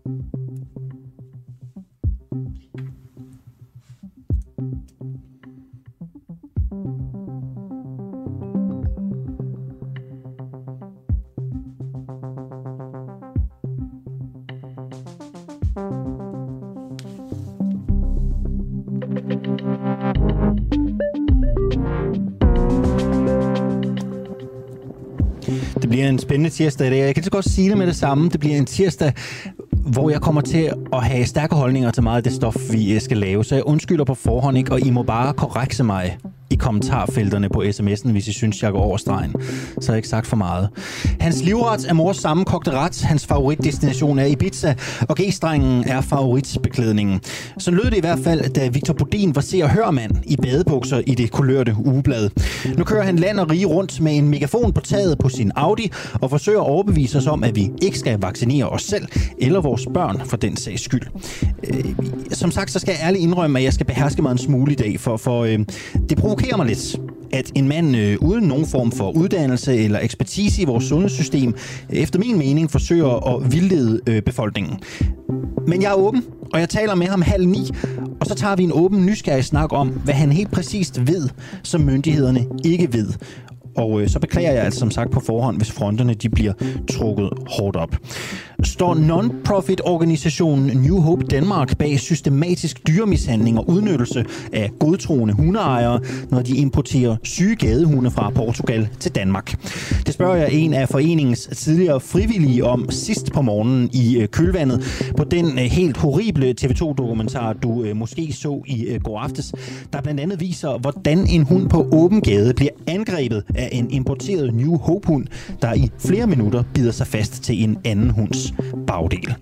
Det bliver en spændende tirsdag i dag. Jeg kan så godt sige det med det samme. Det bliver en tirsdag, hvor jeg kommer til at have stærke holdninger til meget af det stof, vi skal lave. Så jeg undskylder på forhånd, ikke? Og I må bare korrekse mig i kommentarfelterne på sms'en, hvis I synes, jeg går over stregen. Så har jeg ikke sagt for meget. Hans livret er mors sammenkogte ret. Hans favoritdestination er Ibiza, og G-strengen er favoritbeklædningen. Så lød det i hvert fald, da Victor Bodin var Se og Hør-mand i badebukser i det kulørte ugeblad. Nu kører han land og rige rundt med en megafon på taget på sin Audi og forsøger at overbevise os om, at vi ikke skal vaccinere os selv eller vores børn for den sags skyld. Som sagt, så skal jeg ærligt indrømme, at jeg skal beherske mig en smule i dag, for det provokerer mig lidt, at en mand uden nogen form for uddannelse eller ekspertise i vores sundhedssystem, efter min mening, forsøger at vildlede befolkningen. Men jeg er åben, og jeg taler med ham 8:30, og så tager vi en åben, nysgerrig snak om, hvad han helt præcist ved, som myndighederne ikke ved. Og så beklager jeg altså som sagt på forhånd, hvis fronterne de bliver trukket hårdt op. Står non-profit-organisationen New Hope Danmark bag systematisk dyremishandling og udnyttelse af godtroende hundeejere, når de importerer syge gadehunde fra Portugal til Danmark? Det spørger jeg en af foreningens tidligere frivillige om sidst på morgenen i kølvandet på den helt horrible TV2-dokumentar, du måske så i går aftes, der blandt andet viser, hvordan en hund på åben gade bliver angrebet af en importeret New Hope-hund, der i flere minutter bider sig fast til en anden hunds bagdel.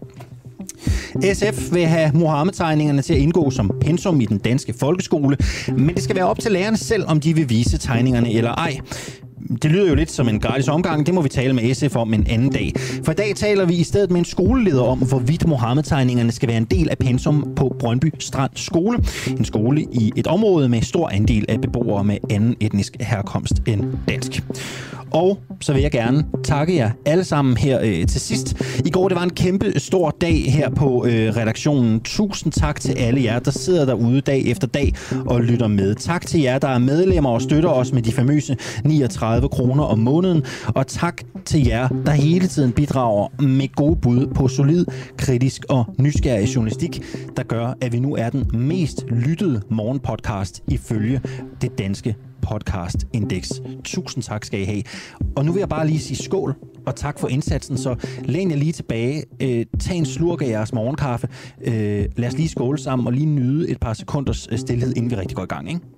SF vil have Muhammed-tegningerne til at indgå som pensum i den danske folkeskole, men det skal være op til lærerne selv, om de vil vise tegningerne eller ej. Det lyder jo lidt som en gratis omgang. Det må vi tale med SF om en anden dag. For i dag taler vi i stedet med en skoleleder om, hvorvidt Muhammed-tegningerne skal være en del af pensum på Brøndby Strand Skole. En skole i et område med stor andel af beboere med anden etnisk herkomst end dansk. Og så vil jeg gerne takke jer alle sammen her til sidst. I går det var en kæmpe stor dag her på redaktionen. Tusind tak til alle jer, der sidder derude dag efter dag og lytter med. Tak til jer, der er medlemmer og støtter os med de famøse 39 kroner om måneden. Og tak til jer, der hele tiden bidrager med gode bud på solid, kritisk og nysgerrig journalistik, der gør, at vi nu er den mest lyttede morgenpodcast ifølge det danske podcast-indeks. Tusind tak skal I have. Og nu vil jeg bare lige sige skål, og tak for indsatsen. Så læn jer lige tilbage. Tag en slurk af jeres morgenkaffe. Lad os lige skåle sammen og lige nyde et par sekunders stilhed, inden vi rigtig går i gang, ikke?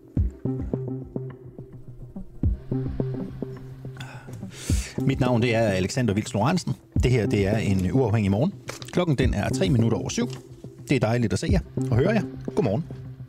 Mit navn det er Alexander Vils Lorentzen. Det her det er en uafhængig morgen. Klokken den er 7:03. Det er dejligt at se jer og høre jer. Godmorgen.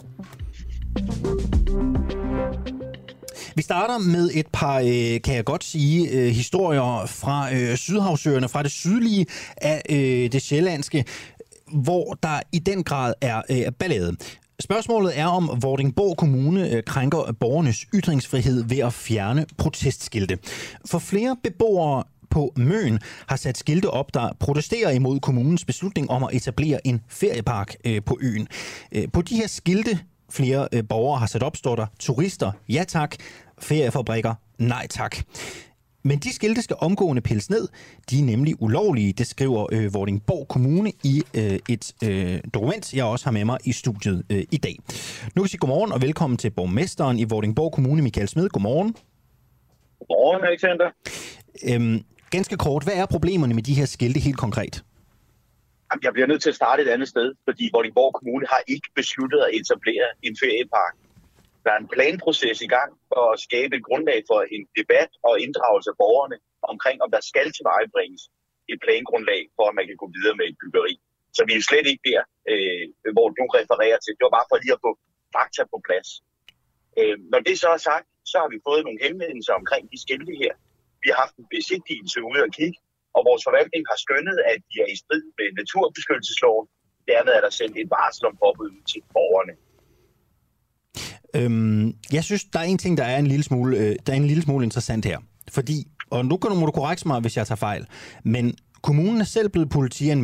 Vi starter med et par, kan jeg godt sige, historier fra Sydhavsøerne, fra det sydlige af det sjællandske, hvor der i den grad er ballade. Spørgsmålet er, om Vordingborg Kommune krænker borgernes ytringsfrihed ved at fjerne protestskilte. For flere beboere på Møn har sat skilte op, der protesterer imod kommunens beslutning om at etablere en feriepark på øen. På de her skilte, flere borgere har sat op, står der turister, ja tak, feriefabrikker, nej tak. Men de skilte skal omgående pilles ned. De er nemlig ulovlige, det skriver Vordingborg Kommune i et dokument, jeg også har med mig i studiet i dag. Nu kan jeg sige godmorgen og velkommen til borgmesteren i Vordingborg Kommune, Michael Smed. Godmorgen. Godmorgen, Alexander. Ganske kort, hvad er problemerne med de her skilte helt konkret? Jeg bliver nødt til at starte et andet sted, fordi Vordingborg Kommune har ikke besluttet at etablere en feriepark. Der er en planproces i gang for at skabe et grundlag for en debat og inddragelse af borgerne omkring, om der skal tilvejebringes et plangrundlag for, at man kan gå videre med et byggeri. Så vi er slet ikke der, hvor du refererer til. Det var bare for lige at få fakta på plads. Når det så er sagt, så har vi fået nogle henvendelser omkring de skilte her. Vi har haft en besigtigelse ude og kigge, og vores forvaltning har skønnet, at de er i strid med naturbeskyttelsesloven. Dermed er der sendt et varsel om påbud til borgerne. Jeg synes, der er en ting, der er en lille smule interessant her. Fordi, og nu må du korrekte mig, hvis jeg tager fejl, men kommunen er selv blevet politianmeldt,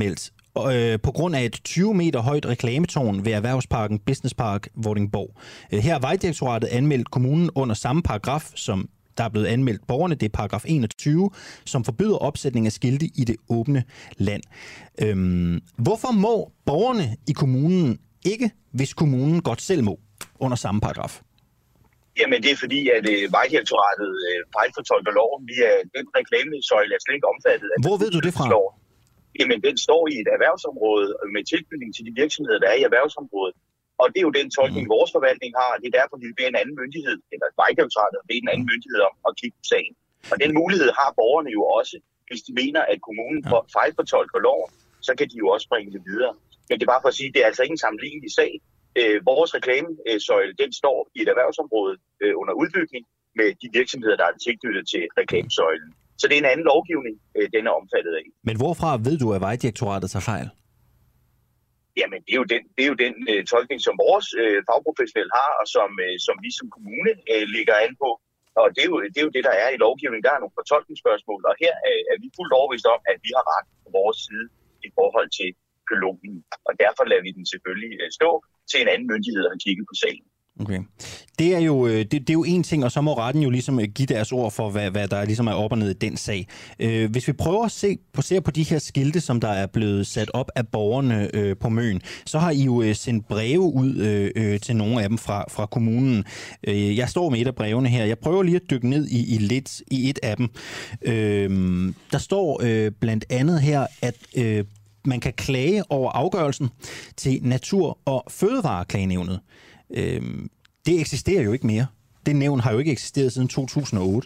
på grund af et 20 meter højt reklametårn ved Erhvervsparken Business Park Vordingborg. Her har Vejdirektoratet anmeldt kommunen under samme paragraf, som der er blevet anmeldt borgerne. Det er paragraf 21, som forbyder opsætning af skilte i det åbne land. Hvorfor må borgerne i kommunen ikke, hvis kommunen godt selv må, under samme paragraf? Jamen, det er fordi, at Vejdirektoratet fejlfortolker loven via den reklamesøjle er slet ikke omfattet af. Hvor ved du det fra? Jamen, den står i et erhvervsområde med tilknytning til de virksomheder, der er i erhvervsområdet. Og det er jo den tolkning, vores forvaltning har. Det er derfor, vi beder en anden myndighed, eller Vejdirektoratet beder en anden myndighed om at kigge på sagen. Og den mulighed har borgerne jo også, hvis de mener, at kommunen fejlfortolker loven, så kan de jo også bringe det videre. Men det er bare for at sige, at det er altså ikke en sammenlignelig sag. Vores reklamesøjle, den står i et erhvervsområde under udbygning med de virksomheder, der er tilknyttet til reklamesøjlen. Så det er en anden lovgivning, den er omfattet af. Men hvorfra ved du, at Vejdirektoratet tager fejl? Jamen, det er jo den tolkning, som vores fagprofessionelle har, og som vi som kommune ligger an på. Og det er jo det, der er i lovgivningen. Der er nogle fortolkningsspørgsmål, og her er vi fuldt overbevist om, at vi har ret på vores side i forhold til pylonien. Og derfor lader vi den selvfølgelig stå til en anden myndighed at kigge på sagen. Okay. Det er jo en ting, og så må retten jo ligesom give deres ord for, hvad der ligesom er op og ned i den sag. Hvis vi prøver at se på de her skilte, som der er blevet sat op af borgerne på Møn, så har I jo sendt breve ud til nogle af dem fra kommunen. Jeg står med et af brevene her. Jeg prøver lige at dykke ned i et af dem. Der står blandt andet her, at man kan klage over afgørelsen til Natur- og Fødevareklagenævnet. Det eksisterer jo ikke mere. Det nævn har jo ikke eksisteret siden 2008.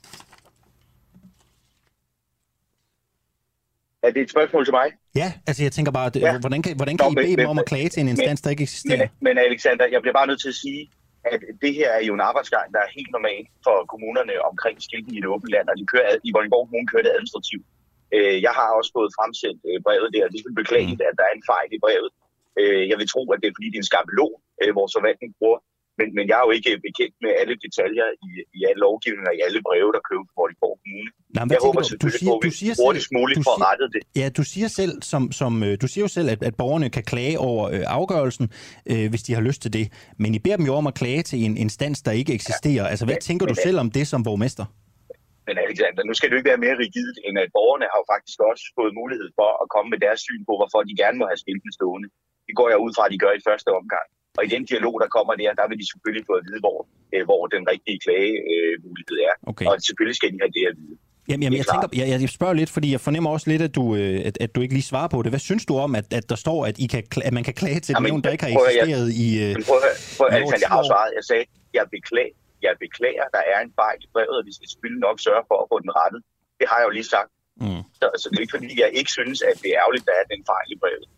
Er det et spørgsmål til mig? Ja, altså jeg tænker bare, hvordan kan I bede dem om at klage til en instans, der ikke eksisterer? Men Alexander, jeg bliver bare nødt til at sige, at det her er jo en arbejdsgang, der er helt normal for kommunerne omkring skilten i det åbne land, og de kører i Vordingborg Kommune kører det administrativt. Jeg har også fået fremsendt brevet der, og det er beklageligt, at der er en fejl i brevet. Jeg vil tro, at det er fordi, det er en skabelon, vores forvaltning bruger. Men jeg er jo ikke bekendt med alle detaljer i alle lovgivninger, i alle breve, der køber på Vordingborg Kommune. Nej, jeg håber selvfølgelig, at vi hurtigst muligt får rettet det. Ja, du siger selv, du siger jo selv, at borgerne kan klage over afgørelsen, hvis de har lyst til det. Men I beder dem jo om at klage til en instans, der ikke eksisterer. Altså, hvad tænker du selv om det som borgmester? Men Alexander, nu skal det jo ikke være mere rigidt, end at borgerne har jo faktisk også fået mulighed for at komme med deres syn på, hvorfor de gerne må have skiltene stående. Det går jeg ud fra, at de gør i første omgang. Og i den dialog, der kommer der vil de selvfølgelig få at vide, hvor den rigtige klagemulighed er. Okay. Og selvfølgelig skal de have det at vide. Jamen jeg spørger lidt, fordi jeg fornemmer også lidt, at du ikke lige svarer på det. Hvad synes du om, at der står, at man kan klage til nogen, der ikke har eksisteret i... Prøv Alexander, jeg har svaret. Jeg sagde, jeg beklager, der er en fejl i brevet, og vi skal selvfølgelig nok sørge for at få den rettet. Det har jeg jo lige sagt. Så det er ikke fordi, jeg ikke synes, at det er ærgerligt, at der er den fejl i brevet.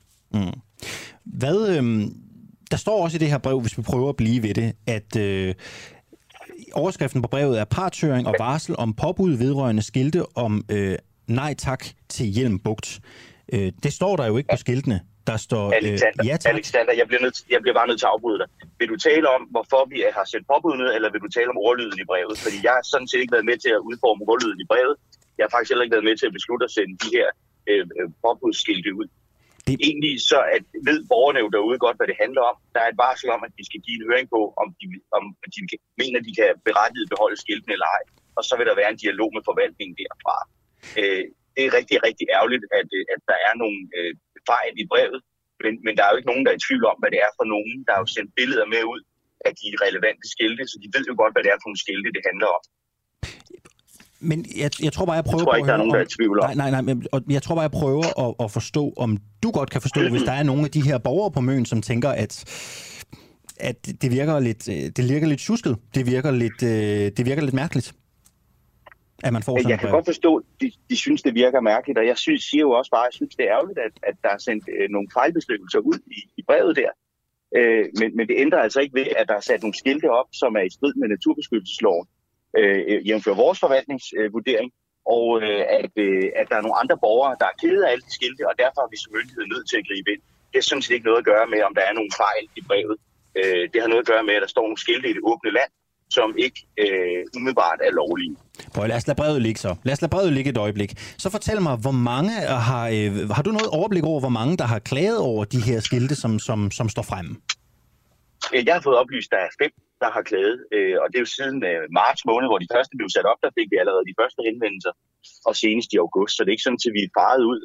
Der står også i det her brev, hvis vi prøver at blive ved det, at overskriften på brevet er partshøring og varsel om påbud vedrørende skilte om nej tak til Hjelmbugt. Det står der jo ikke på skiltene. Der står ja tak. Alexander, jeg bliver bare nødt til at afbryde dig. Vil du tale om, hvorfor vi har sendt påbud ned, eller vil du tale om ordlyden i brevet? Fordi jeg har sådan set ikke været med til at udforme ordlyden i brevet. Jeg har faktisk heller ikke været med til at beslutte at sende de her påbudsskilte ud. Egentlig så ved borgerne jo derude godt, hvad det handler om. Der er et varsel om, at de skal give en høring på, om de mener, at de kan berettiget beholde skiltene eller ej. Og så vil der være en dialog med forvaltningen derfra. Det er rigtig, rigtig ærgerligt, at der er nogle fejl i brevet. Men der er jo ikke nogen, der er i tvivl om, hvad det er for nogen. Der er jo sendt billeder med ud af de relevante skilte, så de ved jo godt, hvad det er for nogle skilte, det handler om. Men jeg tror bare, jeg prøver ikke, der er nogen, der er i tvivl om. Nej, men jeg tror bare, jeg prøver at forstå, om du godt kan forstå, hvis der er nogle af de her borgere på Møn, som tænker, at det virker lidt tjusket. Det virker lidt mærkeligt, at man får sådan Jeg kan godt forstå, at de synes, det virker mærkeligt, og jeg siger jo også bare, at jeg synes, det er ærgerligt, at der er sendt nogle fejlbeskrivelser ud i brevet der. Men det ændrer altså ikke ved, at der er sat nogle skilte op, som er i strid med naturbeskyttelsesloven. Jævnfør vores forvaltningsvurdering, og at der er nogle andre borgere, der er kede af alle de skilte, og derfor er vi som myndighed nødt til at gribe ind. Det synes jeg ikke noget at gøre med, om der er nogle fejl i brevet. Det har noget at gøre med, at der står nogle skilte i det åbne land, som ikke umiddelbart er lovlige. Lad os lade brevet ligge så. Lad os lade brevet ligge et øjeblik. Så fortæl mig, hvor mange har du noget overblik over, hvor mange der har klaget over de her skilte, som står fremme? Jeg har fået oplyst, at der er 5, der har klaget, og det er jo siden marts måned, hvor de første blev sat op, der fik vi allerede de første henvendelser, og senest i august, så det er ikke sådan, at vi er faret ud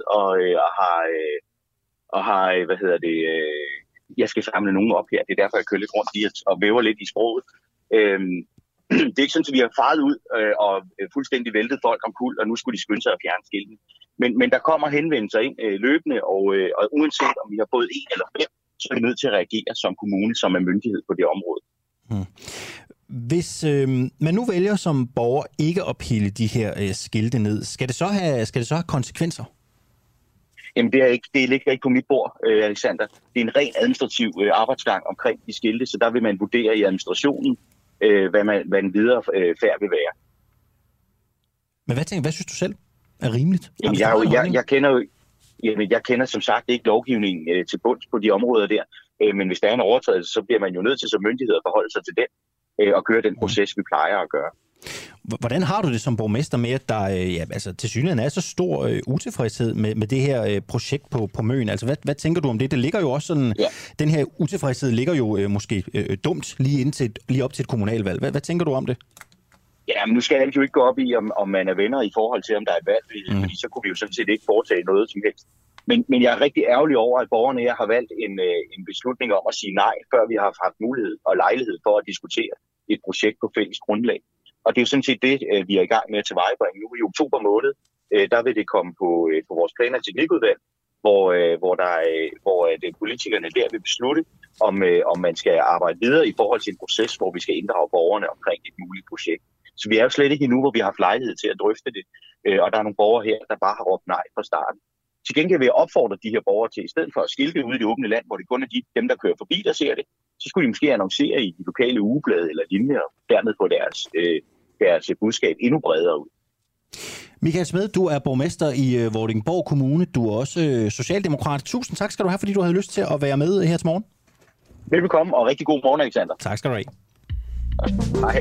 og har jeg skal samle nogen op her, det er derfor, jeg kører lidt rundt i og væver lidt i sproget. Det er ikke sådan, at vi har faret ud og fuldstændig væltet folk om kul, og nu skulle de skynde sig at fjerne skilten. Men der kommer henvendelser ind løbende, og uanset om vi har fået 1 eller 5, så er vi nødt til at reagere som kommune, som er myndighed på det område. Hvis man nu vælger som borger ikke at pille de her skilte ned, skal det så have konsekvenser? Jamen, det ligger ikke på mit bord, Alexander. Det er en ren administrativ arbejdsgang omkring de skilte, så der vil man vurdere i administrationen, hvad en videre færd vil være. Men hvad synes du selv er rimeligt? Jamen, jeg kender som sagt ikke lovgivningen til bunds på de områder der, men hvis der er en overtrædelse, så bliver man jo nødt til som myndighed at forholde sig til den og køre den proces, vi plejer at gøre. Hvordan har du det som borgmester med, at der tilsyneladende er så stor utilfredshed med det her projekt på Møn? Altså, hvad tænker du om det? Det ligger jo også sådan, den her utilfredshed ligger jo måske dumt lige op til et kommunalvalg. Hvad tænker du om det? Ja, men nu skal alt jo ikke gå op i, om man er venner i forhold til, om der er et valg, fordi så kunne vi jo sådan set ikke foretage noget som helst. Men jeg er rigtig ærgerlig over, at borgerne her har valgt en beslutning om at sige nej, før vi har haft mulighed og lejlighed for at diskutere et projekt på fælles grundlag. Og det er jo sådan set det, vi er i gang med at tilvejebringe nu i oktober måned. Der vil det komme på vores plan- og teknikudvalg, hvor politikerne der vil beslutte, om man skal arbejde videre i forhold til en proces, hvor vi skal inddrage borgerne omkring et muligt projekt. Så vi er jo slet ikke endnu, hvor vi har haft lejlighed til at drøfte det, og der er nogle borgere her, der bare har råbt nej fra starten. Til gengæld vil jeg opfordre de her borgere til, i stedet for at skilte ude i det åbne land, hvor det kun er dem, der kører forbi, der ser det, så skulle de måske annoncere i de lokale ugeblade eller lignende, og dermed få deres budskab endnu bredere ud. Michael Smed, du er borgmester i Vordingborg Kommune. Du er også socialdemokrat. Tusind tak skal du have, fordi du havde lyst til at være med her til morgen. Velbekomme, og rigtig god morgen, Alexander. Tak skal du have. Hej.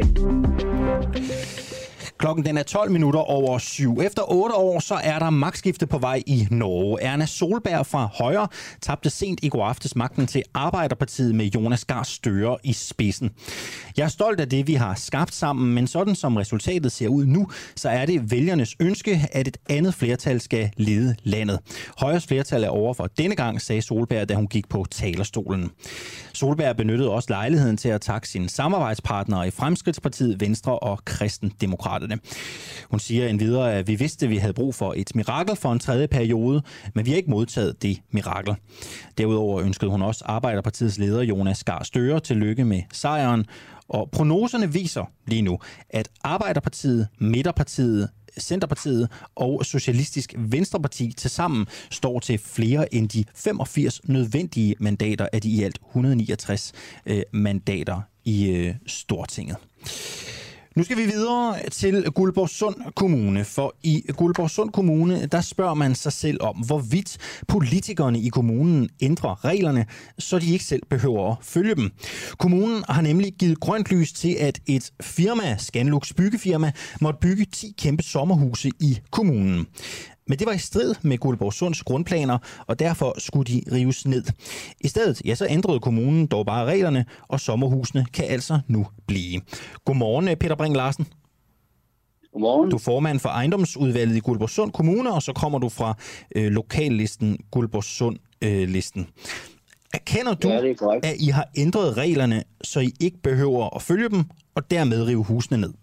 Klokken den er 7:12. Efter 8 år, så er der magtskifte på vej i Norge. Erna Solberg fra Højre tabte sent i går aftes magten til Arbeiderpartiet med Jonas Gahr Støre i spidsen. Jeg er stolt af det, vi har skabt sammen, men sådan som resultatet ser ud nu, så er det vælgernes ønske, at et andet flertal skal lede landet. Højres flertal er over for denne gang, sagde Solberg, da hun gik på talerstolen. Solberg benyttede også lejligheden til at takke sine samarbejdspartnere i Fremskridtspartiet, Venstre og Kristendemokraterne. Hun siger endvidere, at vi vidste, at vi havde brug for et mirakel for en tredje periode, men vi har ikke modtaget det mirakel. Derudover ønskede hun også Arbeiderpartiets leder Jonas Gahr Støre tillykke med sejren, og prognoserne viser lige nu, at Arbeiderpartiet, Midterpartiet, Centerpartiet og Socialistisk Venstreparti tilsammen står til flere end de 85 nødvendige mandater af de i alt 169 mandater i Stortinget. Nu skal vi videre til Guldborgsund Kommune, for i Guldborgsund Kommune, der spørger man sig selv om, hvorvidt politikerne i kommunen ændrer reglerne, så de ikke selv behøver at følge dem. Kommunen har nemlig givet grønt lys til, at et firma, Scanlux byggefirma, måtte bygge 10 kæmpe sommerhuse i kommunen. Men det var i strid med Guldborgsunds grundplaner, og derfor skulle de rives ned. I stedet, så ændrede kommunen dog bare reglerne, og sommerhusene kan altså nu blive. Godmorgen, Peter Brink Larsen. Godmorgen. Du er formand for ejendomsudvalget i Guldborgsund Kommune, og så kommer du fra lokallisten Guldborgsund-listen. Erkender du, at I har ændret reglerne, så I ikke behøver at følge dem, og dermed rive husene ned?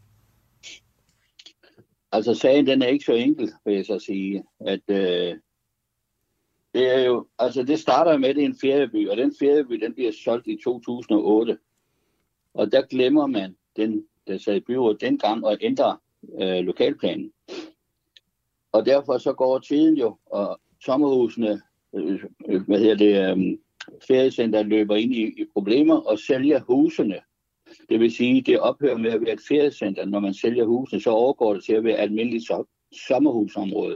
Altså sagen, den er ikke så enkel, vil jeg så sige, at det er jo, altså det starter med, at det er en ferieby, og den ferieby, den bliver solgt i 2008. Og der glemmer man, der sad i byrådet dengang, at ændre lokalplanen. Og derfor så går tiden jo, og sommerhusene, feriecenter løber ind i problemer og sælger husene. Det vil sige, at det ophører med at være et feriecenter. Når man sælger husene, så overgår det til at være et almindeligt sommerhusområde.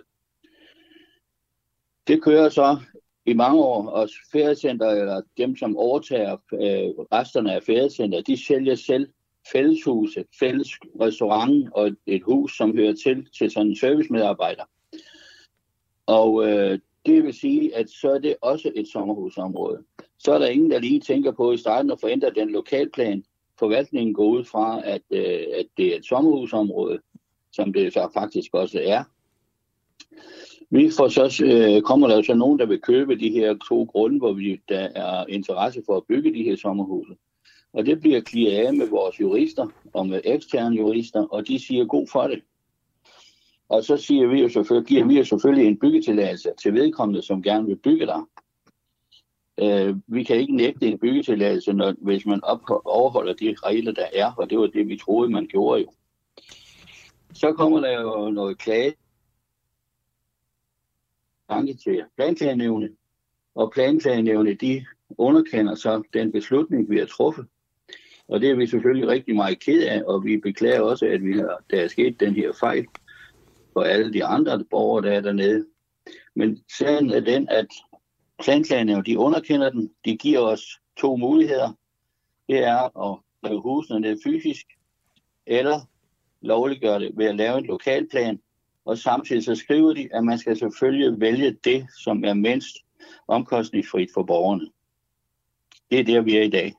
Det kører så i mange år, og feriecenter, eller dem, som overtager resterne af feriecenter, de sælger selv fælleshuse, fælles restaurant og et hus, som hører til sådan en servicemedarbejder. Og det vil sige, at så er det også et sommerhusområde. Så er der ingen, der lige tænker på i starten at forændre den lokalplan. Forvaltningen går ud fra, at det er et sommerhusområde, som det så faktisk også er. Kommer der jo så nogen, der vil købe de her 2 grunde, hvor der er interesse for at bygge de her sommerhuse. Og det bliver clearet af med vores jurister og med eksterne jurister, og de siger god for det. Og så giver vi jo selvfølgelig en byggetilladelse til vedkommende, som gerne vil bygge der. Vi kan ikke nægte en byggetilladelse, hvis man overholder de regler, der er, og det var det, vi troede, man gjorde jo. Så kommer der jo noget klage til planklagenævnet, og planklagenævnet, de underkender så den beslutning, vi har truffet. Og det er vi selvfølgelig rigtig meget ked af, og vi beklager også, at der er sket den her fejl for alle de andre borgere, der er dernede. Men sagen er den, at planklagenævnet, de underkender den. De giver os 2 muligheder. Det er at lave husene ned fysisk, eller lovliggøre det ved at lave en lokalplan. Og samtidig så skriver de, at man skal selvfølgelig vælge det, som er mindst omkostningsfrit for borgerne. Det er der, vi er i dag.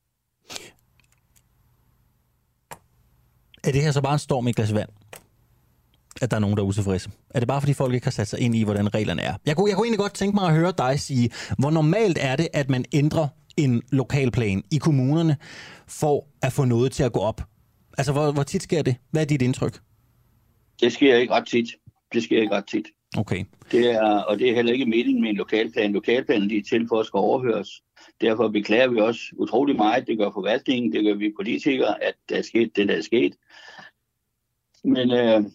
Er det her så bare en storm i et glas vand? At der er nogen, der er utilfredse? Er det bare, fordi folk ikke har sat sig ind i, hvordan reglerne er? Jeg kunne egentlig godt tænke mig at høre dig sige, hvor normalt er det, at man ændrer en lokalplan i kommunerne for at få noget til at gå op? Altså, hvor tit sker det? Hvad er dit indtryk? Det sker ikke ret tit. Okay. Det er heller ikke meningen med en lokalplan. Lokalplanen, de er til for at skal overhøres. Derfor beklager vi også utrolig meget. Det gør forvaltningen, det gør vi politikere, at der er sket det, der er sket. Men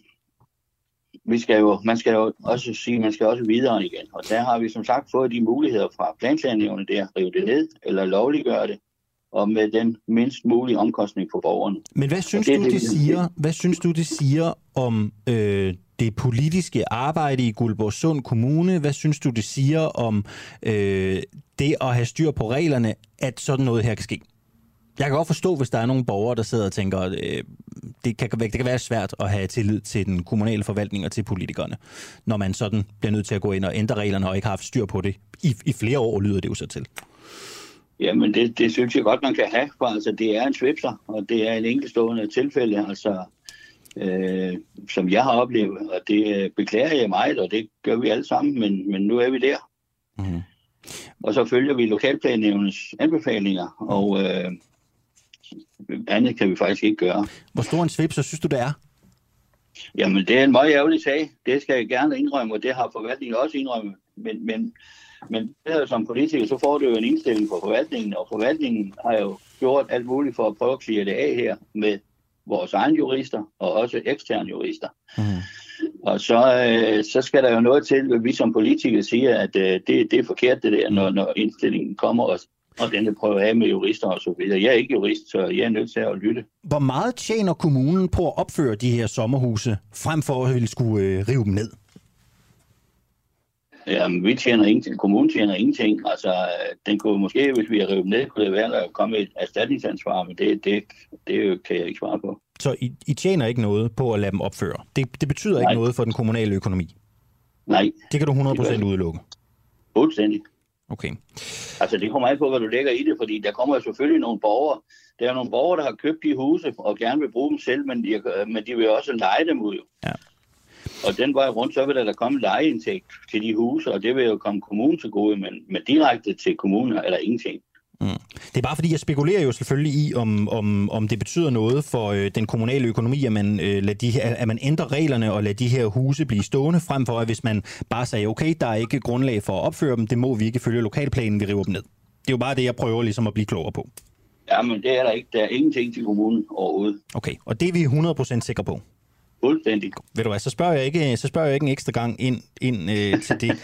man skal jo også sige, man skal også videre igen. Og der har vi som sagt fået de muligheder fra planklagenævnet der, rive det ned eller lovliggøre det, og med den mindst mulige omkostning for borgerne. Men hvad synes du, det siger om det politiske arbejde i Guldborgsund Kommune? Hvad synes du, det siger om det at have styr på reglerne, at sådan noget her kan ske? Jeg kan godt forstå, hvis der er nogle borgere, der sidder og tænker, at det kan være svært at have tillid til den kommunale forvaltning og til politikerne, når man sådan bliver nødt til at gå ind og ændre reglerne og ikke har haft styr på det. I flere år lyder det jo så til. Jamen, det synes jeg godt, man kan have. For altså, det er en svipser, og det er en enkeltstående tilfælde, altså, som jeg har oplevet. Og det beklager jeg meget, og det gør vi alle sammen, men nu er vi der. Mm. Og så følger vi lokalplannævnets anbefalinger, og andet kan vi faktisk ikke gøre. Hvor stor en svipser synes du, det er? Jamen, det er en meget ærgerlig sag. Det skal jeg gerne indrømme, og det har forvaltningen også indrømmet. Men som politiker, så får du jo en indstilling fra forvaltningen, og forvaltningen har jo gjort alt muligt for at prøve at cleare det af her med vores egne jurister og også eksterne jurister. Mm. Og så skal der jo noget til, at vi som politikere siger, at det er forkert det der, når indstillingen kommer, og den prøver af med jurister og så videre. Jeg er ikke jurist, så jeg er nødt til at lytte. Hvor meget tjener kommunen på at opføre de her sommerhuse, frem for at ville skulle rive dem ned? Jamen, vi tjener ingenting. Kommunen tjener ingenting. Altså, den kunne måske, hvis vi har revet ned, kunne det være, at der komme et erstatningsansvar, men det kan jeg ikke svare på. Så I tjener ikke noget på at lade dem opføre? Det betyder ikke noget for den kommunale økonomi? Nej. Det kan du 100% udelukke? Fuldstændig. Okay. Altså, det kommer meget på, hvad du lægger i det, fordi der kommer jo selvfølgelig nogle borgere. Der er nogle borgere, der har købt de huse og gerne vil bruge dem selv, men de vil også leje dem ud. Ja. Og den vej rundt, så vil der komme lejeindtægt til de huse, og det vil jo komme kommunen til gode, men direkte til kommunen er der ingenting. Mm. Det er bare fordi, jeg spekulerer jo selvfølgelig i, om det betyder noget for den kommunale økonomi, at man ændrer reglerne og lader de her huse blive stående, frem for at hvis man bare siger, okay, der er ikke grundlag for at opføre dem, det må vi ikke følge lokalplanen, vi river dem ned. Det er jo bare det, jeg prøver ligesom at blive klogere på. Ja, men det er der ikke. Der er ingenting til kommunen overhovedet. Okay, og det er vi 100% sikre på. Fuldstændig. Ved du hvad, så spørger jeg ikke en ekstra gang ind til det.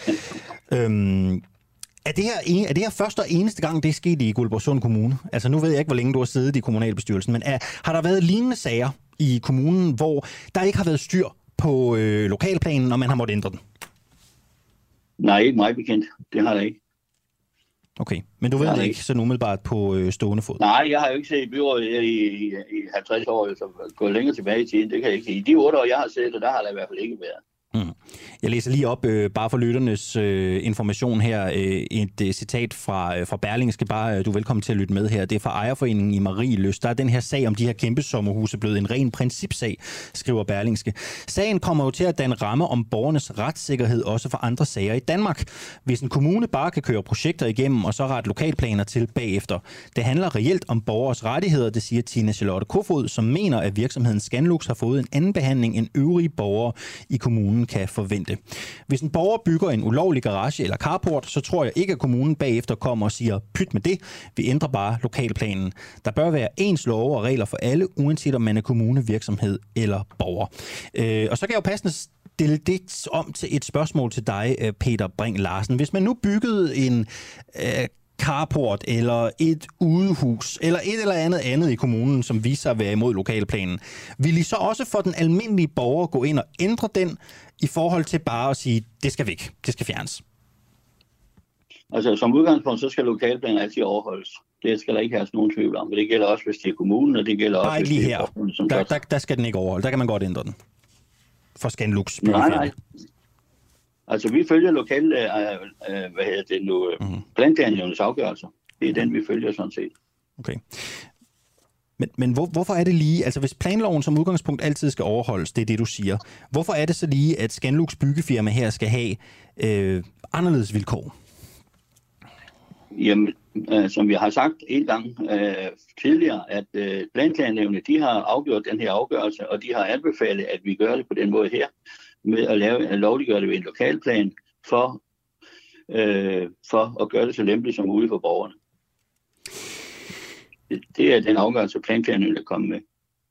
Er det her første og eneste gang, det er sket i Guldborgsund Kommune? Altså nu ved jeg ikke, hvor længe du har siddet i kommunalbestyrelsen, men har der været lignende sager i kommunen, hvor der ikke har været styr på lokalplanen, og man har måttet ændre den? Nej, ikke meget bekendt. Det har der ikke. Okay, men du ved ikke sådan umiddelbart på stående fod? Nej, jeg har jo ikke set byrådet i 50 år, så gå længere tilbage i tiden, det kan jeg ikke. I de 8 år, jeg har set, og der har der i hvert fald ikke været. Jeg læser lige op, bare for lytternes information her, et citat fra Berlingske. Bare du er velkommen til at lytte med her. Det er fra Ejerforeningen i Marielyst. Der er den her sag om de her kæmpe sommerhuse blevet en ren principsag, skriver Berlingske. Sagen kommer jo til at danne ramme om borgernes retssikkerhed også for andre sager i Danmark. Hvis en kommune bare kan køre projekter igennem og så rette lokalplaner til bagefter. Det handler reelt om borgers rettigheder, det siger Tina Charlotte Kofod, som mener, at virksomheden Scanlux har fået en anden behandling end øvrige borgere i kommunen kan forvente. Hvis en borger bygger en ulovlig garage eller carport, så tror jeg ikke, at kommunen bagefter kommer og siger, pyt med det, vi ændrer bare lokalplanen. Der bør være ens love og regler for alle, uanset om man er kommune, virksomhed eller borger. Og så kan jeg jo passende stille det om til et spørgsmål til dig, Peter Bring Larsen. Hvis man nu byggede en carport eller et udehus eller et eller andet i kommunen, som viser at være imod lokalplanen, vil I så også for den almindelige borger gå ind og ændre den i forhold til bare at sige, det skal væk, det skal fjernes? Altså som udgangspunkt, så skal lokalplanen altid overholdes. Det skal der ikke have nogen tvivl om, men det gælder også, hvis det er kommunen, og det gælder også, hvis det er her. Der skal den ikke overholde. Der kan man godt ændre den. For Scanlux. Nej. Altså, vi følger lokale, planplanlægningens afgørelser. Det er den, vi følger sådan set. Okay. Men hvorfor er det lige, altså hvis planloven som udgangspunkt altid skal overholdes, det er det, du siger, hvorfor er det så lige, at Scanlux byggefirma her skal have anderledes vilkår? Jamen, som vi har sagt en gang tidligere, at planplanlæggene, de har afgjort den her afgørelse, og de har anbefalet, at vi gør det på den måde her, med at lovliggøre det ved en lokalplan for at gøre det så lempeligt som muligt for borgerne. Det er den afgørelse, planplanen er kommet med.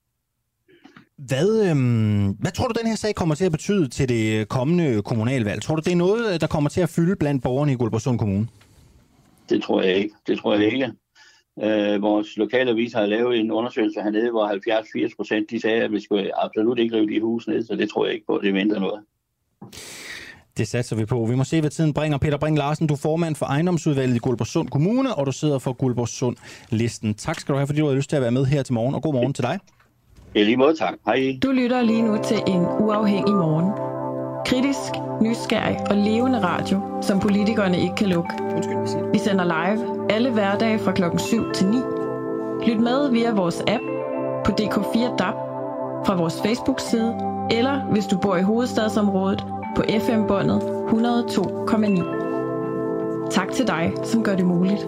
Hvad tror du, den her sag kommer til at betyde til det kommende kommunalvalg? Tror du, det er noget, der kommer til at fylde blandt borgerne i Guldborgsund Kommune? Det tror jeg ikke. Vores lokale avis har lavet en undersøgelse hernede, hvor 70-80% de sagde, at vi skulle absolut ikke rive de hus ned, så det tror jeg ikke på, det venter noget. Det satser vi på. Vi må se, hvad tiden bringer. Peter Bring Larsen, du er formand for ejendomsudvalget i Guldborgsund Kommune, og du sidder for Guldborgsund-listen. Tak skal du have, fordi du har lyst til at være med her til morgen, og god morgen til dig. I lige måde, tak. Hej. Du lytter lige nu til en uafhængig morgen. Kritisk, nysgerrig og levende radio, som politikerne ikke kan lukke. Vi sender live alle hverdage fra klokken 7 til 9. Lyt med via vores app på DK4 DAB, fra vores Facebook-side, eller hvis du bor i hovedstadsområdet på FM-båndet 102,9. Tak til dig, som gør det muligt.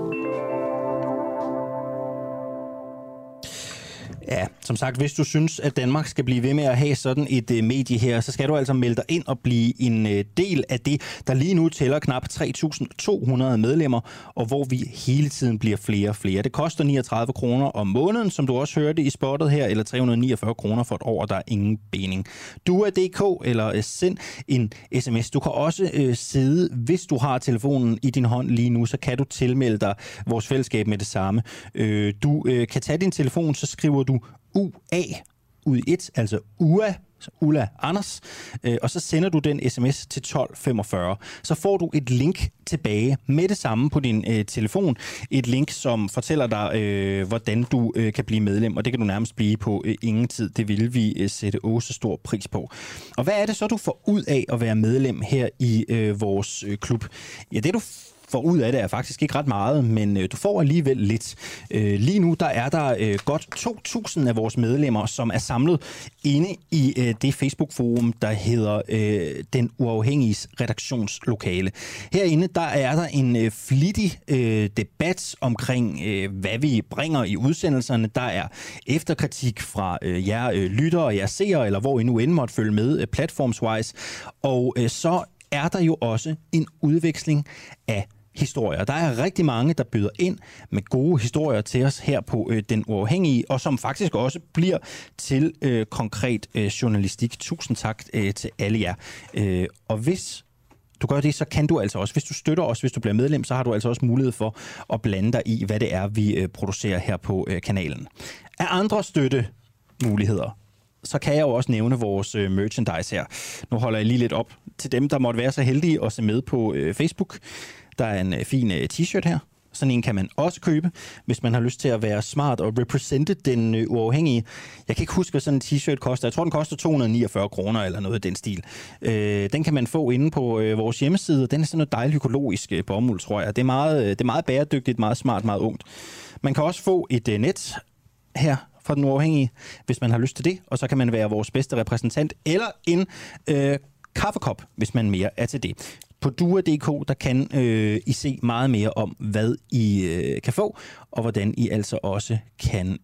Ja, som sagt, hvis du synes, at Danmark skal blive ved med at have sådan et medie her, så skal du altså melde dig ind og blive en del af det, der lige nu tæller knap 3.200 medlemmer, og hvor vi hele tiden bliver flere og flere. Det koster 39 kroner om måneden, som du også hørte i spottet her, eller 349 kroner for et år, der er ingen binding. Du er DK, eller send en sms. Du kan også sidde, hvis du har telefonen i din hånd lige nu, så kan du tilmelde dig vores fællesskab med det samme. Du kan tage din telefon, så skriver du UA ud i et, altså UA, Ulla Anders, og så sender du den sms til 1245. Så får du et link tilbage med det samme på din telefon. Et link, som fortæller dig, hvordan du kan blive medlem, og det kan du nærmest blive på ingen tid. Det vil vi sætte også stor pris på. Og hvad er det så, du får ud af at være medlem her i vores klub? Ja, det du får ud af det er faktisk ikke ret meget, men du får alligevel lidt. Lige nu der er der godt 2.000 af vores medlemmer, som er samlet inde i det Facebook-forum, der hedder Den Uafhængiges redaktionslokale. Herinde der er der en flittig debat omkring, hvad vi bringer i udsendelserne. Der er efterkritik fra jer lyttere og jer seere, eller hvor I nu end måtte følge med platformswise. Og så er der jo også en udveksling af historier. Der er rigtig mange, der byder ind med gode historier til os her på Den Uafhængige, og som faktisk også bliver til konkret journalistik. Tusind tak til alle jer. Og hvis du gør det, så kan du altså også, hvis du støtter os, hvis du bliver medlem, så har du altså også mulighed for at blande dig i, hvad det er, vi producerer her på kanalen. Af andre støttemuligheder, så kan jeg jo også nævne vores merchandise her. Nu holder jeg lige lidt op til dem, der måtte være så heldige at se med på Facebook. Der er en fin t-shirt her, Sådan en kan man også købe, hvis man har lyst til at være smart og represente den uafhængige. Jeg kan ikke huske, hvad sådan en t-shirt koster. Jeg tror, den koster 249 kroner eller noget af den stil. Den kan man få inde på vores hjemmeside. Den er sådan noget dejligt økologisk bomuld, tror jeg. Det er meget bæredygtigt, meget smart, meget ungt. Man kan også få et net her fra den uafhængige, hvis man har lyst til det. Og så kan man være vores bedste repræsentant. Eller en kaffekop, hvis man mere er til det. På Dua.dk, der kan I se meget mere om, hvad I kan få, og hvordan I altså også kan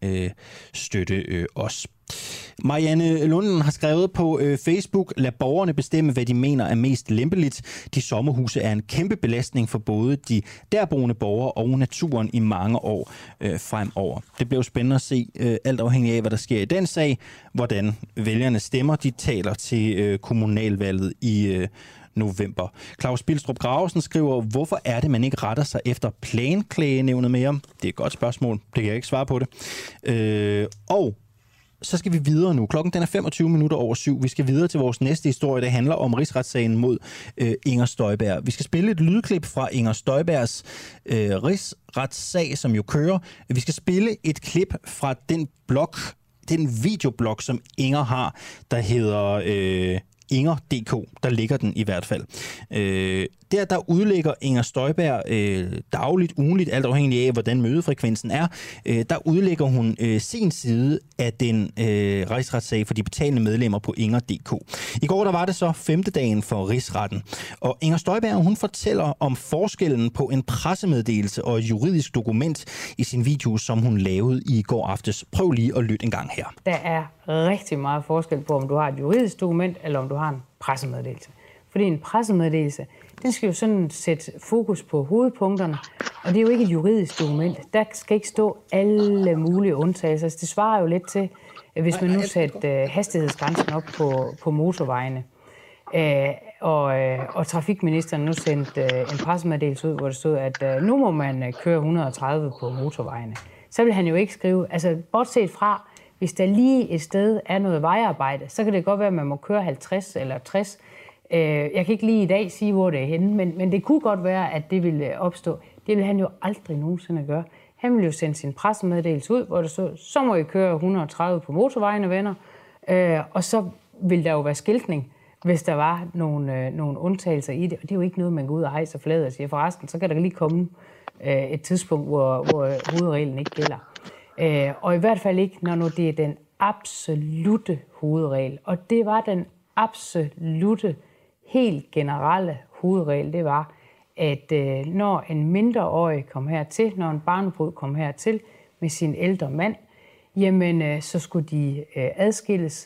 støtte os. Marianne Lunden har skrevet på Facebook, lad borgerne bestemme, hvad de mener er mest lempeligt. De sommerhuse er en kæmpe belastning for både de derboende borgere og naturen i mange år fremover. Det bliver jo spændende at se, alt afhængig af, hvad der sker i den sag, hvordan vælgerne stemmer. De taler til kommunalvalget i november. Claus Bilstrup Gravesen skriver, hvorfor er det, man ikke retter sig efter planklagenævnet mere? Det er et godt spørgsmål. Det kan jeg ikke svare på det. Og så skal vi videre nu. Klokken den er 25 minutter over 7. Vi skal videre til vores næste historie, der handler om rigsretssagen mod Inger Støjberg. Vi skal spille et lydklip fra Inger Støjbergs rigsretssag, som jo kører. Vi skal spille et klip fra den videoblog, som Inger har, der hedder Inger.dk. Der ligger den i hvert fald. Der udlægger Inger Støjberg dagligt, ugenligt, alt afhængig af, hvordan mødefrekvensen er. Der udlægger hun sin side af den rigsretssag for de betalende medlemmer på Inger.dk. I går der var det så 5. dagen for rigsretten. Og Inger Støjberg, hun fortæller om forskellen på en pressemeddelelse og et juridisk dokument i sin video, som hun lavede i går aftes. Prøv lige at lytte en gang her. Der er rigtig meget forskel på, om du har et juridisk dokument, eller om du har en pressemeddelelse. Fordi en pressemeddelelse, den skal jo sådan sætte fokus på hovedpunkterne, og det er jo ikke et juridisk dokument. Der skal ikke stå alle mulige undtagelser. Det svarer jo lidt til, hvis man nu satte hastighedsgrænsen op på motorvejene, og trafikministeren nu sendte en pressemeddelelse ud, hvor det stod, at nu må man køre 130 på motorvejene. Så vil han jo ikke skrive, altså bortset fra, hvis der lige et sted er noget vejarbejde, så kan det godt være, at man må køre 50 eller 60. Jeg kan ikke lige i dag sige, hvor det er henne, men det kunne godt være, at det ville opstå. Det vil han jo aldrig nogensinde gøre. Han vil jo sende sin pressemeddelelse ud, hvor der stod, så må I køre 130 på motorvejene, venner. Og så vil der jo være skiltning, hvis der var nogle undtagelser i det. Og det er jo ikke noget, man går ud og hejser flaget og siger. Forresten, så kan der lige komme et tidspunkt, hvor hovedreglen ikke gælder. Og i hvert fald ikke, når nu det er den absolute hovedregel. Og det var den absolute, helt generelle hovedregel, det var, at når en mindreårig kom hertil, når en barnebrud kom hertil med sin ældre mand, jamen så skulle de adskilles.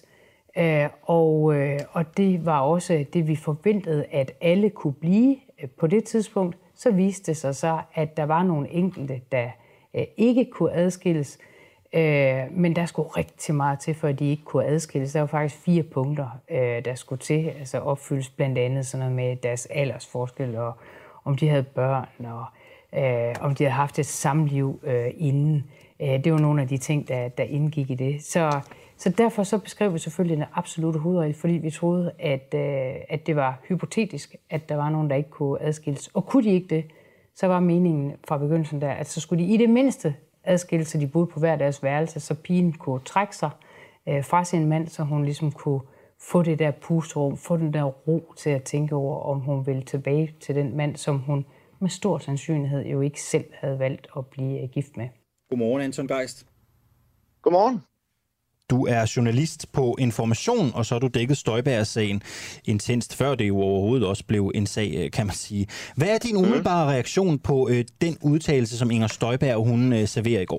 Og det var også det, vi forventede, at alle kunne blive på det tidspunkt. Så viste det sig så, at der var nogle enkelte, der ikke kunne adskilles, men der skulle rigtig meget til, for at de ikke kunne adskilles. Der var faktisk 4 punkter, der skulle til, altså opfyldes blandt andet sådan noget med deres aldersforskel, og om de havde børn, og om de havde haft et samliv inden. Det var nogle af de ting, der indgik i det. Så derfor så beskrev vi selvfølgelig den absolutte hovedregel, fordi vi troede, at det var hypotetisk, at der var nogen, der ikke kunne adskilles. Og kunne de ikke det, så var meningen fra begyndelsen der, at så skulle de i det mindste adskilles, så de boede på hver deres værelse, så pigen kunne trække sig fra sin mand, så hun ligesom kunne få det der pusterum, få den der ro til at tænke over, om hun ville tilbage til den mand, som hun med stor sandsynlighed jo ikke selv havde valgt at blive gift med. Godmorgen, Anton Geist. Godmorgen. Du er journalist på Information, og så har du dækket Støjberg-sagen intenst, før det jo overhovedet også blev en sag, kan man sige. Hvad er din umiddelbare reaktion på den udtalelse, som Inger Støjberg hun serverer i går?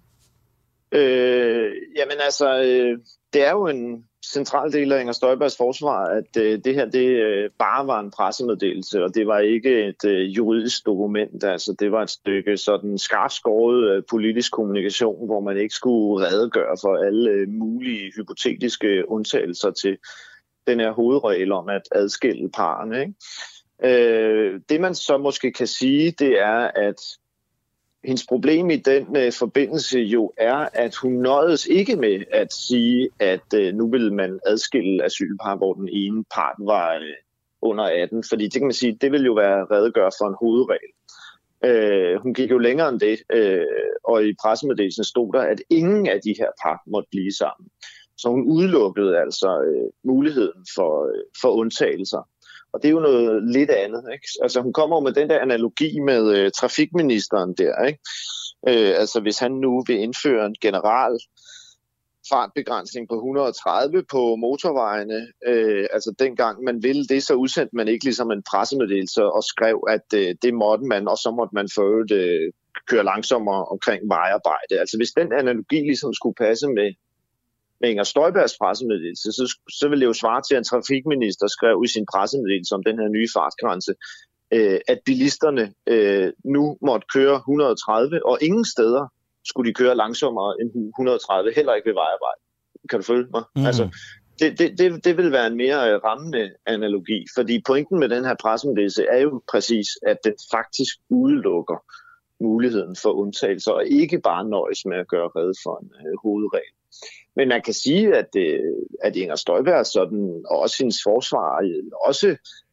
Jamen altså, det er jo en central del af Inger Støjbergs forsvar, at det her bare var en pressemeddelelse, og det var ikke et juridisk dokument. Altså, det var et stykke sådan skarpt skåret politisk kommunikation, hvor man ikke skulle redegøre for alle mulige hypotetiske undtagelser til den her hovedregel om at adskille parerne, ikke? Det man så måske kan sige, det er, at hendes problem i den forbindelse jo er, at hun nøjedes ikke med at sige, at nu ville man adskille asylpar, hvor den ene part var under 18. Fordi det kan man sige, det vil jo være redegør for en hovedregel. Hun gik jo længere end det, og i pressemeddelelsen stod der, at ingen af de her par måtte blive sammen. Så hun udelukkede altså muligheden for undtagelser. Og det er jo noget lidt andet, ikke? Altså hun kommer med den der analogi med trafikministeren der, ikke? Altså hvis han nu vil indføre en general fartbegrænsning på 130 på motorvejene, altså dengang man ville det, så udsendte man ikke ligesom en pressemeddelelse og skrev, at det måtte man, og så måtte man for øvrigt køre langsommere omkring vejarbejde. Altså hvis den analogi ligesom skulle passe med Inger Støjbergs pressemeddelelse, så ville det jo svare til, at en trafikminister skrev i sin pressemeddelelse om den her nye fartgrænse, at bilisterne nu måtte køre 130, og ingen steder skulle de køre langsommere end 130, heller ikke ved vejarbejde. Kan du følge mig? Altså, det vil være en mere rammende analogi, fordi pointen med den her pressemeddelelse er jo præcis, at den faktisk udelukker muligheden for undtagelser, og ikke bare nøjes med at gøre rede for en hovedregel. Men man kan sige, at Inger Støjberg sådan, og også hendes forsvar også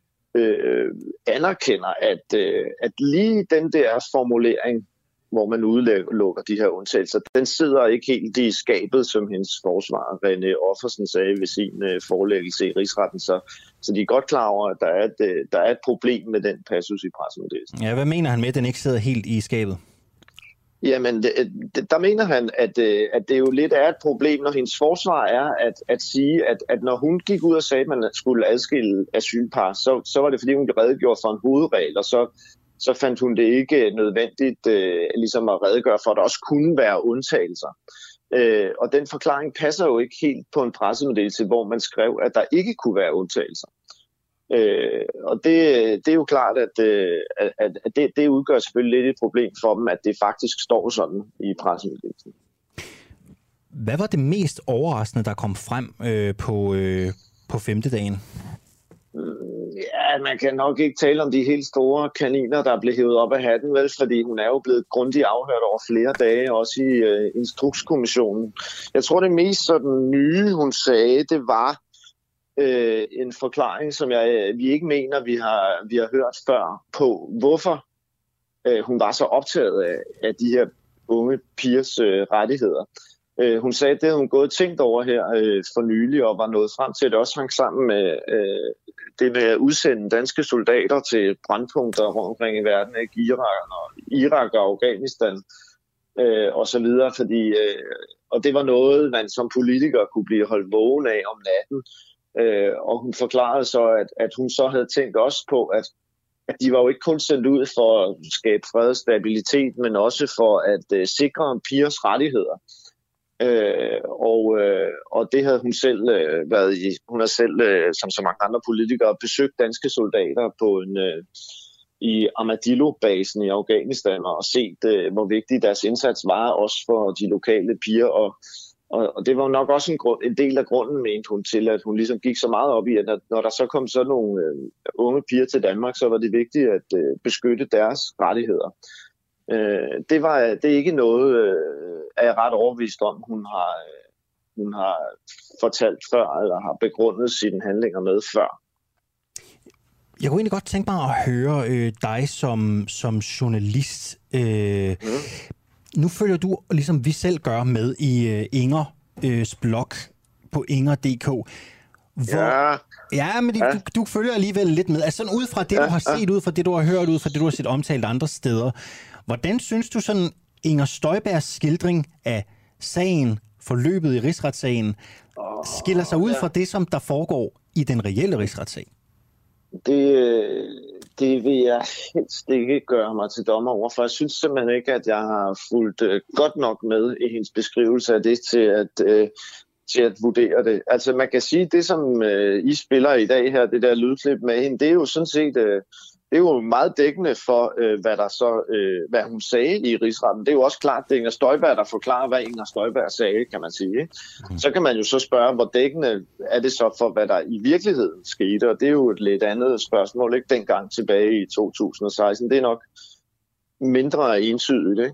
anerkender, at lige den der formulering, hvor man udelukker de her undtagelser, den sidder ikke helt i skabet, som hendes forsvarer René Offersen sagde ved sin forelæggelse i Rigsretten. Så de er godt klar over, at der er et problem med den passus i pressemeddelelsen. Ja, hvad mener han med, at den ikke sidder helt i skabet? Jamen, der mener han, at det jo lidt er et problem, når hendes forsvar er at sige, at når hun gik ud og sagde, at man skulle adskille asylpar, så var det, fordi hun redegjorde for en hovedregel, og så fandt hun det ikke nødvendigt ligesom at redegøre for, at der også kunne være undtagelser. Og den forklaring passer jo ikke helt på en pressemeddelelse, hvor man skrev, at der ikke kunne være undtagelser. Og det er jo klart, at det udgør selvfølgelig lidt et problem for dem, at det faktisk står sådan i pressemeddelelsen. Hvad var det mest overraskende, der kom frem på femtedagen? Ja, man kan nok ikke tale om de helt store kaniner, der blev hævet op af hatten, vel, fordi hun er jo blevet grundigt afhørt over flere dage, også i Instrukskommissionen. Jeg tror, det mest sådan nye, hun sagde, det var en forklaring, som vi ikke mener, vi har hørt før på, hvorfor hun var så optaget af de her unge pigers rettigheder. Hun sagde, at det havde hun gået tænkt over her for nylig, og var nået frem til, at det også hang sammen med det med at udsende danske soldater til brandpunkter rundt omkring i verden, ikke? Irak og Afghanistan og så videre, fordi og det var noget, man som politiker kunne blive holdt vågen af om natten. Og hun forklarede så, at hun så havde tænkt også på, at de var jo ikke kun sendt ud for at skabe fred og stabilitet, men også for at sikre pigers rettigheder. Og det havde hun selv været i. Hun har selv, som så mange andre politikere, besøgt danske soldater på i Armadillo-basen i Afghanistan og set, hvor vigtig deres indsats var, også for de lokale piger. Og det var nok også en del af grunden, mente hun, til, at hun ligesom gik så meget op i, at når der så kom sådan nogle unge piger til Danmark, så var det vigtigt at beskytte deres rettigheder. Det er ikke noget, er jeg ret overbevist om, hun har fortalt før, eller har begrundet sine handlinger med før. Jeg kunne egentlig godt tænke mig at høre dig som journalist. Nu følger du, ligesom vi selv gør, med i Ingers blog på inger.dk. Ja, men du følger alligevel lidt med. Altså sådan ud fra det, du har set, ud fra det, du har hørt, ud fra det, du har set omtalt andre steder. Hvordan synes du sådan Inger Støjbergs skildring af sagen, forløbet i rigsretssagen, skiller sig ud fra det, som der foregår i den reelle rigsretssag? Det vil jeg helst ikke gøre mig til dommer over, for jeg synes simpelthen ikke, at jeg har fulgt godt nok med i hendes beskrivelse af det til at vurdere det. Altså man kan sige, det som I spiller i dag her, det der lydklip med hende, det er jo sådan set det er jo meget dækkende for, hvad hun sagde i rigsretten. Det er jo også klart, det er Inger Støjberg, der forklarer, hvad Inger Støjberg sagde, kan man sige. Ikke? Så kan man jo så spørge, hvor dækkende er det så for, hvad der i virkeligheden skete, og det er jo et lidt andet spørgsmål, ikke dengang tilbage i 2016. Det er nok mindre entydigt, ikke?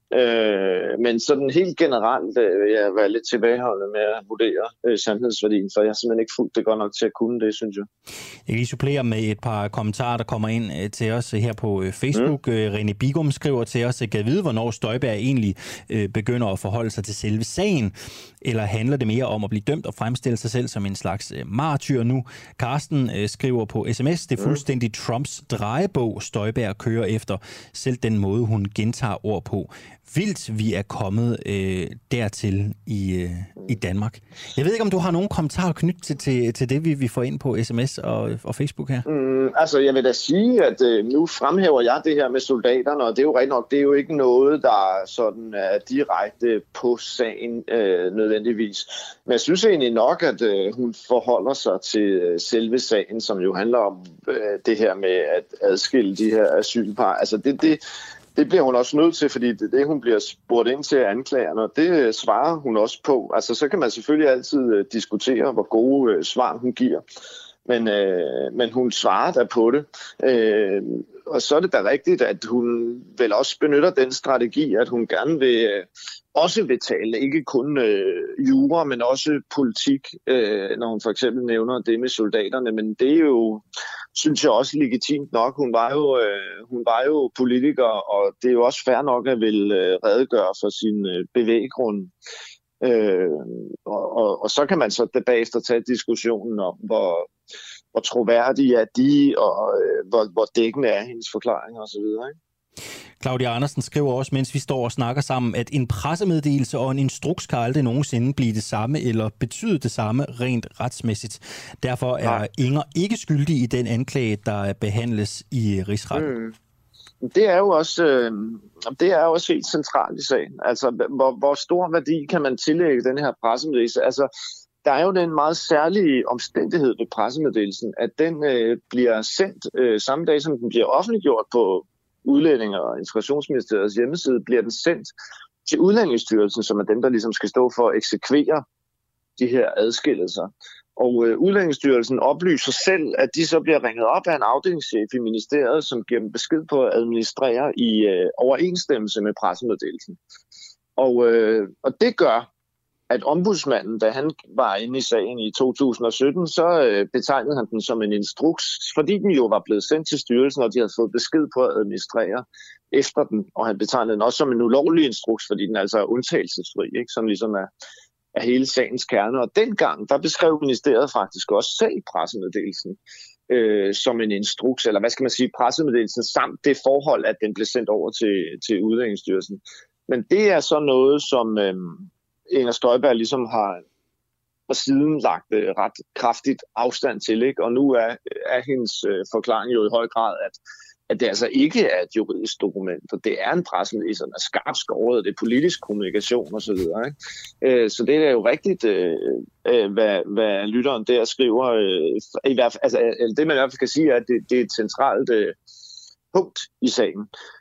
Men sådan helt generelt vil jeg være lidt tilbageholdende med at vurdere sandhedsværdien, for jeg har simpelthen ikke fulgt det godt nok til at kunne det, synes jeg. Jeg kan lige supplere med et par kommentarer, der kommer ind til os her på Facebook. René Bigum skriver til os, at kan vide, hvornår Støjberg egentlig begynder at forholde sig til selve sagen, eller handler det mere om at blive dømt og fremstille sig selv som en slags martyr nu? Carsten skriver på sms, det er fuldstændig Trumps drejebog, Støjberg kører efter, selv den måde, hun gentager ord på. Vildt, vi er kommet dertil i Danmark. Jeg ved ikke, om du har nogen kommentarer knyttet til det, vi får ind på sms og Facebook her? Altså, jeg vil da sige, at nu fremhæver jeg det her med soldaterne, og det er jo rigtig nok, det er jo ikke noget, der sådan er direkte på sagen nødvendigvis. Men jeg synes egentlig nok, at hun forholder sig til selve sagen, som jo handler om det her med at adskille de her asylpar. Altså, det bliver hun også nødt til, fordi det hun bliver spurgt ind til anklagerne, og det svarer hun også på. Altså, så kan man selvfølgelig altid diskutere, hvor gode svar hun giver. Men hun svarer da på det. Og så er det da rigtigt, at hun vel også benytter den strategi, at hun gerne vil tale ikke kun jura, men også politik, når hun for eksempel nævner det med soldaterne. Men det er jo, synes jeg, også legitimt nok. Hun var jo politiker, og det er jo også fair nok at vil redegøre for sin bevæggrund. Og så kan man så bagefter tage diskussionen om, hvor troværdige er de, og hvor dækkende er hendes forklaringer osv. Claudia Andersen skriver også, mens vi står og snakker sammen, at en pressemeddelelse og en instruks kan aldrig nogensinde blive det samme eller betyde det samme rent retsmæssigt. Derfor er Inger ikke skyldig i den anklage, der behandles i rigsretten. Det er jo også helt centralt i sagen. Altså, hvor stor værdi kan man tillægge den her pressemeddelelse? Altså, der er jo den meget særlige omstændighed ved pressemeddelelsen, at den bliver sendt samme dag, som den bliver offentliggjort på Udlændinge- og Integrationsministeriets hjemmeside, bliver den sendt til Udlændingsstyrelsen, som er dem, der ligesom skal stå for at eksekvere de her adskillelser. Og Udlændingsstyrelsen oplyser selv, at de så bliver ringet op af en afdelingschef i ministeriet, som giver dem besked på at administrere i overensstemmelse med pressemeddelelsen. Og det gør, at ombudsmanden, da han var inde i sagen i 2017, så betegnede han den som en instruks, fordi den jo var blevet sendt til styrelsen, og de havde fået besked på at administrere efter den. Og han betegnede den også som en ulovlig instruks, fordi den altså er undtagelsesfri, ikke? Som ligesom er hele sagens kerne. Og dengang, der beskrev ministeriet faktisk også selv pressemeddelelsen som en instruks, eller hvad skal man sige, pressemeddelelsen samt det forhold, at den blev sendt over til Udlændingsstyrelsen. Men det er så noget, som Inger Støjberg ligesom har siden lagt ret kraftigt afstand til, ikke? Og nu er hendes forklaring jo i høj grad, at det altså ikke er et juridisk dokument, og det er en pressemeddelelse, der er skarpt skåret, og det er politisk kommunikation osv. Så det er jo rigtigt, hvad lytteren der skriver. I hvert fald, altså, det man i hvert fald kan sige, er, at det er et centralt punkt i sagen.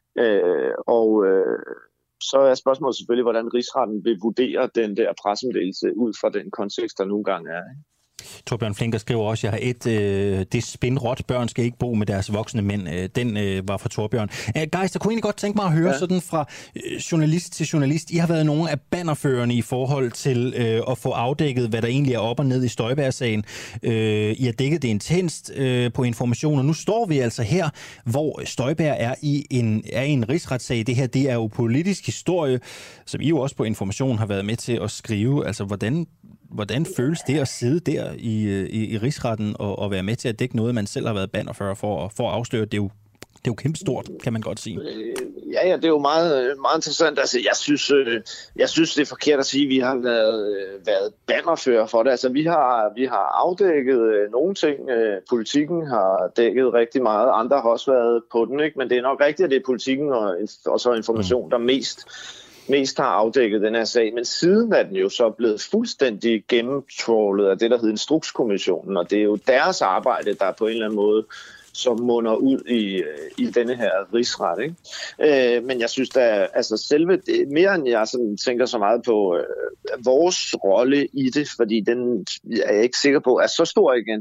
Så er spørgsmålet selvfølgelig, hvordan rigsretten vil vurdere den der pressemeddelelse ud fra den kontekst, der nogle gange er. Ikke? Torbjørn Flinker skriver også, jeg har det spinrot, børn skal ikke bo med deres voksne mænd. Den var fra Torbjørn. Guys, der kunne egentlig godt tænke mig at høre sådan fra journalist til journalist. I har været nogle af bannerførerne i forhold til at få afdækket, hvad der egentlig er op og ned i Støjberg-sagen. I har dækket det intenst på Information, og nu står vi altså her, hvor Støjberg er i en rigsretssag. Det her, det er jo politisk historie, som I jo også på Information har været med til at skrive. Altså, hvordan føles det at sidde der i rigsretten og være med til at dække noget, man selv har været bannerfører for at afsløre? Det er jo kæmpe stort, kan man godt sige. Ja, det er jo meget, meget interessant. Altså, jeg synes, det er forkert at sige, at vi har været bannerfører for det. Altså, vi har afdækket nogle ting. Politikken har dækket rigtig meget. Andre har også været på den, ikke? Men det er nok rigtigt, at det er politikken og så Information, der mest har afdækket den her sag, men siden er den jo så blevet fuldstændig gennemtrålet af det, der hedder Instrukskommissionen, og det er jo deres arbejde, der på en eller anden måde som munder ud i denne her rigsret, ikke? Men jeg synes, selve mere end jeg sådan tænker så meget på vores rolle i det, fordi den er jeg ikke sikker på er så stor igen.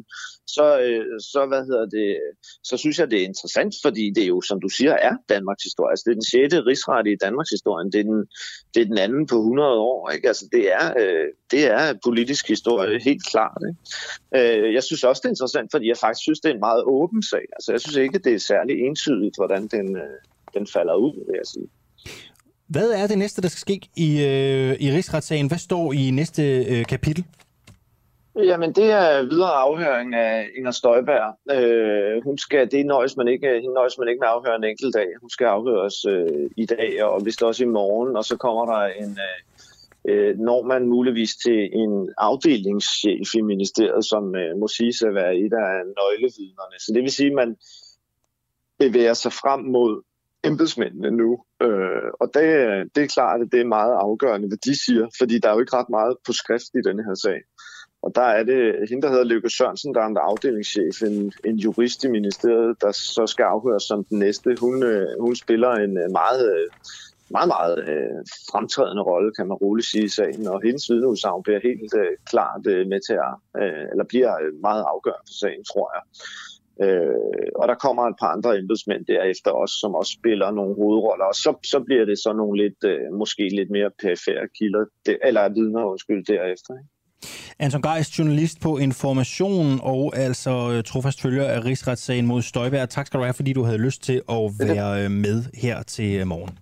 så synes jeg, det er interessant, fordi det jo, som du siger, er Danmarks historie. Altså, det er den 6. rigsret i Danmarks historien. Det er den anden på 100 år. Ikke? Altså, det er politisk historie, helt klart. Ikke? Jeg synes også, det er interessant, fordi jeg faktisk synes, det er en meget åben sag. Altså, jeg synes ikke, det er særlig entydigt, hvordan den falder ud, vil jeg sige. Hvad er det næste, der skal ske i rigsretssagen? Hvad står i næste kapitel? Jamen, det er videre afhøring af Inger Støjberg. Hende nøjes man ikke med afhøre en enkelt dag. Hun skal afhøres i dag, og vist også i morgen. Og så kommer der når man muligvis til en afdelingschef i ministeriet, som må siges at være et af nøglevidnerne. Så det vil sige, at man bevæger sig frem mod embedsmændene nu. Og det er klart, at det er meget afgørende, hvad de siger, fordi der er jo ikke ret meget på skrift i denne her sag. Og der er det hende, der hedder Lykke Sørensen, der er en afdelingschef, en jurist i ministeriet, der så skal afhøres som den næste. Hun spiller en meget fremtrædende rolle, kan man roligt sige i sagen, og hendes vidneudsagn bliver helt klart med til eller bliver meget afgørende for sagen, tror jeg. Og der kommer et par andre embedsmænd derefter også, som også spiller nogle hovedroller, og så bliver det så nogle måske lidt mere perifære kilder, eller vidner, derefter, ikke? Anton Geist, journalist på Information og altså trofast følger af rigsretssagen mod Støjberg. Tak skal du have, fordi du havde lyst til at være med her til morgen.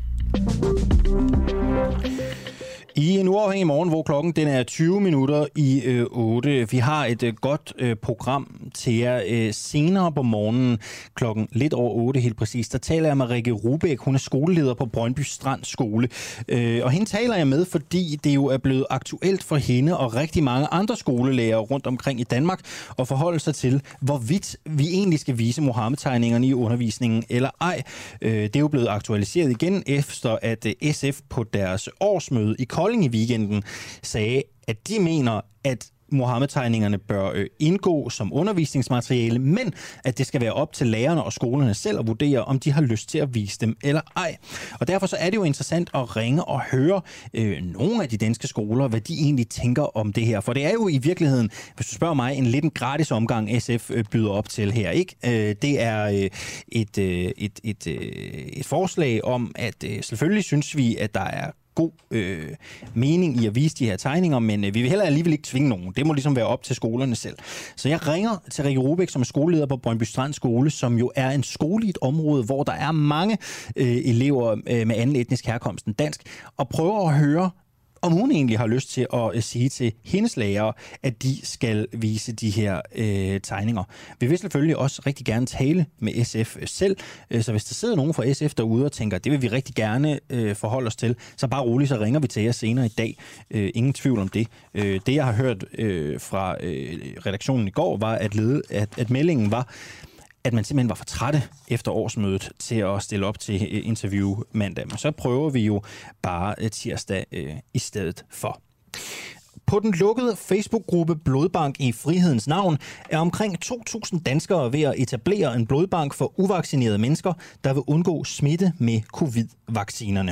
I en uafhængig morgen, hvor klokken den er 20 minutter i 8. Vi har et godt program til jer senere på morgenen, klokken lidt over 8 helt præcis. Der taler jeg med Rikke Rubæk. Hun er skoleleder på Brøndby Strand Skole. Og hende taler jeg med, fordi det jo er blevet aktuelt for hende og rigtig mange andre skolelærere rundt omkring i Danmark at forholde sig til, hvorvidt vi egentlig skal vise Muhammed-tegningerne i undervisningen eller ej. Det er jo blevet aktualiseret igen, efter at SF på deres årsmøde i Kolding i weekenden sagde, at de mener, at Muhammed-tegningerne bør indgå som undervisningsmateriale, men at det skal være op til lærerne og skolerne selv at vurdere, om de har lyst til at vise dem eller ej. Og derfor så er det jo interessant at ringe og høre nogle af de danske skoler, hvad de egentlig tænker om det her. For det er jo i virkeligheden, hvis du spørger mig, en lidt en gratis omgang, SF byder op til her, ikke? Det er et forslag om, at selvfølgelig synes vi, at der er god mening i at vise de her tegninger, men vi vil heller alligevel ikke tvinge nogen. Det må ligesom være op til skolerne selv. Så jeg ringer til Rikke Rubæk, som er skoleleder på Brøndby Strand Skole, som jo er en skole i et område, hvor der er mange elever med anden etnisk herkomst end dansk, og prøver at høre, om hun egentlig har lyst til at sige til hendes lærere, at de skal vise de her tegninger. Vi vil selvfølgelig også rigtig gerne tale med SF selv, så hvis der sidder nogen fra SF derude og tænker, det vil vi rigtig gerne forholde os til, så bare roligt, så ringer vi til jer senere i dag. Ingen tvivl om det. Det, jeg har hørt fra redaktionen i går, var, at meldingen var, at man simpelthen var for trætte efter årsmødet til at stille op til interview mandag. Men så prøver vi jo bare tirsdag i stedet for. På den lukkede Facebook-gruppe Blodbank i Frihedens Navn er omkring 2.000 danskere ved at etablere en blodbank for uvaccinerede mennesker, der vil undgå smitte med covid-vaccinerne.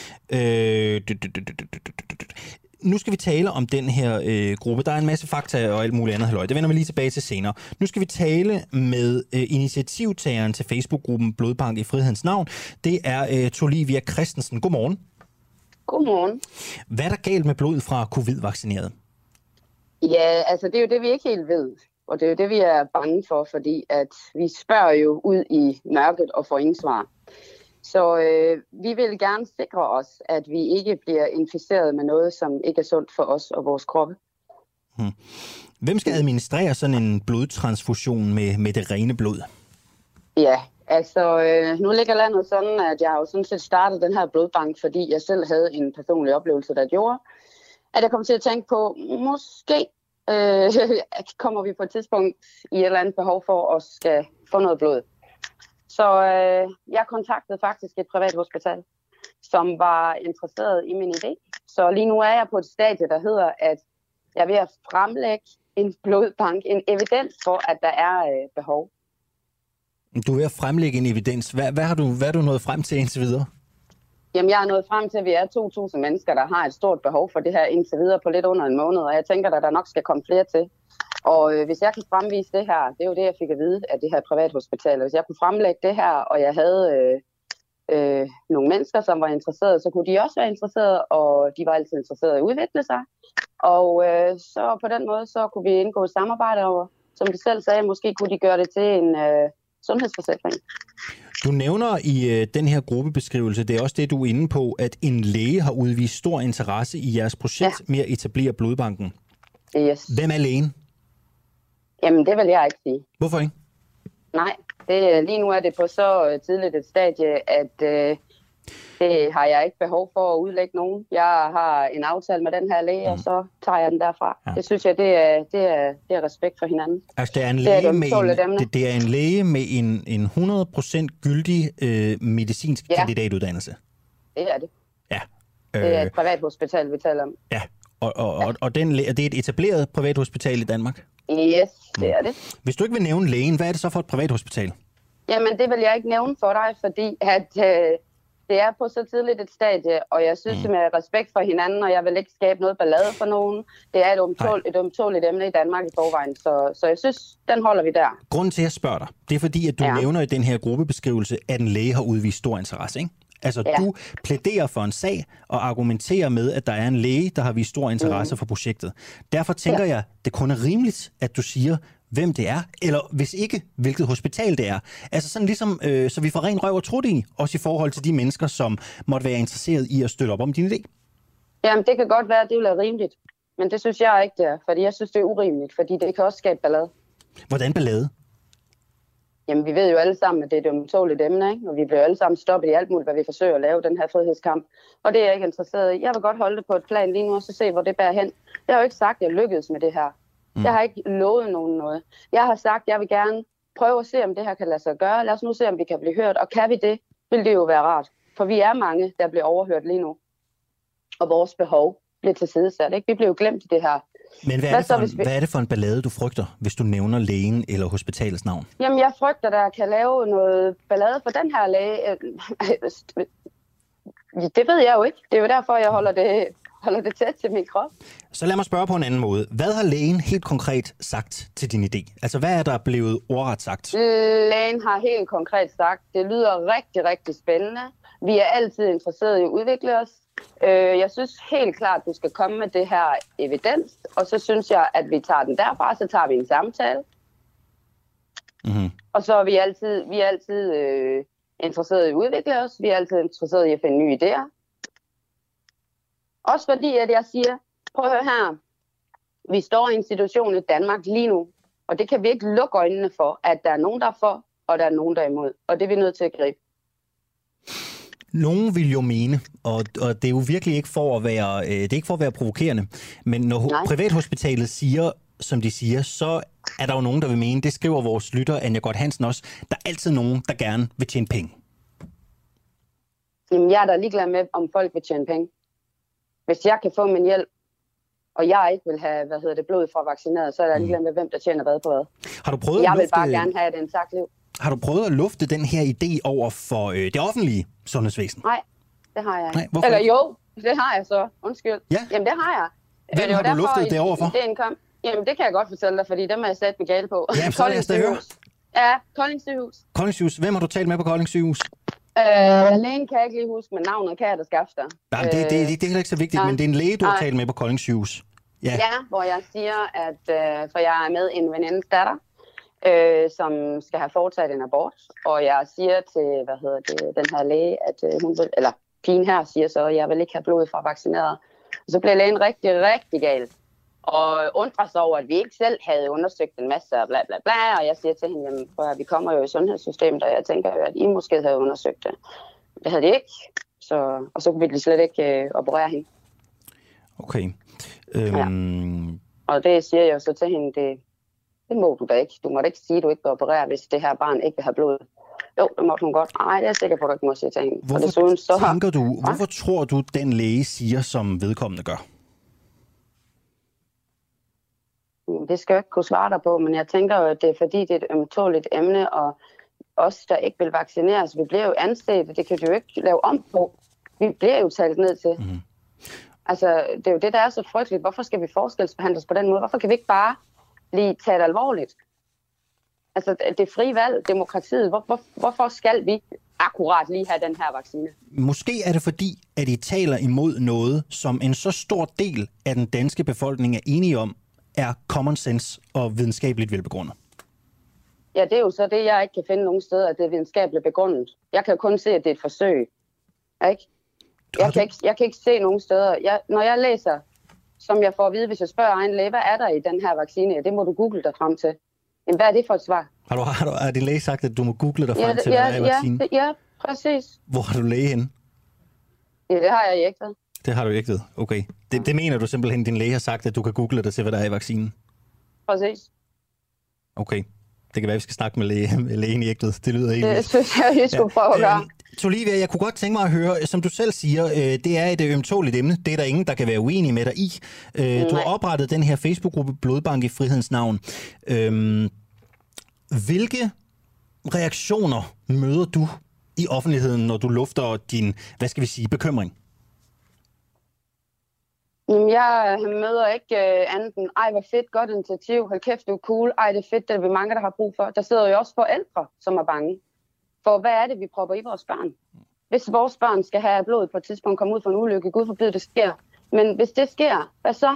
Nu skal vi tale om den her gruppe. Der er en masse fakta og alt muligt andet halløj. Det vender vi lige tilbage til senere. Nu skal vi tale med initiativtageren til Facebook-gruppen Blodbank i Frihedens Navn. Det er Tolivia Christensen. Godmorgen. Godmorgen. Hvad er der galt med blod fra covid-vaccineret? Ja, altså det er jo det, vi ikke helt ved. Og det er jo det, vi er bange for, fordi at vi spørger jo ud i mørket og får ingen svar. Så vi vil gerne sikre os, at vi ikke bliver inficeret med noget, som ikke er sundt for os og vores kroppe. Hvem skal administrere sådan en blodtransfusion med det rene blod? Ja, altså nu ligger landet sådan, at jeg har jo sådan set startet den her blodbank, fordi jeg selv havde en personlig oplevelse, der gjorde, at jeg kom til at tænke på, måske kommer vi på et tidspunkt i et eller andet behov for at skal få noget blod. Så jeg kontaktede faktisk et privat hospital, som var interesseret i min idé. Så lige nu er jeg på et stadie, der hedder, at jeg er ved at fremlægge en blodbank, en evidens for, at der er behov. Du er ved at fremlægge en evidens. Hvad er du nået frem til indtil videre? Jamen, jeg er nået frem til, at vi er 2.000 mennesker, der har et stort behov for det her indtil videre på lidt under en måned. Og jeg tænker, at der nok skal komme flere til. Og hvis jeg kan fremvise det her, det er jo det, jeg fik at vide af det her privathospital. Hvis jeg kunne fremlægge det her, og jeg havde nogle mennesker, som var interesserede, så kunne de også være interesserede, og de var altid interesserede i at udvikle sig. Og så på den måde, så kunne vi indgå et samarbejde over, som de selv sagde, måske kunne de gøre det til en sundhedsforsikring. Du nævner i den her gruppebeskrivelse, det er også det, du er inde på, at en læge har udvist stor interesse i jeres projekt med at etablere blodbanken. Yes. Hvem er lægen? Jamen, det vil jeg ikke sige. Hvorfor ikke? Nej, lige nu er det på så tidligt et stadie, at det har jeg ikke behov for at udlægge nogen. Jeg har en aftale med den her læge, og så tager jeg den derfra. Ja. Det synes jeg, det er respekt for hinanden. Altså, det er en læge med en 100% gyldig medicinsk kandidatuddannelse. Det er det. Ja. Det er et privathospital, vi taler om. Ja, og det er et etableret privathospital i Danmark? Yes, det er det. Hvis du ikke vil nævne lægen, hvad er det så for et privathospital? Jamen, det vil jeg ikke nævne for dig, fordi at det er på så tidligt et stadie, og jeg synes med respekt for hinanden, og jeg vil ikke skabe noget ballade for nogen. Det er et ømtåligt emne i Danmark i forvejen, så jeg synes, den holder vi der. Grunden til, at jeg spørger dig, det er fordi, at du nævner i den her gruppebeskrivelse, at en læge har udvist stor interesse, ikke? Altså, du plæderer for en sag og argumenterer med, at der er en læge, der har vist stor interesse for projektet. Derfor tænker jeg, det kun er rimeligt, at du siger, hvem det er, eller hvis ikke, hvilket hospital det er. Altså sådan ligesom, så vi får ren røv og trut i, også i forhold til de mennesker, som måtte være interesseret i at støtte op om din idé. Jamen, det kan godt være, at det vil være rimeligt. Men det synes jeg ikke, det er, fordi jeg synes, det er urimeligt, fordi det kan også skabe ballade. Hvordan ballade? Jamen, vi ved jo alle sammen, at det er et ømtåligt emne, ikke? Og vi bliver alle sammen stoppet i alt muligt, hvad vi forsøger at lave, den her frihedskamp. Og det er jeg ikke interesseret i. Jeg vil godt holde det på et plan lige nu, og så se, hvor det bærer hen. Jeg har jo ikke sagt, at jeg lykkedes med det her. Jeg har ikke lovet nogen noget. Jeg har sagt, at jeg vil gerne prøve at se, om det her kan lade sig gøre. Lad os nu se, om vi kan blive hørt. Og kan vi det, vil det jo være rart. For vi er mange, der bliver overhørt lige nu. Og vores behov bliver tilsidesat, ikke? Vi bliver jo glemt i det her. Men hvad er det for en ballade, du frygter, hvis du nævner lægen eller hospitalets navn? Jamen, jeg frygter, der kan lave noget ballade for den her læge. Det ved jeg jo ikke. Det er jo derfor, jeg holder det tæt til min krop. Så lad mig spørge på en anden måde. Hvad har lægen helt konkret sagt til din idé? Altså, hvad er der blevet ordret sagt? Lægen har helt konkret sagt, det lyder rigtig, rigtig spændende. Vi er altid interesserede i at udvikle os. Jeg synes helt klart, at du skal komme med det her evidens, og så synes jeg, at vi tager den derfra, så tager vi en samtale. Mm-hmm. Og så er vi altid interesserede i at udvikle os. Vi er altid interesserede i at finde nye idéer. Også fordi, at jeg siger, prøv at høre her, vi står i en situation i Danmark lige nu, og det kan vi ikke lukke øjnene for, at der er nogen, der er for, og der er nogen, der er imod. Og det er vi nødt til at gribe. Nogen vil jo mene, og det er jo virkelig ikke for at være, det er ikke for at være provokerende, men når privathospitalet siger, som de siger, så er der jo nogen, der vil mene, det skriver vores lytter, Anja Gott Hansen også, der er altid nogen, der gerne vil tjene penge. Jamen, jeg er da ligeglad med, om folk vil tjene penge. Hvis jeg kan få min hjælp, og jeg ikke vil have, blod fra vaccineret, så er jeg ligeglad med, hvem der tjener hvad på hvad. Har du prøvet jeg vil bare gerne have et intakt liv. Har du prøvet at lufte den her idé over for det offentlige sundhedsvæsen? Nej, det har jeg ikke. Nej, eller jo, det har jeg så. Undskyld. Ja. Jamen, det har jeg. Hvem har du luftet det over for? Jamen, det kan jeg godt fortælle dig, fordi dem er jeg sat med gale på. Ja, så er jeg stadig høre. Ja, Kolding Sygehus. Kolding Sygehus. Hvem har du talt med på Kolding Sygehus? Lægen kan jeg ikke lige huske, men navnet kan jeg da skaffe dig. Nej, det er heller ikke så vigtigt, men det er en læge, du har talt med på Kolding Sygehus. Ja, hvor jeg siger, at for jeg er med en venindes datter, som skal have foretaget en abort, og jeg siger til, den her læge, at hun vil, eller pigen her siger så, at jeg vil ikke have blod fra vaccineret. Og så bliver lægen rigtig, rigtig galt, og undrer sig over, at vi ikke selv havde undersøgt en masse, og bla bla bla, og jeg siger til hende, jamen, vi kommer jo i sundhedssystemet, og jeg tænker jo, at I måske havde undersøgt det. Det havde de ikke, og så kunne vi slet ikke operere hende. Okay. Ja. Og det siger jeg så til hende, det må du da ikke. Du må da ikke sige, at du ikke vil operere, hvis det her barn ikke vil have blod. Jo, det må hun godt. Nej, det er jeg sikker på, at du ikke må sige til hende. Hvorfor tror du, den læge siger, som vedkommende gør? Det skal jeg ikke kunne svare dig på, men jeg tænker jo, at det er fordi, det er et ømtåligt emne, og os, der ikke vil vaccineres, vi bliver jo anset, det kan du jo ikke lave om på. Vi bliver jo talt ned til. Mm. Altså, det er jo det, der er så frygteligt. Hvorfor skal vi forskelsbehandles på den måde? Hvorfor kan vi ikke bare lige tage det alvorligt. Altså, det frie valg, demokratiet, hvorfor skal vi akkurat lige have den her vaccine? Måske er det fordi, at I taler imod noget, som en så stor del af den danske befolkning er enige om, er common sense og videnskabeligt velbegrundet. Ja, det er jo så det, jeg ikke kan finde nogen steder, at det er videnskabeligt begrundet. Jeg kan jo kun se, at det er et forsøg. Ikke? Jeg kan ikke se nogen steder. Når jeg læser, som jeg får at vide, hvis jeg spørger egen læge, hvad er der i den her vaccine? Det må du google dig frem til. Jamen, hvad er det for et svar? Har din læge sagt, at du må google dig frem til, hvad der er i vaccinen? Ja, præcis. Hvor har du læge henne? Ja, det har jeg ikke ved. Det har du ikke ved? Okay. Det mener du simpelthen, din læge har sagt, at du kan google dig til, hvad der er i vaccinen? Præcis. Okay. Det kan være, at vi skal snakke med lægen i ægtet. Det lyder helt... Det synes jeg skulle prøve at gøre. Olivia, jeg kunne godt tænke mig at høre, som du selv siger, det er et ømtåligt emne. Det er der ingen, der kan være uenige med dig i. Du har oprettet den her Facebook-gruppe Blodbank i frihedens navn. Hvilke reaktioner møder du i offentligheden, når du lufter din, bekymring? Jeg møder ikke andet end, ej, hvor fedt, godt initiativ, hold kæft, du er cool, ej, det er fedt, det er vi mange, der har brug for. Der sidder jo også forældre, som er bange for, hvad er det, vi propper i vores børn? Hvis vores børn skal have blodet på et tidspunkt, komme ud for en ulykke, Gud forbyde, det sker. Men hvis det sker, hvad så?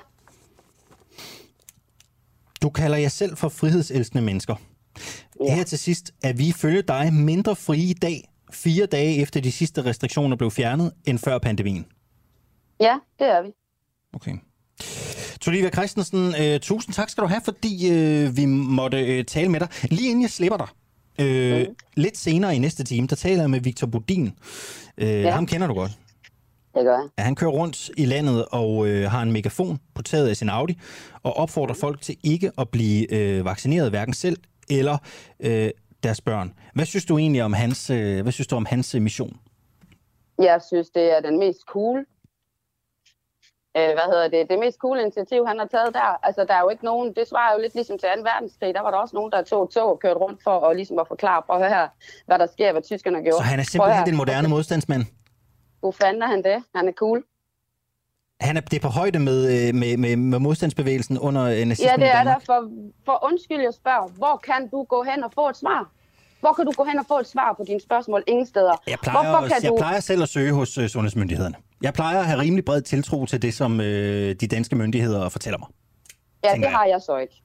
Du kalder jer selv for frihedselskende mennesker. Ja. Her til sidst, er vi ifølge dig mindre frie i dag, 4 dage efter de sidste restriktioner blev fjernet, end før pandemien? Ja, det er vi. Okay. Olivia Christensen, tusind tak skal du have, fordi vi måtte tale med dig. Lige inden jeg slipper dig, lidt senere i næste time, der taler jeg med Victor Budin. Ham kender du godt. Det gør jeg. Ja, han kører rundt i landet og har en megafon på taget af sin Audi og opfordrer folk til ikke at blive vaccineret, hverken selv eller deres børn. Hvad synes du egentlig om hans mission? Jeg synes, det er den mest cool. Det mest cool initiativ, han har taget der. Altså, der er jo ikke nogen, det svarer jo lidt ligesom til 2. verdenskrig. Der var der også nogen, der tog og kørte rundt for at, ligesom at forklare, prøv at høre her, hvad der sker, hvad tyskerne gjorde. Så han er simpelthen den moderne modstandsmand? Hvor fanden er han det? Han er cool. Det er på højde med modstandsbevægelsen under nazismen. Ja, det er der. For undskyld, jeg spørger, hvor kan du gå hen og få et svar? Hvor kan du gå hen og få et svar på dine spørgsmål? Ingen steder. Jeg plejer selv at søge hos sundhedsmyndighederne. Jeg plejer at have rimelig bred tiltro til det, som de danske myndigheder fortæller mig. Ja, det har jeg så ikke.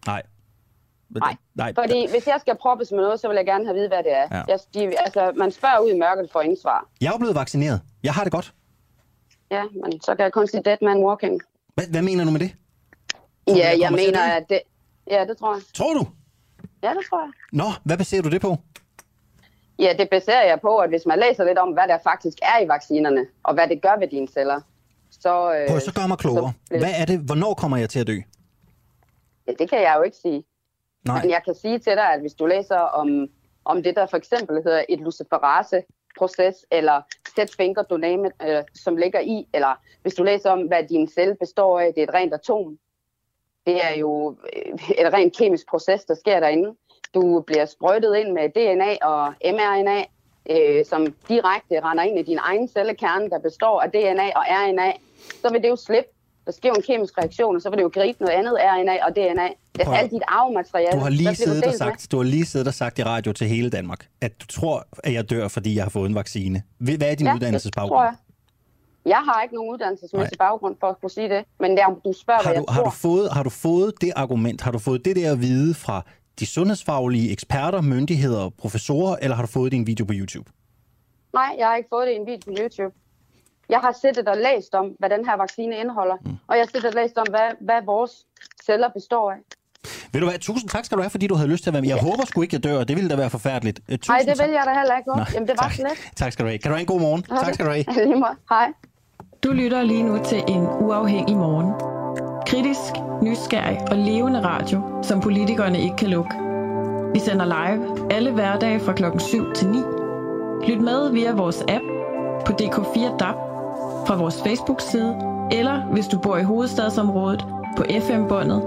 Nej. Fordi hvis jeg skal proppes med noget, så vil jeg gerne have at vide, hvad det er. Ja. Man spørger ud i mørket for ingen svar. Jeg er jo blevet vaccineret. Jeg har det godt. Ja, men så kan jeg kun sige dead man walking. Hvad mener du med det? Jeg mener, at det... Ja, det tror jeg. Tror du? Ja, det tror jeg. Nå, hvad baserer du det på? Ja, det baserer jeg på, at hvis man læser lidt om, hvad der faktisk er i vaccinerne, og hvad det gør ved dine celler, så gør mig klogere. Hvad er det? Hvornår kommer jeg til at dø? Ja, det kan jeg jo ikke sige. Nej. Men jeg kan sige til dig, at hvis du læser om det, der for eksempel hedder et luciferase-proces, eller set finger to name it, som ligger i, eller hvis du læser om, hvad din celle består af, det er et rent atom. Det er jo et rent kemisk proces, der sker derinde. Du bliver sprøjtet ind med DNA og mRNA, som direkte render ind i din egen cellekerne, der består af DNA og RNA. Så vil det jo slippe. Der sker jo en kemisk reaktion, og så vil det jo gribe noget andet RNA og DNA. Det er alt dit arvemateriale. Du har lige siddet og sagt i radio til hele Danmark, at du tror, at jeg dør, fordi jeg har fået en vaccine. Hvad er din uddannelsesbaggrund? Jeg har ikke nogen uddannelsesmæssig baggrund for at kunne sige det, men du spørger, hvad jeg tror. Har du fået det argument, har du fået det der at vide fra de sundhedsfaglige eksperter, myndigheder, professorer, eller har du fået det i en video på YouTube? Nej, jeg har ikke fået det i en video på YouTube. Jeg har siddet og læst om, hvad den her vaccine indeholder, og jeg har siddet og læst om, hvad vores celler består af. Ved du hvad, tusind tak skal du have, fordi du havde lyst til at være med. Jeg håber sgu ikke, jeg dør, det ville da være forfærdeligt. Nej, det vil jeg da heller ikke. Jamen, det var så let. Tak skal du have. Kan du have en god morgen? Tak skal du have. Lige måde. Hej. Du lytter lige nu til en uafhængig morgen. Kritisk, nysgerrig og levende radio, som politikerne ikke kan lukke. Vi sender live alle hverdage fra klokken 7 til 9. Lyt med via vores app på DK4 DAB, fra vores Facebook-side, eller hvis du bor i hovedstadsområdet på FM-båndet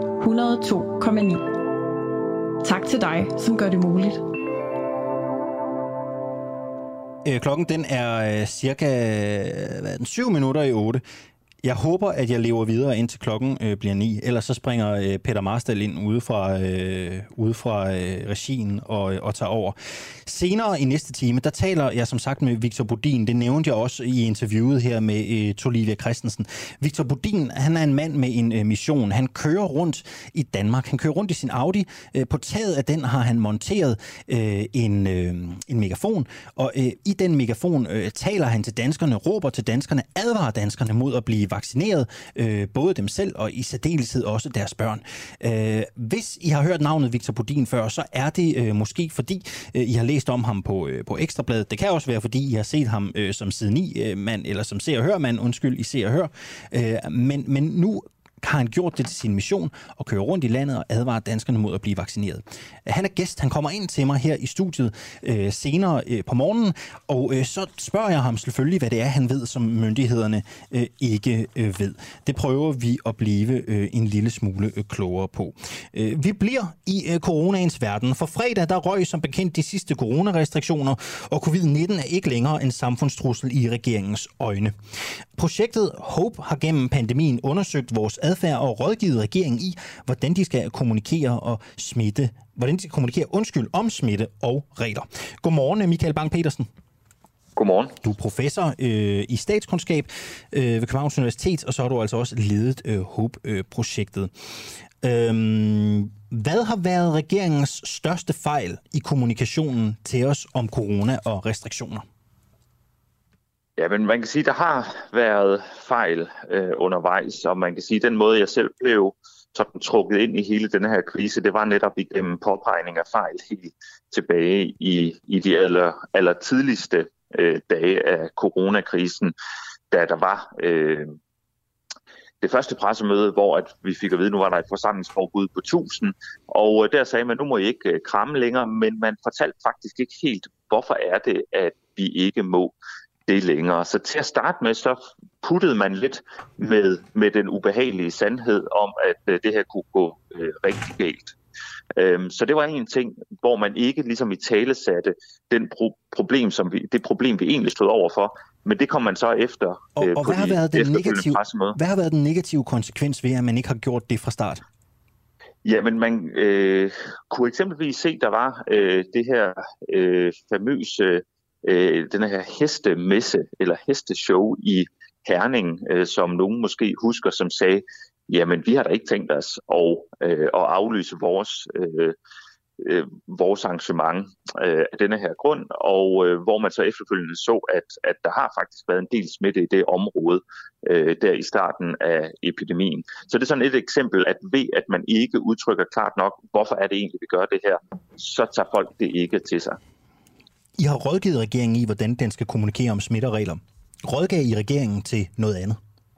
102,9. Tak til dig, som gør det muligt. Klokken den er cirka 7 minutter i 8. Jeg håber, at jeg lever videre indtil klokken bliver 9. Ellers så springer Peter Marstal ind ude fra regien og tager over. Senere i næste time, der taler jeg som sagt med Victor Bodin. Det nævnte jeg også i interviewet her med Tolivia Christensen. Victor Bodin, han er en mand med en mission. Han kører rundt i Danmark. Han kører rundt i sin Audi. På taget af den har han monteret en megafon. Og i den megafon taler han til danskerne, råber til danskerne, advarer danskerne mod at blive vaccineret, både dem selv og i særdeleshed også deres børn. Hvis I har hørt navnet Victor Bodin før, så er det måske fordi I har læst om ham på Ekstrabladet. Det kan også være fordi I har set ham som side 9-mand, eller som Se og Hør-mand, undskyld, i Se og Hør. Men nu har han gjort det til sin mission og kører rundt i landet og advarer danskerne mod at blive vaccineret. Han er gæst, han kommer ind til mig her i studiet senere på morgenen, og så spørger jeg ham selvfølgelig, hvad det er, han ved, som myndighederne ikke ved. Det prøver vi at blive en lille smule klogere på. Vi bliver i coronaens verden. For fredag, der røg som bekendt de sidste coronarestriktioner, og covid-19 er ikke længere en samfundstrussel i regeringens øjne. Projektet HOPE har gennem pandemien undersøgt vores adfærd og rådgivet regeringen i, hvordan de skal kommunikere om smitte og regler. Godmorgen, Michael Bang-Petersen. Godmorgen. Du er professor i statskundskab ved Københavns Universitet, og så har du altså også ledet HOPE-projektet. Hvad har været regeringens største fejl i kommunikationen til os om corona og restriktioner? Ja, men man kan sige, at der har været fejl undervejs, og man kan sige, at den måde, jeg selv blev sådan trukket ind i hele denne her krise, det var netop igennem påpegning af fejl helt tilbage i de aller tidligste dage af coronakrisen, da der var det første pressemøde, hvor at vi fik at vide, at nu var der et forsamlingsforbud på 1000, og der sagde man, nu må I ikke kramme længere, men man fortalte faktisk ikke helt, hvorfor er det, at vi ikke må det længere. Så til at starte med, så puttede man lidt med den ubehagelige sandhed om, at det her kunne gå rigtig galt. Så det var en ting, hvor man ikke ligesom i tale satte det problem, vi egentlig stod overfor, men det kom man så efter og på hvad har været den negative pressemøde. Hvad har været den negative konsekvens ved, at man ikke har gjort det fra start? Ja, men man kunne eksempelvis se, der var det her famøse den her hestemesse eller hesteshow i Herning, som nogen måske husker, som sagde, jamen vi har da ikke tænkt os at aflyse vores arrangement af denne her grund, og hvor man så efterfølgende så, at der har faktisk været en del smitte i det område der i starten af epidemien. Så det er sådan et eksempel, at ved at man ikke udtrykker klart nok, hvorfor er det egentlig, vi gør det her, så tager folk det ikke til sig. I har rådgivet regeringen i, hvordan den skal kommunikere om smitteregler. Rådgav I regeringen til noget andet?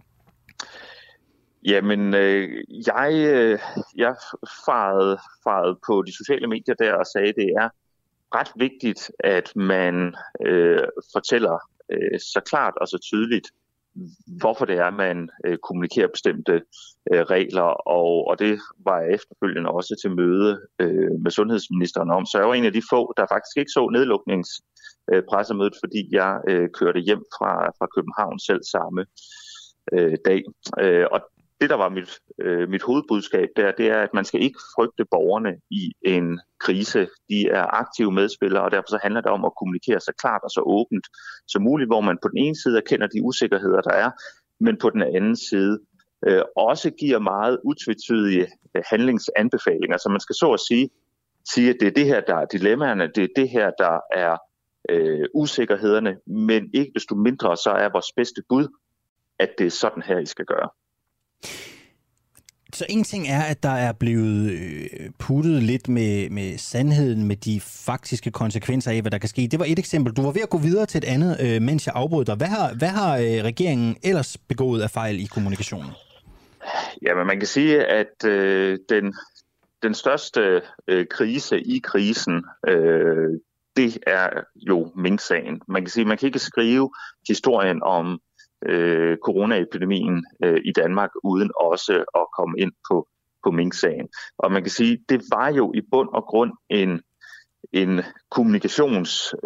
Jamen, jeg farede på de sociale medier der og sagde, at det er ret vigtigt, at man fortæller så klart og så tydeligt, hvorfor det er, man kommunikerer bestemte regler, og det var jeg efterfølgende også til møde med sundhedsministeren om. Så jeg var en af de få, der faktisk ikke så nedlukningspressemødet, fordi jeg kørte hjem fra København selv samme dag. Og det, der var mit hovedbudskab der, det er, at man skal ikke frygte borgerne i en krise. De er aktive medspillere, og derfor så handler det om at kommunikere så klart og så åbent som muligt, hvor man på den ene side erkender de usikkerheder, der er, men på den anden side også giver meget utvetydige handlingsanbefalinger. Så man skal så at sige, at det er det her, der er dilemmaerne, det er det her, der er usikkerhederne, men ikke desto mindre, så er vores bedste bud, at det er sådan her, I skal gøre. Så en ting er, at der er blevet puttet lidt med sandheden, med de faktiske konsekvenser af, hvad der kan ske. Det var et eksempel. Du var ved at gå videre til et andet, mens jeg afbrød dig. Hvad har regeringen ellers begået af fejl i kommunikationen? Jamen, man kan sige, at den største krise i krisen, det er jo Mink-sagen. Man kan sige, at man kan ikke skrive historien om coronaepidemien i Danmark uden også at komme ind på Mink-sagen. Og man kan sige, det var jo i bund og grund en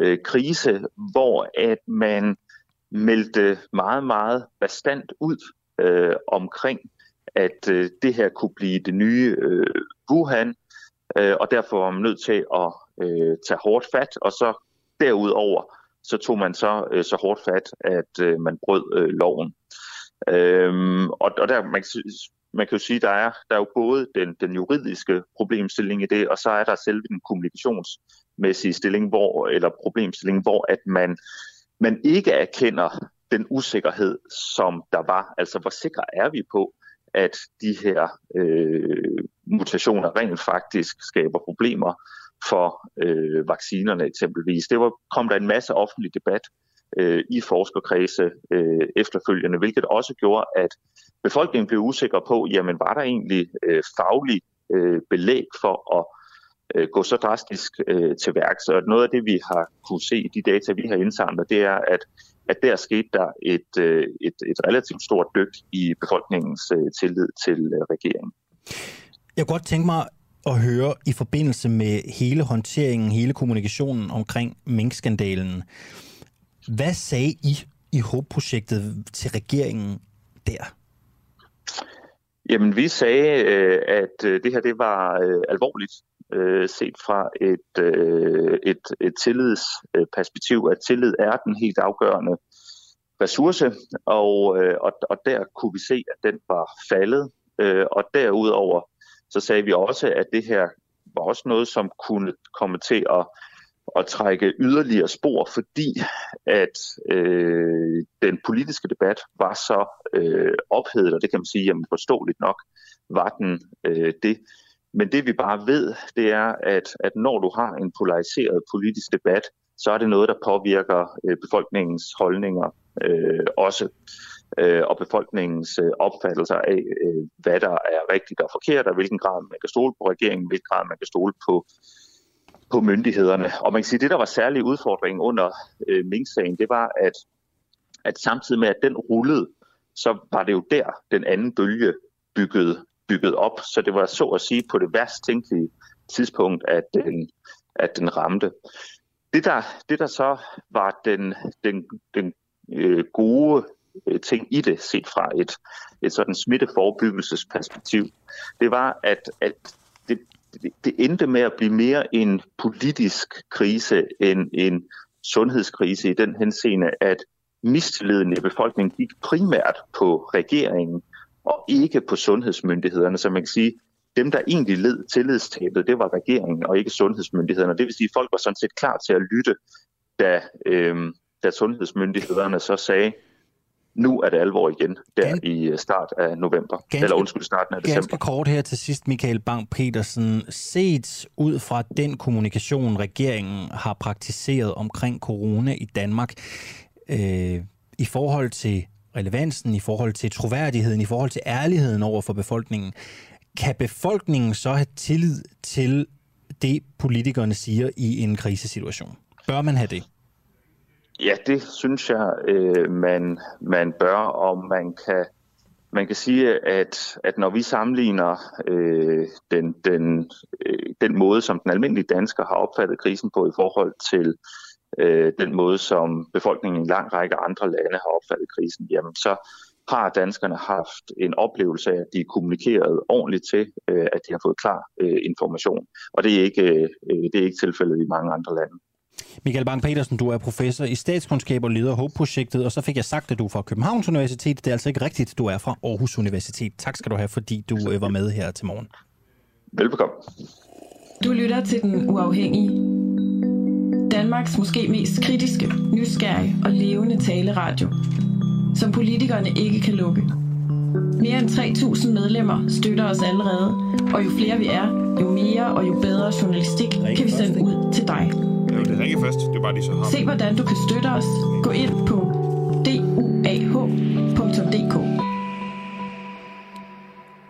kommunikationskrise, hvor at man meldte meget, meget bastant ud, omkring, at det her kunne blive det nye Wuhan, og derfor var man nødt til at tage hårdt fat, og så derudover så tog man så hårdt fat, at man brød loven. Og der man kan jo sige, der er jo både den juridiske problemstilling i det, og så er der selve den kommunikationsmæssige problemstilling, hvor at man ikke erkender den usikkerhed, som der var. Altså, hvor sikre er vi på, at de her mutationer rent faktisk skaber problemer for vaccinerne eksempelvis. Kom der en masse offentlig debat i forskerkredse efterfølgende, hvilket også gjorde, at befolkningen blev usikker på, jamen var der egentlig faglig belæg for at gå så drastisk til værks. Og noget af det, vi har kunne se i de data, vi har indsamlet, det er, at der skete der et relativt stort dyk i befolkningens tillid til regeringen. Jeg kunne godt tænke mig at høre i forbindelse med hele håndteringen, hele kommunikationen omkring minkskandalen. Hvad sagde I HOPE-projektet til regeringen der? Jamen, vi sagde, at det her det var alvorligt set fra et tillidsperspektiv, at tillid er den helt afgørende ressource, og der kunne vi se, at den var faldet. Og derudover så sagde vi også, at det her var også noget, som kunne komme til at trække yderligere spor, fordi at den politiske debat var så ophedet, og det kan man sige, jamen forståeligt nok var den det. Men det vi bare ved, det er, at når du har en polariseret politisk debat, så er det noget, der påvirker befolkningens holdninger også, og befolkningens opfattelser af, hvad der er rigtigt og forkert, og hvilken grad man kan stole på regeringen, hvilken grad man kan stole på myndighederne. Og man kan sige, at det, der var særlig udfordringen under Mink-sagen, det var, at samtidig med, at den rullede, så var det jo der, den anden bølge bygget op. Så det var så at sige på det værst tænkelige tidspunkt, at den ramte. Det der så var den gode ting i det, set fra et sådan smitteforebyggelsesperspektiv, det var, at det endte med at blive mere en politisk krise end en sundhedskrise i den henseende, at mistilliden i befolkningen gik primært på regeringen og ikke på sundhedsmyndighederne. Så man kan sige, dem der egentlig led tillidstabet, det var regeringen og ikke sundhedsmyndighederne. Det vil sige, at folk var sådan set klar til at lytte, da sundhedsmyndighederne så sagde, nu er det alvor igen, i start af november. Starten af december. Ganske kort her til sidst, Michael Bang Petersen. Set ud fra den kommunikation, regeringen har praktiseret omkring corona i Danmark, i forhold til relevansen, i forhold til troværdigheden, i forhold til ærligheden over for befolkningen, kan befolkningen så have tillid til det, politikerne siger i en krisesituation? Bør man have det? Ja, det synes jeg, man bør, og man kan sige, at når vi sammenligner den måde, som den almindelige dansker har opfattet krisen på i forhold til den måde, som befolkningen i en lang række andre lande har opfattet krisen, jamen så har danskerne haft en oplevelse af, at de er kommunikeret ordentligt til, at de har fået klar information. Og det er ikke tilfældet i mange andre lande. Michael Bang Petersen, du er professor i statskundskab og leder HOPE-projektet, og så fik jeg sagt, at du er fra Københavns Universitet. Det er altså ikke rigtigt, du er fra Aarhus Universitet. Tak skal du have, fordi du var med her til morgen. Velbekomme. Du lytter til Den Uafhængige. Danmarks måske mest kritiske, nysgerrige og levende taleradio, som politikerne ikke kan lukke. Mere end 3.000 medlemmer støtter os allerede, og jo flere vi er, jo mere og jo bedre journalistik kan vi sende ud til dig. Det ringer først, det er bare lige så ham. Se hvordan du kan støtte os. Gå ind på duah.dk.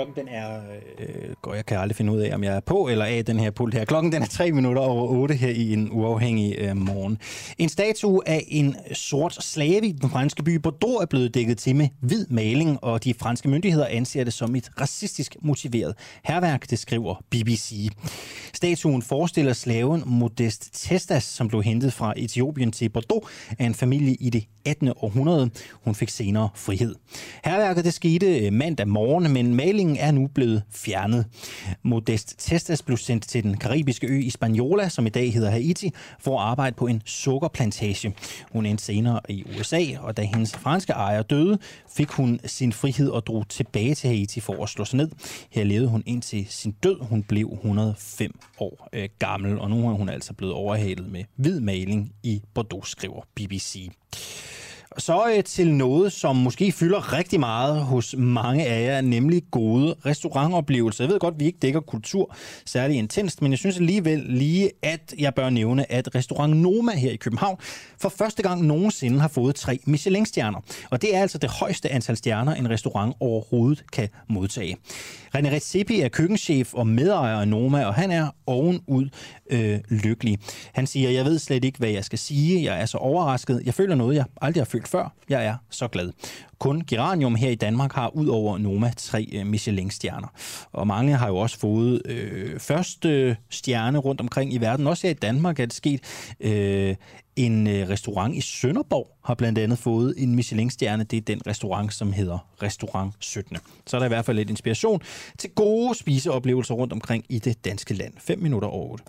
Klokken den er... jeg kan aldrig finde ud af, om jeg er på eller af den her pult her. Klokken den er 8:03 her i en uafhængig morgen. En statue af en sort slave i den franske by Bordeaux er blevet dækket til med hvid maling, og de franske myndigheder anser det som et racistisk motiveret hærværk, det skriver BBC. Statuen forestiller slaven Modeste Testas, som blev hentet fra Etiopien til Bordeaux af en familie i det 18. århundrede. Hun fik senere frihed. Hærværket det skete mandag morgen, men malingen er nu blevet fjernet. Modeste Testas blev sendt til den karibiske ø Hispaniola, som i dag hedder Haiti, for at arbejde på en sukkerplantage. Hun endte senere i USA, og da hendes franske ejer døde, fik hun sin frihed og drog tilbage til Haiti for at slå sig ned. Her levede hun indtil sin død. Hun blev 105 år gammel, og nu er hun altså blevet overhalet med hvid maling i Bordeaux, skriver BBC. Så til noget, som måske fylder rigtig meget hos mange af jer, nemlig gode restaurantoplevelser. Jeg ved godt, at vi ikke dækker kultur særlig intenst, men jeg synes alligevel lige, at jeg bør nævne, at Restaurant Noma her i København for første gang nogensinde har fået 3 Michelin-stjerner. Og det er altså det højeste antal stjerner, en restaurant overhovedet kan modtage. René Redzepi er køkkenchef og medejer af Noma, og han er ovenud lykkelig. Han siger, jeg ved slet ikke, hvad jeg skal sige. Jeg er så overrasket. Jeg føler noget, jeg aldrig har følt før. Jeg er så glad. Kun Geranium her i Danmark har ud over Noma 3 Michelin-stjerner. Og mange har jo også fået første stjerne rundt omkring i verden. Også her i Danmark er det sket. En restaurant i Sønderborg har blandt andet fået en Michelin-stjerne. Det er den restaurant, som hedder Restaurant 17. Så er der i hvert fald lidt inspiration til gode spiseoplevelser rundt omkring i det danske land. 8:05.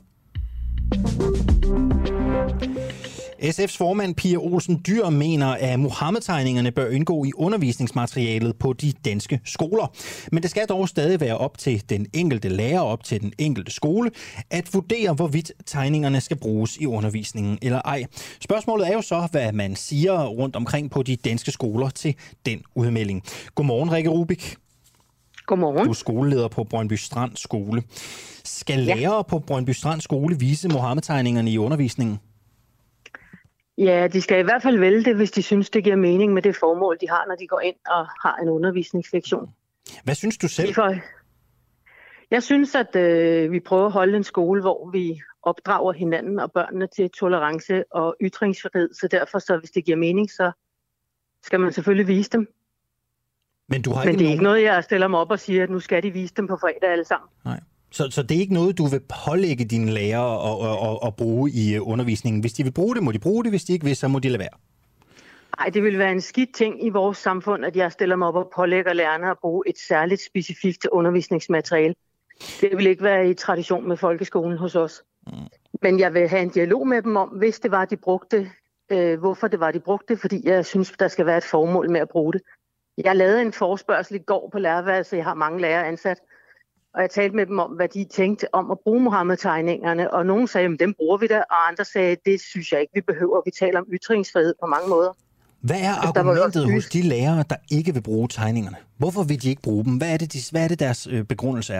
SF's formand Pia Olsen Dyhr mener, at Muhammed-tegningerne bør indgå i undervisningsmaterialet på de danske skoler. Men det skal dog stadig være op til den enkelte lærer, op til den enkelte skole, at vurdere, hvorvidt tegningerne skal bruges i undervisningen eller ej. Spørgsmålet er jo så, hvad man siger rundt omkring på de danske skoler til den udmelding. Godmorgen, Rikke Rubik. Godmorgen. Du er skoleleder på Brøndby Strand Skole. Skal lærere på Brøndby Strand Skole vise Muhammed-tegningerne i undervisningen? Ja, de skal i hvert fald vælge det, hvis de synes, det giver mening med det formål, de har, når de går ind og har en undervisningslektion. Hvad synes du selv? Jeg synes, at vi prøver at holde en skole, hvor vi opdrager hinanden og børnene til tolerance og ytringsfrihed. Så derfor, så hvis det giver mening, så skal man selvfølgelig vise dem. Men det er ikke noget, jeg stiller mig op og siger, at nu skal de vise dem på fredag alle sammen. Nej. Så det er ikke noget, du vil pålægge dine lærere at bruge i undervisningen? Hvis de vil bruge det, må de bruge det. Hvis de ikke vil, så må de lade være. Nej, det vil være en skidt ting i vores samfund, at jeg stiller mig op og pålægger lærerne at bruge et særligt specifikt undervisningsmateriale. Det vil ikke være i tradition med folkeskolen hos os. Men jeg vil have en dialog med dem om, hvis det var, de brugte hvorfor det var, de brugte det. Fordi jeg synes, der skal være et formål med at bruge det. Jeg lavede en forespørgsel i går på lærerværelset. Jeg har mange lærere ansat. Og jeg talte med dem om, hvad de tænkte om at bruge Muhammed-tegningerne. Og nogen sagde, at dem bruger vi da, og andre sagde, det synes jeg ikke, vi behøver. Vi taler om ytringsfrihed på mange måder. Hvad er argumentet hos de lærere, der ikke vil bruge tegningerne? Hvorfor vil de ikke bruge dem? Hvad er det deres begrundelse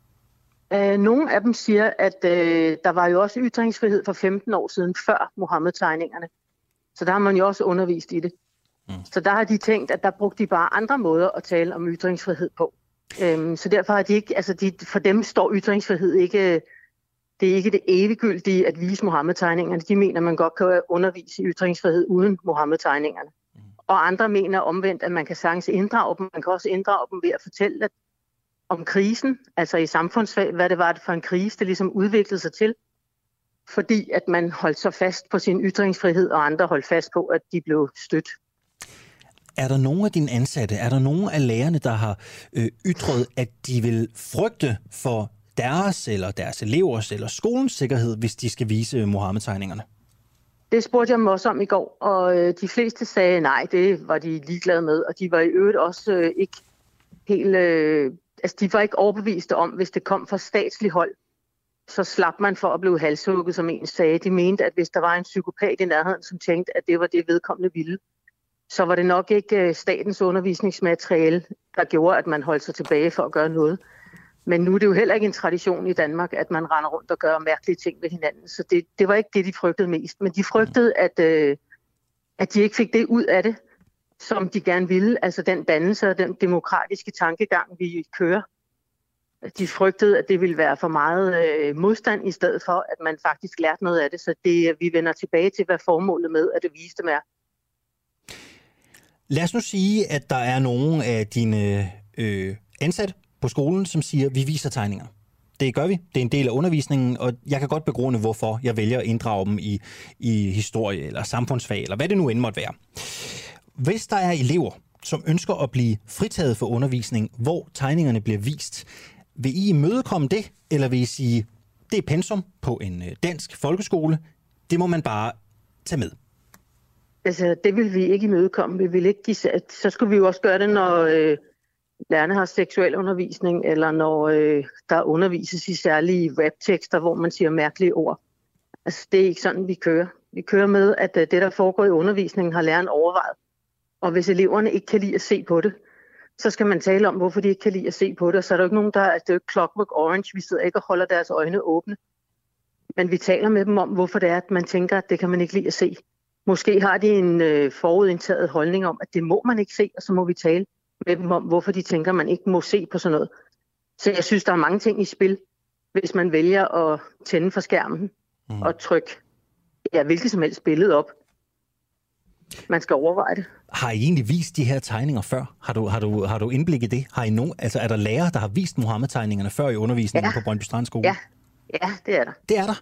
er? Nogle af dem siger, at der var jo også ytringsfrihed for 15 år siden, før Muhammed-tegningerne. Så der har man jo også undervist i det. Så der har de tænkt, at der brugte de bare andre måder at tale om ytringsfrihed på. Så derfor har de ikke, for dem står ytringsfrihed ikke, det er ikke det eviggyldige at vise Muhammed-tegningerne. De mener, at man godt kan undervise i ytringsfrihed uden Muhammed-tegningerne. Og andre mener omvendt, at man kan sagtens inddrage dem. Man kan også inddrage dem ved at fortælle om krisen, altså i samfundsfag, hvad det var for en krise, det ligesom udviklede sig til. Fordi at man holdt så fast på sin ytringsfrihed, og andre holdt fast på, at de blev stødt. Er der nogen af dine ansatte, er der nogen af lærerne, der har ytret, at de vil frygte for deres eller deres elevers eller skolens sikkerhed, hvis de skal vise Muhammed-tegningerne? Det spurgte jeg dem også om i går, og de fleste sagde nej, det var de ligeglade med, og de var i øvrigt også ikke helt, de var ikke overbeviste om, hvis det kom fra statslig hold, så slap man for at blive halshugget, som en sagde. De mente, at hvis der var en psykopat i nærheden, som tænkte, at det var det vedkommende ville, så var det nok ikke statens undervisningsmateriale, der gjorde, at man holdt sig tilbage for at gøre noget. Men nu er det jo heller ikke en tradition i Danmark, at man render rundt og gør mærkelige ting ved hinanden. Så det var ikke det, de frygtede mest. Men de frygtede, at de ikke fik det ud af det, som de gerne ville. Altså den dannelse og den demokratiske tankegang, vi kører De frygtede, at det ville være for meget modstand, i stedet for, at man faktisk lærte noget af det. Så vi vender tilbage til, hvad formålet med, at det viste dem er. Lad os nu sige, at der er nogle af dine ansatte på skolen, som siger, at vi viser tegninger. Det gør vi. Det er en del af undervisningen, og jeg kan godt begrunde, hvorfor jeg vælger at inddrage dem i historie eller samfundsfag, eller hvad det nu end måtte være. Hvis der er elever, som ønsker at blive fritaget for undervisning, hvor tegningerne bliver vist, vil I imødekomme det, eller vil I sige, det er pensum på en dansk folkeskole, det må man bare tage med? Altså, det vil vi ikke imødekomme. Vi vil ikke give, så skulle vi jo også gøre det, når lærerne har seksuel undervisning, eller når der undervises i særlige raptekster, hvor man siger mærkelige ord. Altså, det er ikke sådan, vi kører. Vi kører med, at det, der foregår i undervisningen, har læreren overvejet. Og hvis eleverne ikke kan lide at se på det, så skal man tale om, hvorfor de ikke kan lide at se på det. Så er der jo ikke nogen, det er jo Clockwork Orange, vi sidder ikke og holder deres øjne åbne. Men vi taler med dem om, hvorfor det er, at man tænker, at det kan man ikke lide at se. Måske har de en forudindtaget holdning om, at det må man ikke se, og så må vi tale med dem om, hvorfor de tænker, at man ikke må se på sådan noget. Så jeg synes, der er mange ting i spil, hvis man vælger at tænde for skærmen og trykke hvilket som helst billede op. Man skal overveje det. Har I egentlig vist de her tegninger før? Har du indblik i det? Har I nogen, altså er der lærere, der har vist Muhammed-tegningerne før i undervisningen på Brøndby Strand Skole? Ja, det er der. Det er der?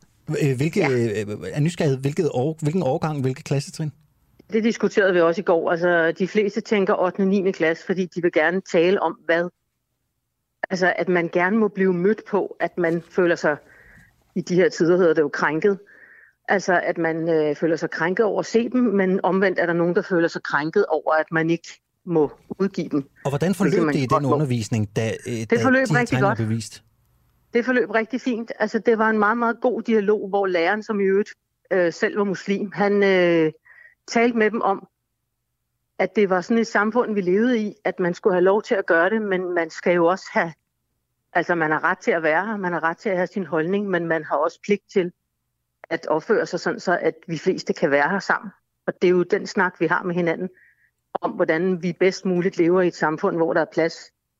Hvilken årgang, hvilke klassetrin? Det diskuterede vi også i går. Altså, de fleste tænker 8. og 9. klasse, fordi de vil gerne tale om, hvad? Altså, at man gerne må blive mødt på, at man føler sig, i de her tider hedder det jo krænket. Altså, at man føler sig krænket over at se dem, men omvendt er der nogen, der føler sig krænket over, at man ikke må udgive dem. Og hvordan forløb det i den undervisning, da det forløb de rigtig godt. Bevist? Det forløb rigtig fint. Altså, det var en meget, meget god dialog, hvor læreren, som i øvrigt selv var muslim, han talte med dem om, at det var sådan et samfund, vi levede i, at man skulle have lov til at gøre det, men man skal jo også have, altså man har ret til at være her, man har ret til at have sin holdning, men man har også pligt til at opføre sig sådan, så at vi fleste kan være her sammen. Og det er jo den snak, vi har med hinanden, om hvordan vi bedst muligt lever i et samfund, hvor der er plads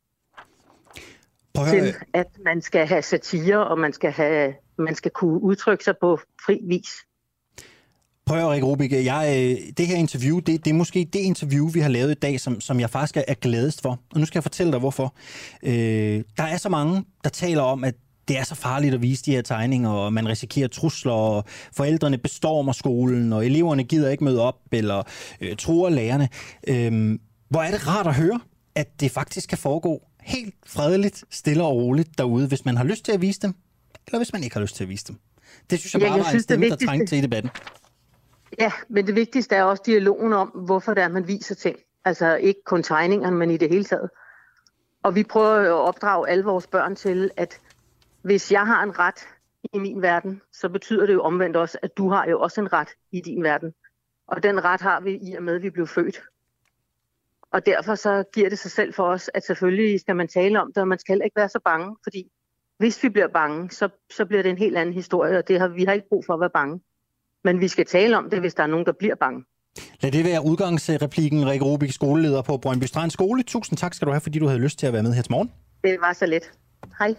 til, at man skal have satire, og man skal kunne udtrykke sig på fri vis. Prøv at Rikke Rubik, det her interview, det er måske det interview, vi har lavet i dag, som jeg faktisk er gladest for. Og nu skal jeg fortælle dig, hvorfor. Der er så mange, der taler om, at det er så farligt at vise de her tegninger, og man risikerer trusler, og forældrene bestormer skolen, og eleverne gider ikke møde op, eller truer lærerne. Hvor er det rart at høre, at det faktisk kan foregå helt fredeligt, stille og roligt derude, hvis man har lyst til at vise dem, eller hvis man ikke har lyst til at vise dem. Det synes jeg bare var en stemme, der trængte til i debatten. Ja, men det vigtigste er også dialogen om, hvorfor det er, man viser ting. Altså ikke kun tegningerne, men i det hele taget. Og vi prøver at opdrage alle vores børn til, at hvis jeg har en ret i min verden, så betyder det jo omvendt også, at du har jo også en ret i din verden. Og den ret har vi i og med, at vi blev født. Og derfor så giver det sig selv for os, at selvfølgelig skal man tale om det, og man skal heller ikke være så bange. Fordi hvis vi bliver bange, så bliver det en helt anden historie, og vi har ikke brug for at være bange. Men vi skal tale om det, hvis der er nogen, der bliver bange. Lad det være udgangsreplikken, Rikke Rubik, skoleleder på Brøndby Strand Skole. Tusind tak skal du have, fordi du havde lyst til at være med her til morgen. Det var så let. Hej.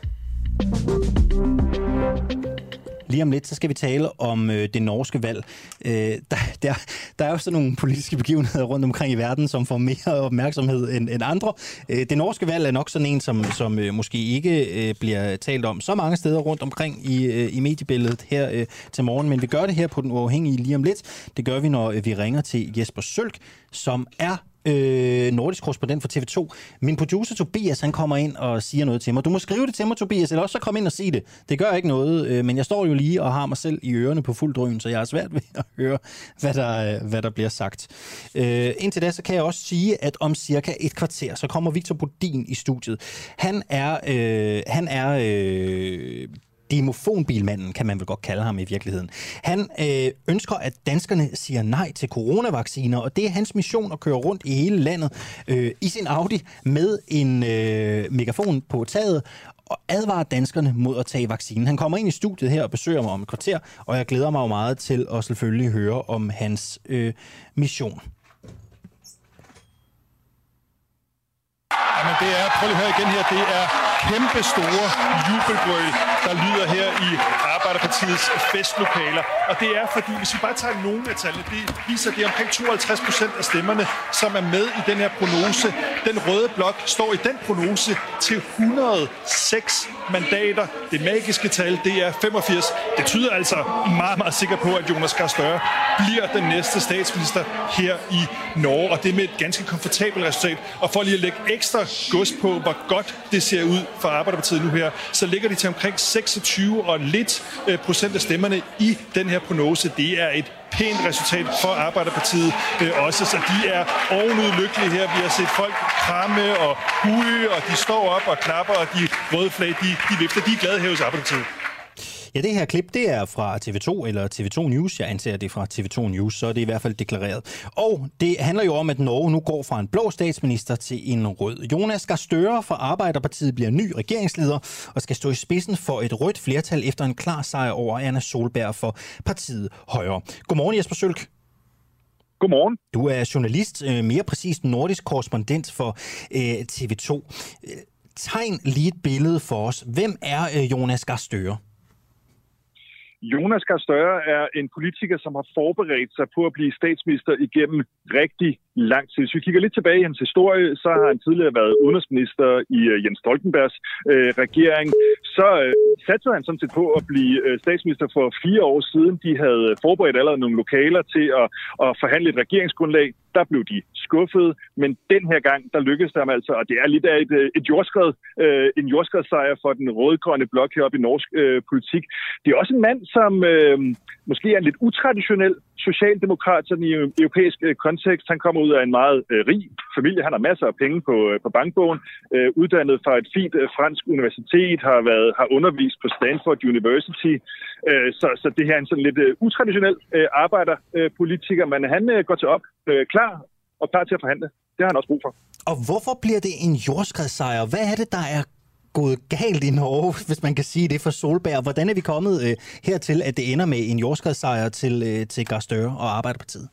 Lige om lidt, så skal vi tale om det norske valg. Der er jo sådan nogle politiske begivenheder rundt omkring i verden, som får mere opmærksomhed end andre. Det norske valg er nok sådan en, som måske ikke bliver talt om så mange steder rundt omkring i mediebilledet her til morgen, men vi gør det her på Den Uafhængige lige om lidt. Det gør vi, når vi ringer til Jesper Sølk, som er nordisk korrespondent for TV2. Min producer Tobias, han kommer ind og siger noget til mig. Du må skrive det til mig, Tobias, eller også så kom ind og sige det. Det gør ikke noget, men jeg står jo lige og har mig selv i ørerne på fuld drøn, så jeg er svært ved at høre, hvad der bliver sagt. Indtil da, så kan jeg også sige, at om cirka et kvarter, så kommer Victor Bodin i studiet. Han er demofonbilmanden, kan man vel godt kalde ham i virkeligheden. Han ønsker, at danskerne siger nej til coronavacciner, og det er hans mission at køre rundt i hele landet i sin Audi med en megafon på taget og advarer danskerne mod at tage vaccinen. Han kommer ind i studiet her og besøger mig om et kvarter, og jeg glæder mig jo meget til at selvfølgelig høre om hans mission. Jamen, det er, prøv lige at høre igen her, det er kæmpe store jubelbrøl, der lyder her i Arbejderpartiets festlokaler. Og det er fordi, hvis vi bare tager nogle af tallene, det viser, at det er omkring 52% af stemmerne, som er med i den her prognose. Den røde blok står i den prognose til 106 mandater. Det magiske tal, det er 85. Det tyder altså meget, meget sikkert på, at Jonas Gahr Støre bliver den næste statsminister her i Norge. Og det med et ganske komfortabelt resultat. Og for lige at lægge ekstra gods på, hvor godt det ser ud for Arbejderpartiet nu her, så ligger de til omkring 26% af stemmerne i den her prognose. Det er et pænt resultat for Arbejderpartiet også, så de er ovenud lykkelige her. Vi har set folk kramme og huge, og de står op og klapper, og de røde flag, de vifter. De er glade her hos Arbejderpartiet. Ja, det her klip, det er fra TV2 eller TV2 News. Jeg anser det fra TV2 News, så er det i hvert fald deklareret. Og det handler jo om, at Norge nu går fra en blå statsminister til en rød. Jonas Gahr Støre fra Arbejderpartiet bliver ny regeringsleder og skal stå i spidsen for et rødt flertal efter en klar sejr over Erna Solberg for partiet Højre. Godmorgen, Jesper Sølk. Godmorgen. Du er journalist, mere præcist nordisk korrespondent for TV2. Tegn lige et billede for os. Hvem er Jonas Gahr Støre? Jonas Gahr Støre er en politiker, som har forberedt sig på at blive statsminister igennem rigtig lang tid. Hvis vi kigger lidt tilbage i hans historie, så har han tidligere været udenrigsminister i Jens Stoltenbergs regering. Så satte han sådan set på at blive statsminister for 4 år siden. De havde forberedt allerede nogle lokaler til at forhandle et regeringsgrundlag. Der blev de skuffede, men den her gang, der lykkedes det ham altså, og det er lidt af en jordskredssejr for den rød-grønne blok heroppe i norsk politik. Det er også en mand, som måske er en lidt utraditionel socialdemokrat sådan i europæisk kontekst. Han kommer ud af en meget rig familie. Han har masser af penge på bankbogen. Uddannet fra et fint fransk universitet, har undervist på Stanford University. Så det her er en sådan lidt utraditionel arbejderpolitiker, men han går til op klar til at forhandle. Det har han også brug for. Og hvorfor bliver det en jordskredssejr? Hvad er det, der er gået galt i Norge, hvis man kan sige det, for Solberg? Hvordan er vi kommet hertil, at det ender med en jordskredssejr til Gahr Støre og Arbejderpartiet?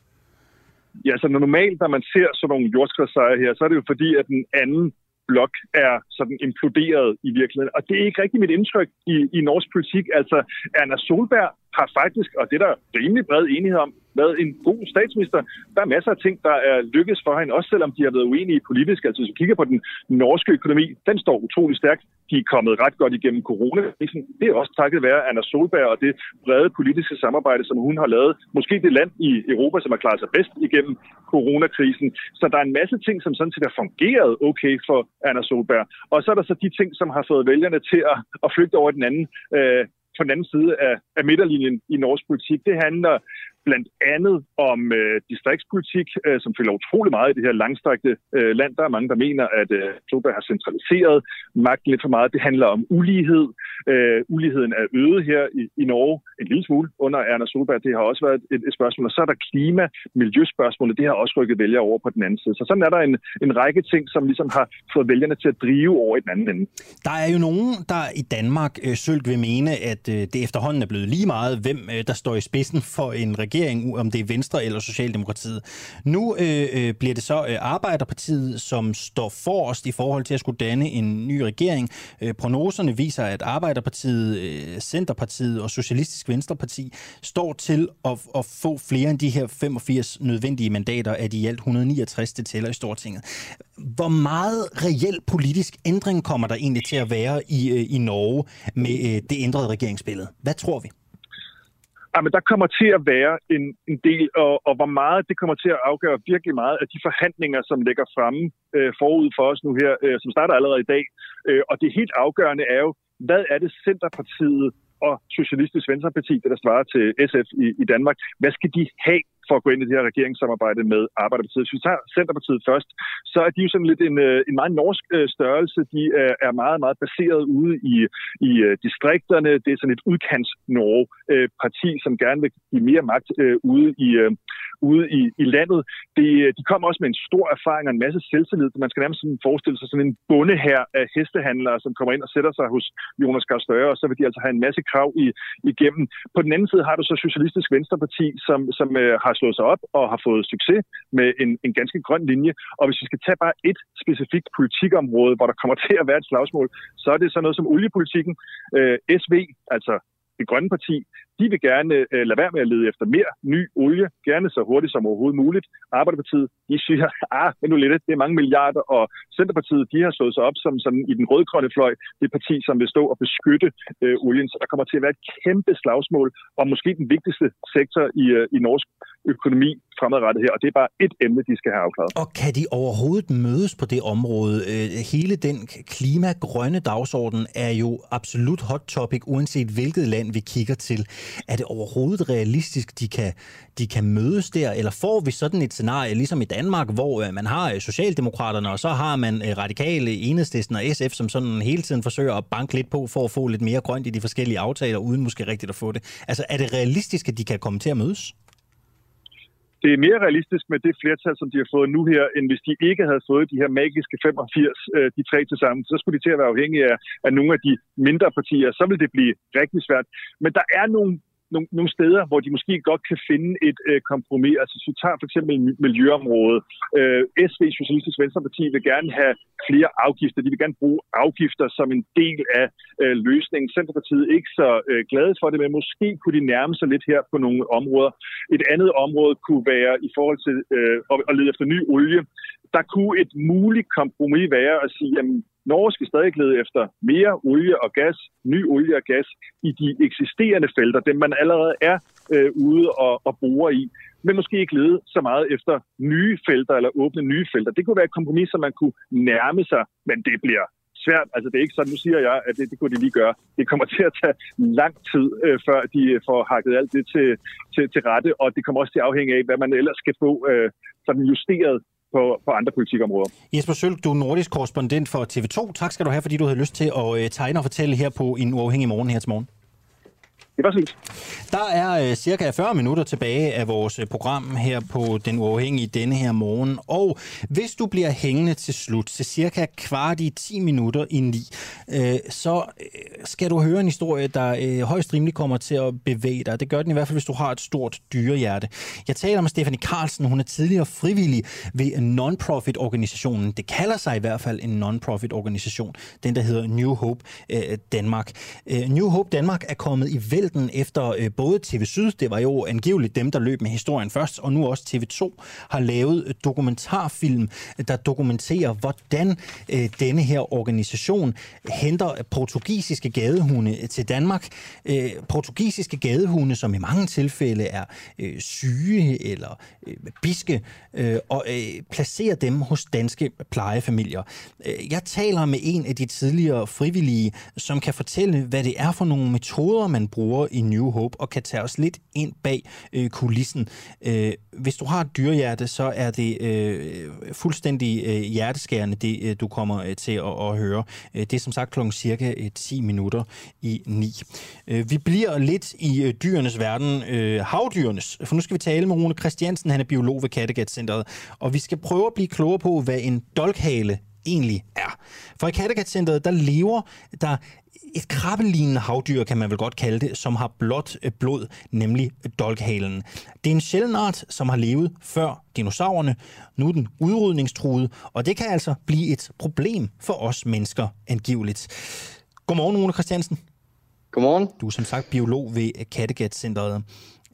Ja, så normalt, når man ser sådan nogle jordskredssejre her, så er det jo fordi, at den anden blok er sådan imploderet i virkeligheden. Og det er ikke rigtig mit indtryk i norsk politik. Altså, Erna Solberg har faktisk, og det er der rimelig bred enighed om, været en god statsminister. Der er masser af ting, der er lykkes for hende, også selvom de har været uenige politisk. Altså, hvis vi kigger på den norske økonomi, den står utrolig stærkt. De er kommet ret godt igennem coronakrisen. Det er også takket være Erna Solberg og det brede politiske samarbejde, som hun har lavet. Måske det land i Europa, som har klaret sig bedst igennem coronakrisen. Så der er en masse ting, som sådan set har fungeret okay for Erna Solberg. Og så er der så de ting, som har fået vælgerne til at flygte over den anden på den anden side af midterlinjen i norsk politik. Det handler blandt andet om distriktspolitik, som fylder utrolig meget i det her langstrakte land. Der er mange, der mener, at Solberg har centraliseret magten lidt for meget. Det handler om ulighed. Uligheden er øget her i Norge en lille smule under Erna Solberg. Det har også været et spørgsmål. Og så er der klima, miljøspørgsmålet. Det har også rykket vælgere over på den anden side. Så sådan er der en række ting, som ligesom har fået vælgerne til at drive over i den anden ende. Der er jo nogen, der i Danmark Sølk vil mene, at det efterhånden er blevet lige meget, hvem der står i spidsen for en regering, om det er Venstre eller Socialdemokratiet. Nu bliver det så Arbejderpartiet, som står forrest i forhold til at skulle danne en ny regering. Prognoserne viser, at Arbejderpartiet, Centerpartiet og Socialistisk Venstreparti står til at få flere end de her 85 nødvendige mandater af de i alt 169, det tæller i Stortinget. Hvor meget reel politisk ændring kommer der egentlig til at være i Norge med det ændrede regeringsbillede? Hvad tror vi? Ja, men der kommer til at være en del, og hvor meget det kommer til at afgøre virkelig meget af de forhandlinger, som ligger fremme forud for os nu her, som starter allerede i dag. Og det helt afgørende er jo, hvad er det Centerpartiet og Socialistisk Venstreparti, det der svarer til SF i Danmark, hvad skal de have for at gå ind i det her regeringssamarbejde med Arbejderpartiet? Hvis vi tager Centerpartiet først, så er de jo sådan lidt en meget norsk størrelse. De er meget, meget baseret ude i distrikterne. Det er sådan et udkants-Norge-parti, som gerne vil give mere magt ude i landet. De kommer også med en stor erfaring og en masse selvtillid. Man skal nærmest sådan forestille sig sådan en bonde her af hestehandlere, som kommer ind og sætter sig hos Jonas Gahr Støre, og så vil de altså have en masse krav igennem. På den anden side har du så Socialistisk Venstreparti, som har slået sig op og har fået succes med en ganske grøn linje. Og hvis vi skal tage bare et specifikt politikområde, hvor der kommer til at være et slagsmål, så er det sådan noget som oliepolitikken. SV, altså det grønne parti, de vil gerne lade være med at lede efter mere ny olie, gerne så hurtigt som overhovedet muligt. Arbejderpartiet, de siger, men nu lidt, det er mange milliarder, og Centerpartiet, de har slået sig op som sådan i den rødgrønne fløj, det parti, som vil stå og beskytte olien. Så der kommer til at være et kæmpe slagsmål om måske den vigtigste sektor i norsk økonomi fremadrettet her, og det er bare et emne, de skal have afklaret. Og kan de overhovedet mødes på det område? Hele den klimagrønne dagsorden er jo absolut hot topic, uanset hvilket land vi kigger til. Er det overhovedet realistisk, de kan mødes der, eller får vi sådan et scenarie, ligesom i Danmark, hvor man har Socialdemokraterne, og så har man Radikale, Enhedslisten og SF, som sådan hele tiden forsøger at banke lidt på, for at få lidt mere grønt i de forskellige aftaler, uden måske rigtigt at få det. Altså, er det realistisk, at de kan komme til at mødes? Det er mere realistisk med det flertal, som de har fået nu her, end hvis de ikke havde fået de her magiske 85, de tre til sammen. Så skulle de til at være afhængige af nogle af de mindre partier. Så vil det blive rigtig svært. Men der er nogle steder, hvor de måske godt kan finde et kompromis. Altså, hvis vi tager for eksempel miljøområdet. SV, Socialistisk Venstreparti, vil gerne have flere afgifter. De vil gerne bruge afgifter som en del af løsningen. Centerpartiet er ikke så glade for det, men måske kunne de nærme sig lidt her på nogle områder. Et andet område kunne være i forhold til at lede efter ny olie. Der kunne et muligt kompromis være at sige, at Norge skal stadig lede efter mere olie og gas, ny olie og gas i de eksisterende felter, dem man allerede er ude og bruger i, men måske ikke lede så meget efter nye felter eller åbne nye felter. Det kunne være et kompromis, som man kunne nærme sig, men det bliver svært. Altså det er ikke sådan, nu siger jeg, at det kunne de lige gøre. Det kommer til at tage lang tid, før de får hakket alt det til rette, og det kommer også til at afhænge af, hvad man ellers skal få sådan justeret på andre politikområder. Jesper Sølk, du er nordisk korrespondent for TV2. Tak skal du have, fordi du havde lyst til at tegne og fortælle her på En Uafhængig Morgen her til morgen. Det var slut. Der er cirka 40 minutter tilbage af vores program her på Den Uafhængige denne her morgen. Og hvis du bliver hængende til slut, til cirka 8:45, så skal du høre en historie, der højst rimelig kommer til at bevæge dig. Det gør den i hvert fald, hvis du har et stort dyrehjerte. Jeg taler om Stephanie Carlsen. Hun er tidligere frivillig ved non-profit-organisationen. Det kalder sig i hvert fald en non-profit-organisation. Den, der hedder New Hope Danmark. New Hope Danmark er kommet i vælten efter både TV Syd, det var jo angiveligt dem, der løb med historien først, og nu også TV2 har lavet dokumentarfilm, der dokumenterer, hvordan denne her organisation henter portugisiske gadehunde til Danmark. Portugisiske gadehunde, som i mange tilfælde er syge eller biske, og placerer dem hos danske plejefamilier. Jeg taler med en af de tidligere frivillige, som kan fortælle, hvad det er for nogle metoder, man bruger i New Hope, og kan tage os lidt ind bag kulissen. Hvis du har et dyrehjerte, så er det fuldstændig hjerteskærende, det du kommer til at høre. Det er som sagt klokken cirka 8:50. Vi bliver lidt i dyrenes verden, havdyrenes, for nu skal vi tale med Rune Christiansen, han er biolog ved Kattegat-centret, og vi skal prøve at blive klogere på, hvad en dolkhale egentlig er. For i Kattegat-centret, der lever der et krabbelignende havdyr, kan man vel godt kalde det, som har blåt blod, nemlig dolkhalen. Det er en sjælden art, som har levet før dinosaurerne. Nu er den udrydningstruet, og det kan altså blive et problem for os mennesker angiveligt. Godmorgen, Rune Christiansen. Godmorgen. Du er som sagt biolog ved Kattegat-centret.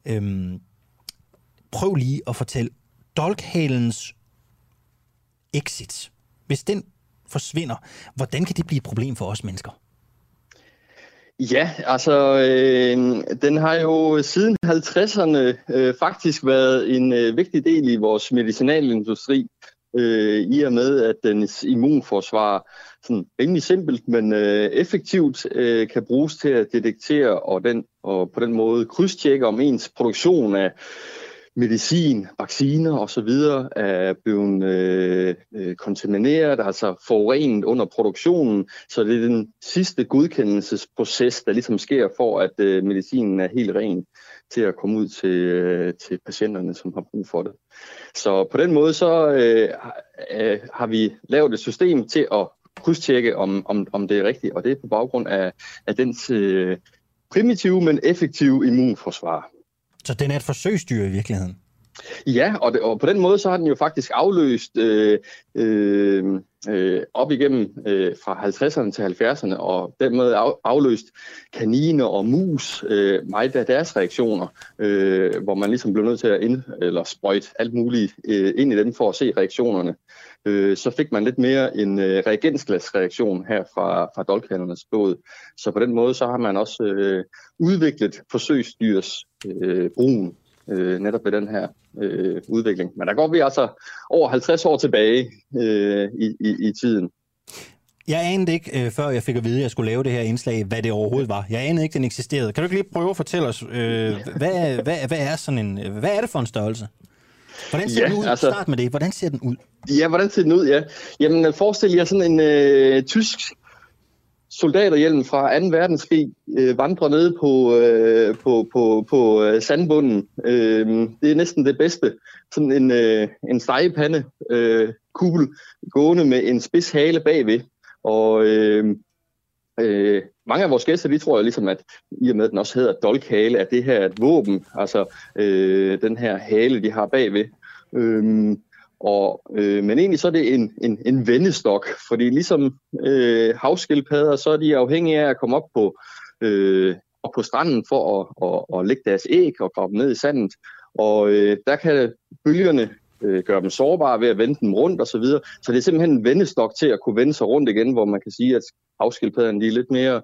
Prøv lige at fortælle dolkhalens exit. Hvis den forsvinder, hvordan kan det blive et problem for os mennesker? Ja, altså den har jo siden 50'erne faktisk været en vigtig del i vores medicinalindustri, i og med at dens immunforsvar sådan rimelig simpelt, men effektivt kan bruges til at detektere og på den måde krydstjekke om ens produktion af medicin, vacciner osv. er blevet kontamineret, altså forurenet under produktionen, så det er den sidste godkendelsesproces, der ligesom sker for, at medicinen er helt ren til at komme ud til patienterne, som har brug for det. Så på den måde så har vi lavet et system til at krydstjekke, om det er rigtigt, og det er på baggrund af dens primitive, men effektive immunforsvar. Så den er et forsøgsdyr i virkeligheden? Ja, og på den måde så har den jo faktisk afløst op igennem fra 50'erne til 70'erne, og den måde afløst kaniner og mus meget af deres reaktioner, hvor man ligesom blev nødt til at sprøjte alt muligt ind i dem for at se reaktionerne. Så fik man lidt mere en reagensglasreaktion her fra dolkhanernes blod. Så på den måde så har man også udviklet forsøgsdyrs brugen netop ved den her udvikling. Men der går vi altså over 50 år tilbage i tiden. Jeg anede ikke, før jeg fik at vide, at jeg skulle lave det her indslag, hvad det overhovedet var. Jeg anede ikke, den eksisterede. Kan du ikke lige prøve at fortælle os, hvad er det for en størrelse? Hvordan ser den ud? Altså, start med det. Hvordan ser den ud? Ja, hvordan ser den ud, ja. Jamen, forestil jer sådan en tysk soldaterhjelm fra 2. verdenskrig vandrer nede på sandbunden. Det er næsten det bedste. Sådan en stegepande kugle gående med en spids hale bagved. Og mange af vores gæster, de tror jeg ligesom, at i og med, at den også hedder dolkhale, at det her er et våben. Altså den her hale, de har bagved. Men egentlig så er det en vendestok, fordi ligesom havskildpadder, så er de afhængige af at komme op på stranden for at lægge deres æg og grave dem ned i sandet. Og der kan bølgerne gøre dem sårbare ved at vende dem rundt osv. Så det er simpelthen en vendestok til at kunne vende sig rundt igen, hvor man kan sige, at havskildpadderne de er lidt mere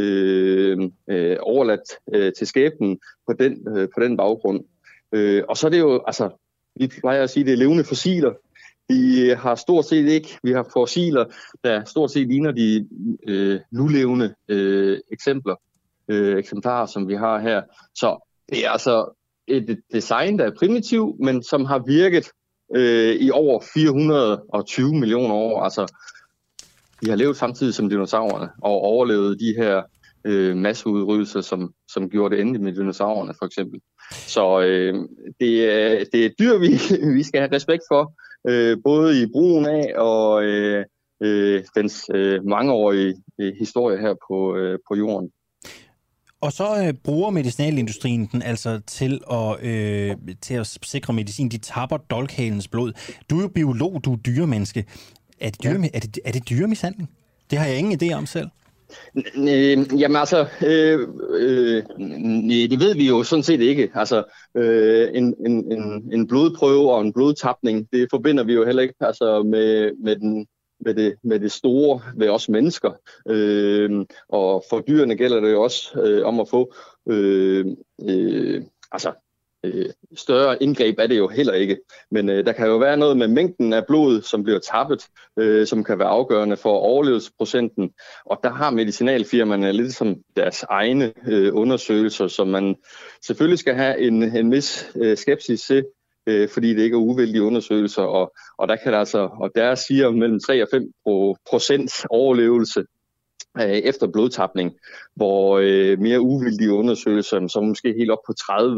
overladt til skæbnen på den baggrund. Og så er det jo, altså, vi plejer at sige, at det er levende fossiler. Vi har fossiler, der stort set ligner de nulevende eksemplarer, som vi har her. Så det er altså et design, der er primitivt, men som har virket i over 420 millioner år. Altså, de har levet samtidig som dinosaurerne og overlevet de her masseudryddelser, som gjorde det endeligt med dinosaurerne, for eksempel. Så det er et dyr, vi skal have respekt for, både i brugen af og dens mangeårige historie her på jorden. Og så bruger medicinalindustrien den altså til at sikre medicin. De tapper dolkhalens blod. Du er jo biolog, du er dyremenneske. Er det dyremishandling? Det har jeg ingen idé om selv. Jamen altså, det ved vi jo sådan set ikke. Altså, en blodprøve og en blodtapning, det forbinder vi jo heller ikke altså med det store ved os mennesker. Og for dyrene gælder det jo også om at få større indgreb er det jo heller ikke. Men der kan jo være noget med mængden af blod, som bliver tappet, som kan være afgørende for overlevelsesprocenten. Og der har medicinalfirmaerne lidt som deres egne undersøgelser, som man selvfølgelig skal have en vis skepsis til, fordi det ikke er uvildige undersøgelser. Og der kan der altså, og der siger mellem 3 og 5% overlevelse efter blodtapning, hvor mere uvildige undersøgelser, så måske helt op på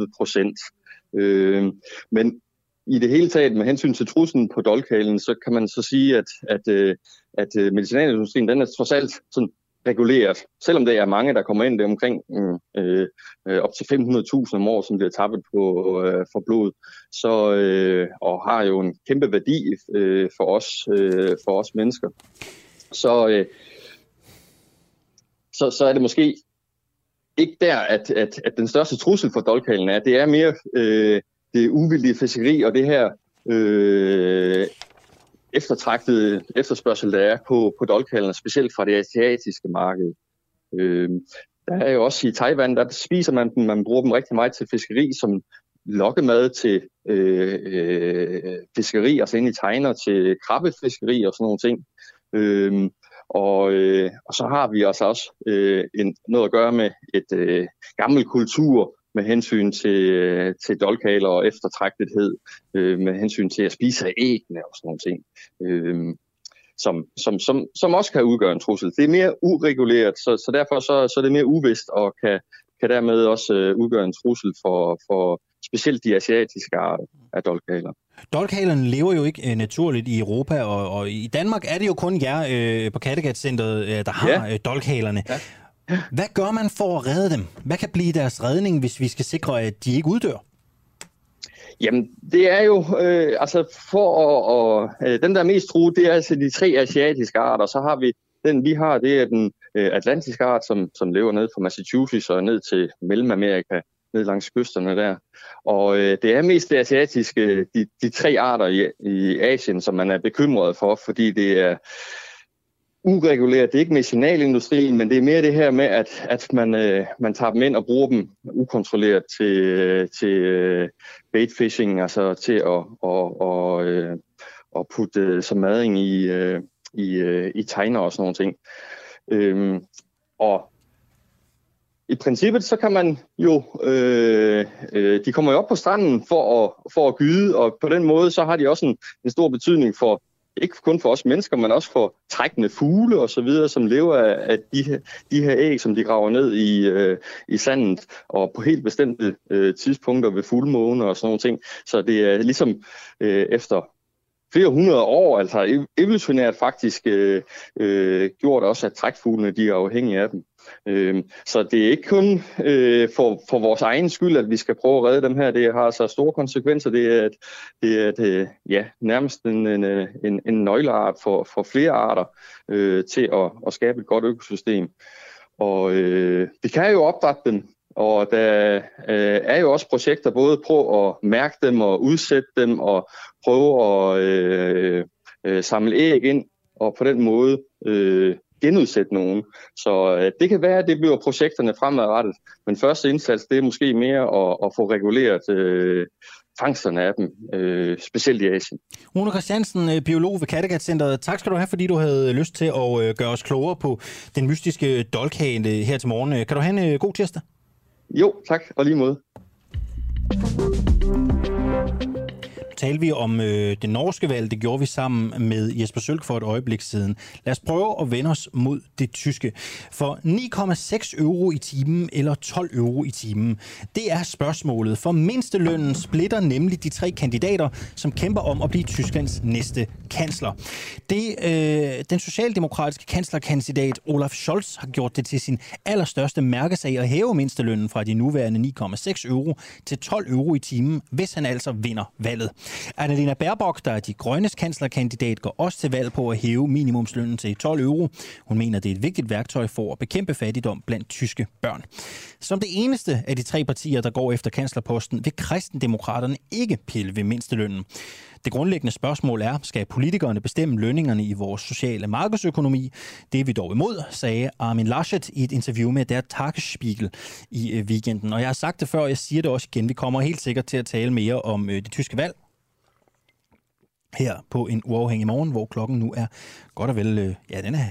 30%. Men i det hele taget, med hensyn til truslen på dolkhalen, så kan man så sige, at medicinalindustrien, den er trods alt sådan reguleret. Selvom det er mange, der kommer ind, det er omkring op til 500.000 om år, som bliver tappet for blod, og har jo en kæmpe værdi for os mennesker. Så er det måske ikke der, at den største trussel for dolkhalen er. Det er mere det uvildige fiskeri og det her eftertragtede efterspørgsel, der er på dolkhalen, specielt fra det asiatiske marked. Der er jo også i Taiwan, der spiser man dem, man bruger dem rigtig meget til fiskeri, som lokkemad til fiskeri, altså ind i tegner til krabbefiskeri og sådan nogle ting. Og så har vi også noget at gøre med et gammel kultur med hensyn til dolkhaler og eftertragtethed, med hensyn til at spise af æggene og sådan nogle ting, som også kan udgøre en trussel. Det er mere ureguleret, så derfor så er det mere uvist og kan dermed også udgøre en trussel for specielt de asiatiske arter af dolkhaler. Dolkhalerne lever jo ikke naturligt i Europa, og i Danmark er det jo kun jer på Kattegat-centret, der har dolkhalerne. Ja. Hvad gør man for at redde dem? Hvad kan blive deres redning, hvis vi skal sikre, at de ikke uddør? Jamen, det er jo, den der er mest truet, det er altså de 3 asiatiske arter. Så har vi den, vi har, det er den atlantiske art, som lever ned fra Massachusetts og ned til Mellemamerika, ned langs kysterne der. Og det er mest det asiatiske, de 3 arter i Asien, som man er bekymret for, fordi det er ureguleret. Det er ikke medicinalindustrien, men det er mere det her med, at man tager dem ind og bruger dem ukontrolleret til baitfishing, altså til at putte som mading i tegner og sådan nogle ting. Og i princippet så kan man jo, de kommer jo op på stranden for at gyde, og på den måde så har de også en stor betydning for, ikke kun for os mennesker, men også for trækkende fugle og så videre, som lever af de her æg, som de graver ned i sandet, og på helt bestemte tidspunkter ved fuldmåne og sådan nogle ting. Så det er ligesom efter flere hundrede år, altså evolutionært faktisk gjort også, at trækfuglene de er afhængige af dem. Så det er ikke kun for vores egen skyld, at vi skal prøve at redde dem her. Det har så store konsekvenser. Det er nærmest en nøgleart for flere arter til at skabe et godt økosystem. Og vi kan jo opdrætte dem, og der er jo også projekter både på at mærke dem og udsætte dem og prøve at samle æg ind og på den måde genudsætte nogen. Så det kan være, at det bliver projekterne fremadrettet. Men første indsats, det er måske mere at få reguleret fangsterne af dem, specielt i Asien. Rune Christiansen, biolog ved Kattegat-centret. Tak skal du have, fordi du havde lyst til at gøre os klogere på den mystiske dolkhane her til morgen. Kan du have en god tirsdag? Jo, tak. Og lige måde. Talte vi om det norske valg. Det gjorde vi sammen med Jesper Sølk for et øjeblik siden. Lad os prøve at vende os mod det tyske. For 9,6 euro i timen eller 12 euro i timen. Det er spørgsmålet. For mindstelønnen splitter nemlig de 3 kandidater, som kæmper om at blive Tysklands næste kansler. Den socialdemokratiske kanslerkandidat Olaf Scholz har gjort det til sin allerstørste mærkesag at hæve mindstelønnen fra de nuværende 9,6 euro til 12 euro i timen, hvis han altså vinder valget. Annalena Baerbock, der er de grønnes kanslerkandidat, går også til valg på at hæve minimumslønnen til 12 euro. Hun mener, det er et vigtigt værktøj for at bekæmpe fattigdom blandt tyske børn. Som det eneste af de 3 partier, der går efter kanslerposten, vil kristendemokraterne ikke pille ved mindstelønnen. Det grundlæggende spørgsmål er, skal politikerne bestemme lønningerne i vores sociale markedsøkonomi? Det er vi dog imod, sagde Armin Laschet i et interview med Der Tagesspiegel i weekenden. Og jeg har sagt det før, og jeg siger det også igen. Vi kommer helt sikkert til at tale mere om det tyske valg her på en uafhængig morgen, hvor klokken nu er godt og vel, den er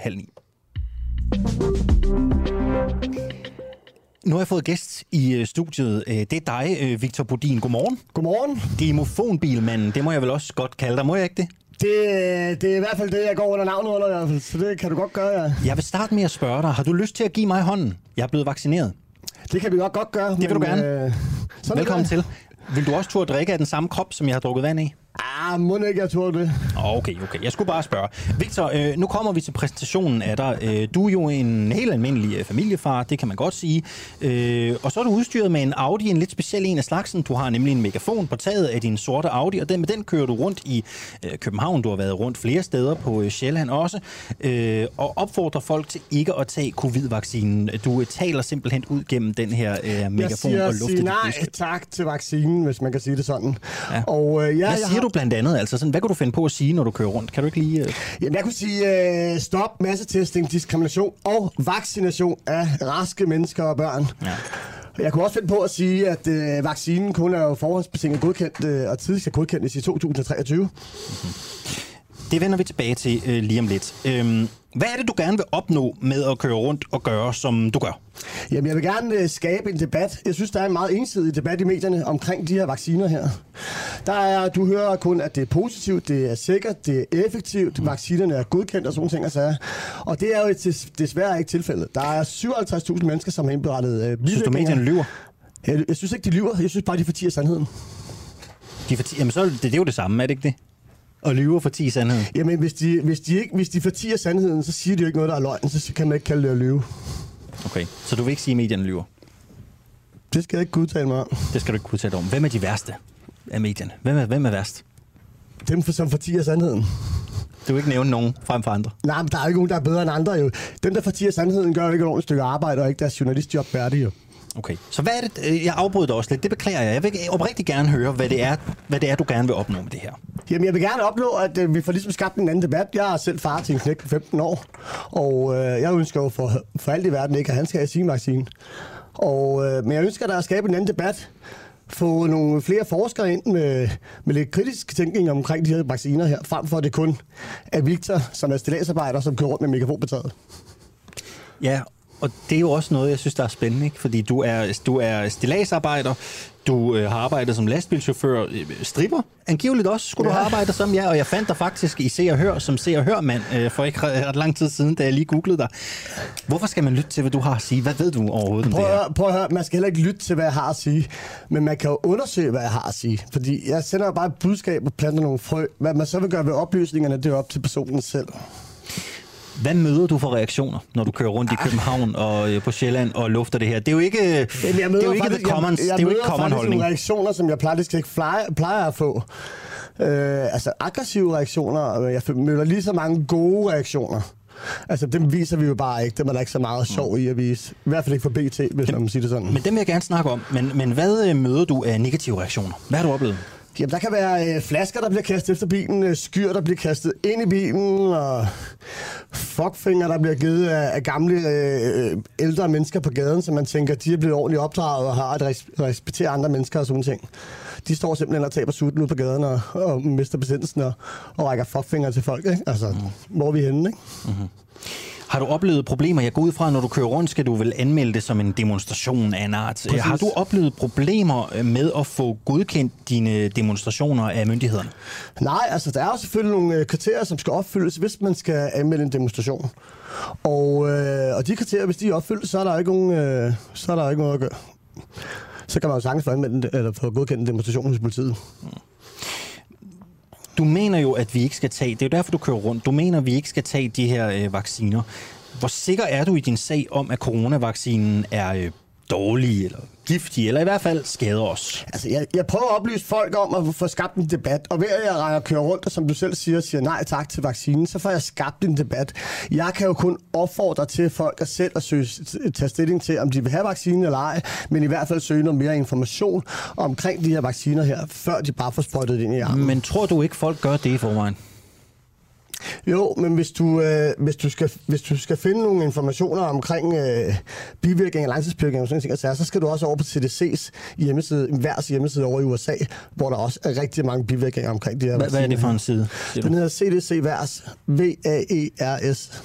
8:30. Nu har jeg fået gæst i studiet. Det er dig, Victor Bodin. Godmorgen. Godmorgen. Demofonbilmanden, det må jeg vel også godt kalde dig, må jeg ikke det? Det er i hvert fald det, jeg går under navnet under i hvert fald, så det kan du godt gøre, ja. Jeg vil starte med at spørge dig, har du lyst til at give mig hånden? Jeg er blevet vaccineret. Det kan vi godt gøre. Det vil du gerne. Velkommen til. Vil du også turde drikke af den samme krop, som jeg har drukket vand i? Må ikke, jeg tror det. Okay. Jeg skulle bare spørge. Victor, nu kommer vi til præsentationen af dig. Du er jo en helt almindelig familiefar, det kan man godt sige. Og så er du udstyret med en Audi, en lidt speciel en af slagsen. Du har nemlig en megafon på taget af din sorte Audi, og med den kører du rundt i København. Du har været rundt flere steder på Sjælland også, og opfordrer folk til ikke at tage covid-vaccinen. Du taler simpelthen ud gennem den her megafon og lufter dit budskab. Nej tak til vaccinen, hvis man kan sige det sådan. Ja. Og, hvad siger du blandt andet? Altså, sådan, hvad kan du finde på at sige, når du kører rundt? Kan du ikke lige... Jamen, jeg kunne sige stop massetesting, diskrimination og vaccination af raske mennesker og børn. Ja. Jeg kunne også finde på at sige, at vaccinen kun er jo forholdsbetinget godkendt, og tidligst skal godkendes i 2023. Mm-hmm. Det vender vi tilbage til lige om lidt. Hvad er det, du gerne vil opnå med at køre rundt og gøre, som du gør? Jamen, jeg vil gerne skabe en debat. Jeg synes, der er en meget ensidig debat i medierne omkring de her vacciner her. Du hører kun, at det er positivt, det er sikkert, det er effektivt, vaccinerne er godkendt og sådan ting. Og det er jo desværre ikke tilfældet. Der er 57.000 mennesker, som har indberettet bivirkninger. Synes du, medierne lyver? Jeg synes ikke, de lyver. Jeg synes bare, de fortier sandheden. Jamen, så det er jo det samme, er det ikke det? Og lyve for 10 sandheden. Jamen, hvis de fortier sandheden, så siger de jo ikke noget, der er løgn. Så kan man ikke kalde det at lyve. Okay, så du vil ikke sige, at medierne lyver? Det skal jeg ikke udtale mig om. Det skal du ikke udtale om. Hvem er de værste? af medierne? Hvem er værst? Dem, som fortier sandheden. Du vil ikke nævne nogen frem for andre? Nej, men der er ikke nogen, der er bedre end andre jo. Dem, der fortier sandheden, gør ikke et ordentligt stykke arbejde, og ikke deres journalistjob færdig jo. Okay, så hvad er det? Jeg afbryder også lidt, det beklager jeg. Jeg vil oprigtigt gerne høre, hvad det er, du gerne vil opnå med det her. Jamen, jeg vil gerne opnå, at vi får ligesom skabt en anden debat. Jeg er selv far til en knægt på 15 år, og jeg ønsker jo for alt i verden ikke, at han skal have sin vaccine. Men jeg ønsker, at der er skabt en anden debat. Få nogle flere forskere ind med lidt kritisk tænkning omkring de her vacciner her, frem for at det kun er Victor, som er stilladsarbejder, som kører rundt med megafon på taget. Ja, og det er jo også noget, jeg synes, der er spændende, ikke? Fordi du er stilladsarbejder, du har arbejdet som lastbilchauffør, stripper, angiveligt også skulle du have arbejdet som, ja, og jeg fandt dig faktisk i Se og Hør, som Se og Hør-mand for ikke ret lang tid siden, da jeg lige googlede dig. Hvorfor skal man lytte til, hvad du har at sige? Hvad ved du overhovedet om det her? Prøv at høre, man skal heller ikke lytte til, hvad jeg har at sige, men man kan jo undersøge, hvad jeg har at sige, fordi jeg sender jo bare et budskab og planter nogle frø. Hvad man så vil gøre ved oplysningerne, det er op til personen selv. Hvad møder du for reaktioner, når du kører rundt i København og på Sjælland og lufter det her? Det er jo ikke the common jeg møder holdning. Nogle reaktioner, som jeg ikke plejer at få. Altså aggressive reaktioner. Jeg møder lige så mange gode reaktioner. Altså dem viser vi jo bare ikke. Dem er der ikke så meget sjov i at vise. I hvert fald ikke for BT, hvis man siger det sådan. Men dem vil jeg gerne snakke om. Men hvad møder du af negative reaktioner? Hvad har du oplevet? Jamen, der kan være flasker, der bliver kastet efter bilen, skyr, der bliver kastet ind i bilen, og fuckfinger, der bliver givet af gamle, ældre mennesker på gaden, så man tænker, de er blevet ordentligt opdraget og har at respektere andre mennesker og sådan ting. De står simpelthen og taber sutten ud på gaden og mister besindelsen og rækker fuckfinger til folk, ikke? Altså, hvor er vi henne, ikke? Mm-hmm. Har du oplevet problemer? Jeg går ud fra, når du kører rundt, skal du vel anmelde det som en demonstration af en art. Præcis. Har du oplevet problemer med at få godkendt dine demonstrationer af myndighederne? Nej, altså der er jo selvfølgelig nogle kriterier, som skal opfyldes, hvis man skal anmelde en demonstration. Og de kriterier, hvis de er opfyldt, så er der ikke noget at gøre. Så kan man jo sagtens få anmeldt eller få godkendt en demonstration hos politiet. Du mener jo, at vi ikke skal tage, det er jo derfor, du kører rundt, du mener, at vi ikke skal tage de her vacciner. Hvor sikker er du i din sag om, at coronavaccinen er dårlig eller giftig, eller i hvert fald skader os? Altså, jeg prøver at oplyse folk om at få skabt en debat, og ved at jeg kører rundt, og som du selv siger nej tak til vaccinen, så får jeg skabt en debat. Jeg kan jo kun opfordre til folk at selv tage stilling til, om de vil have vaccinen eller ej, men i hvert fald søge noget mere information omkring de her vacciner her, før de bare får sprøjtet ind i armen. Men tror du ikke, folk gør det i forvejen? Jo, men hvis du skal finde nogle informationer omkring bivirkninger og langtidsbivirkninger og sådan ting, så skal du også over på CDC's hjemmeside, enhvers hjemmeside over i USA, hvor der også er rigtig mange bivirkninger omkring de her vacciner. Hvad er det for en side? Den hedder CDC VAERS. VAERS.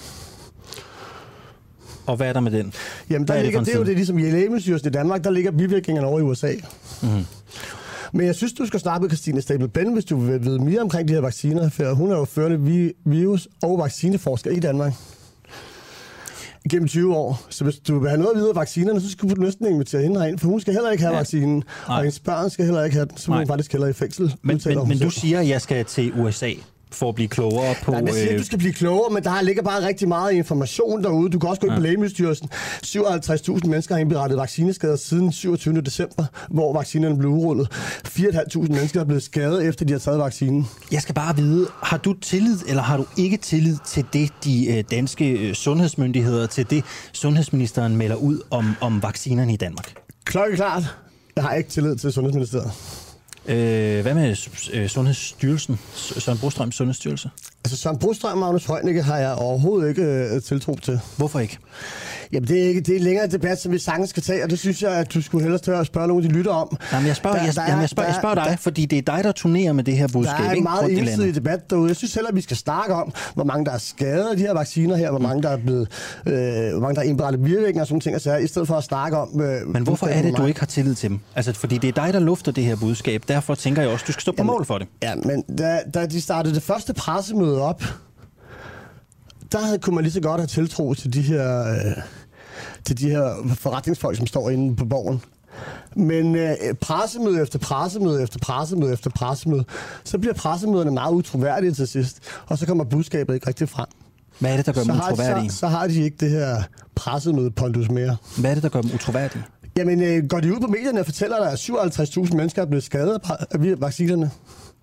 Og hvad er der med den? Jamen, det er jo det, ligesom i Lægemiddelstyrelsen i Danmark, der ligger bivirkningerne over i USA. Mm-hmm. Men jeg synes, du skal snakke med Christine Stable-Benn, hvis du vil vide mere omkring de her vacciner, for hun er jo førende virus- og vaccineforsker i Danmark gennem 20 år. Så hvis du vil have noget at vide af vaccinerne, så skal du næsten invitere hende herind, for hun skal heller ikke have vaccinen, og hendes børn skal heller ikke have den, så må hun faktisk heller i fængsel. Men du siger, at jeg skal til USA for at blive klogere på... Nej, jeg siger, at du skal blive klogere, men der ligger bare rigtig meget information derude. Du kan også gå ind på Lægemiddelstyrelsen. 57.000 mennesker har indberettet vaccineskader siden 27. december, hvor vaccinerne blev udrullet. 4.500 mennesker er blevet skadet, efter de har taget vaccinen. Jeg skal bare vide, har du tillid, eller har du ikke tillid til det, de danske sundhedsmyndigheder, til det sundhedsministeren melder ud om vaccinerne i Danmark? Klokkeklart. Jeg har ikke tillid til Sundhedsministeriet. Hvad med Sundhedsstyrelsen? Søren Brostrøms Sundhedsstyrelse? Altså Søren Brostrøm og Magnus Heunicke har jeg overhovedet ikke tiltro til. Hvorfor ikke? Jamen det er længere debat, som vi sagtens skal tage, og det synes jeg, at du skulle hellere tørre at spørge nogen, de lytter om. Jamen jeg spørger dig, fordi det er dig, der turnerer med det her budskab. Der er en meget ensidig debat derude. Jeg synes heller, at vi skal snakke om, hvor mange der er skadet af de her vacciner her, hvor mange der er blevet, hvor mange der er indberettet virkeligheder og sådan ting, altså, i stedet for at snakke om... Men hvorfor er det, du ikke har tillid til dem? Altså fordi det er dig, der lufter det her budskab. Derfor tænker jeg også, du skal stå på mål for det. Ja, men da de startede det første pressemøde op, der kunne man lige så godt have tiltro til de her forretningsfolk, som står inde på borgen. Men pressemøde efter pressemøde efter pressemøde efter pressemøde, så bliver pressemøderne meget utroværdige til sidst, og så kommer budskabet ikke rigtig frem. Hvad er det, der gør dem utroværdige? Så har de ikke det her pressemøde pondus mere. Hvad er det, der gør dem utroværdige? Jamen, går de ud på medierne og fortæller dig, at 57.000 mennesker er blevet skadet af vaccinerne?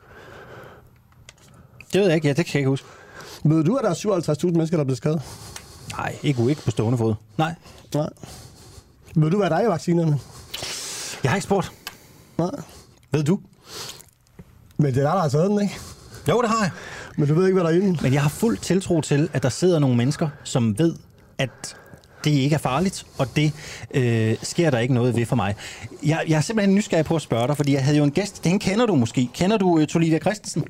Det ved jeg ikke, ja, det kan jeg ikke huske. Ved du, at der er 57.000 mennesker, der er blevet skadet? Nej, ikke på stående fod. Nej. Ved du, hvad der er i vaccinerne? Jeg har ikke spurgt. Nej. Ved du? Men det er der har taget den, ikke? Jo, det har jeg. Men du ved ikke, hvad der er i den? Men jeg har fuld tiltro til, at der sidder nogle mennesker, som ved, at det ikke er farligt, og det sker der ikke noget ved for mig. Jeg er simpelthen nysgerrig på at spørge dig, fordi jeg havde jo en gæst, den kender du måske. Kender du Tolivia Christensen?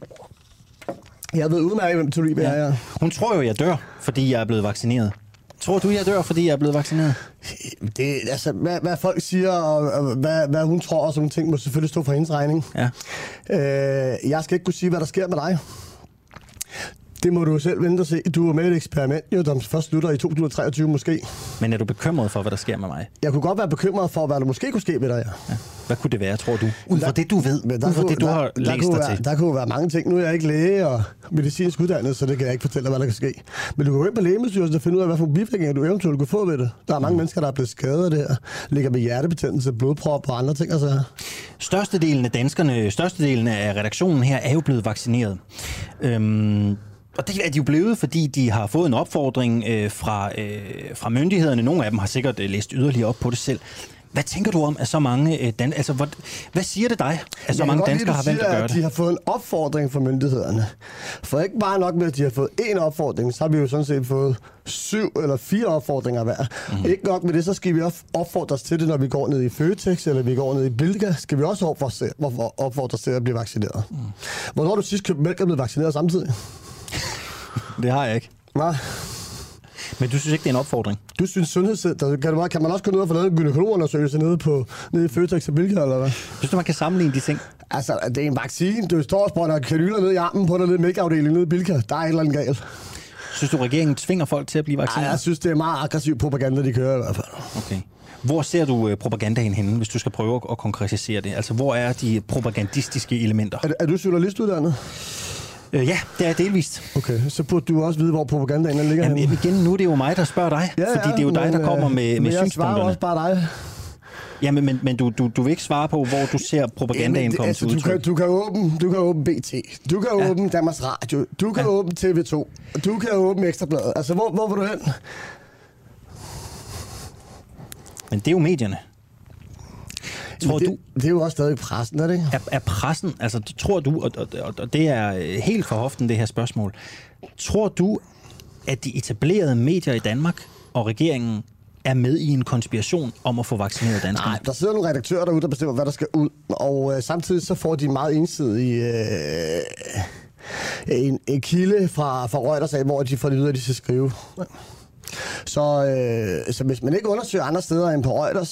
Jeg ved udmærket, hvem Tolivia er. Hun tror jo, jeg dør, fordi jeg er blevet vaccineret. Tror du, jeg dør, fordi jeg er blevet vaccineret? Det, altså, hvad folk siger, og hvad hun tror og sådan ting, må selvfølgelig stå for hendes regning. Ja. Jeg skal ikke kunne sige, hvad der sker med dig. Det må du jo selv vente og se. Du er med i et eksperiment, jo, der først slutter i 2023 måske. Men er du bekymret for, hvad der sker med mig? Jeg kunne godt være bekymret for, hvad der måske kunne ske med dig, ja. Hvad kunne det være, tror du? Ud fra det, du ved. Ud fra det, du har læst dig til. Der kunne være mange ting. Nu er jeg ikke læge og medicinsk uddannet, så det kan jeg ikke fortælle, hvad der kan ske. Men du kan gå ind på Lægemiddelstyrelsen og finde ud af, hvad for bivirkninger du eventuelt kunne få ved det. Der er mange mennesker, der er blevet skadet af det her. Ligger med hjertebetændelse, blodprop og andre ting. Altså. Størstedelen af redaktionen her er jo blevet vaccineret. Og det er de jo blevet, fordi de har fået en opfordring fra myndighederne. Nogle af dem har sikkert læst yderligere op på det selv. Hvad tænker du om, at så mange hvad siger det dig, at så mange danskere har valgt at gøre det? De har fået en opfordring fra myndighederne. For ikke bare nok med, at de har fået én opfordring, så har vi jo sådan set fået 7 eller 4 opfordringer hver. Ikke nok med det, så skal vi også opfordres til det, når vi går ned i Føtex eller vi går ned i Bilka, skal vi også opfordres til at blive vaccineret. Hvornår har du sidst købt mælk og blevet vaccineret samtidig? Det har jeg ikke. Nej. Men du synes ikke, det er en opfordring? Du synes sundhedscenter, kan man også gå ned og få lavet en gynekologundersøgelse nede i Føtex og Bilka, eller hvad? Synes du, man kan sammenligne de ting? Altså, det er en vaccine. Du står og sprøjter kanyler ned i armen på dig nede i mælkeafdelingen nede i Bilka. Der er et eller andet galt. Synes du, regeringen tvinger folk til at blive vaccineret? Nej, jeg synes, det er meget aggressiv propaganda, de kører i hvert fald. Okay. Hvor ser du propagandaen henne, hvis du skal prøve at konkretisere det? Altså, hvor er de propagandistiske elementer? Er du journalistuddannet? Ja, det er delvist. Okay, så burde du også vide, hvor propagandaen ligger henne. Igen, nu er det jo mig, der spørger dig. Ja, fordi det er jo dig, der kommer med synspunkterne. Jeg svarer også bare dig. Ja, men du vil ikke svare på, hvor du ser propagandaen komme til udtryk. Du kan åbne BT. Du kan åbne Danmarks Radio. Du kan åbne TV2. Du kan åbne Ekstrabladet. Altså, hvor vil du hen? Men det er jo medierne. Det er jo også stadig pressen, er det ikke? Er pressen, altså tror du, og det er helt for hoften det her spørgsmål, tror du, at de etablerede medier i Danmark og regeringen er med i en konspiration om at få vaccineret danskerne? Nej, der sidder nogle redaktører derude, der bestemmer, hvad der skal ud, og samtidig så får de meget ensidig en kilde fra Reuters af, hvor de får det ud, at de skal skrive. Så hvis man ikke undersøger andre steder end på Reuters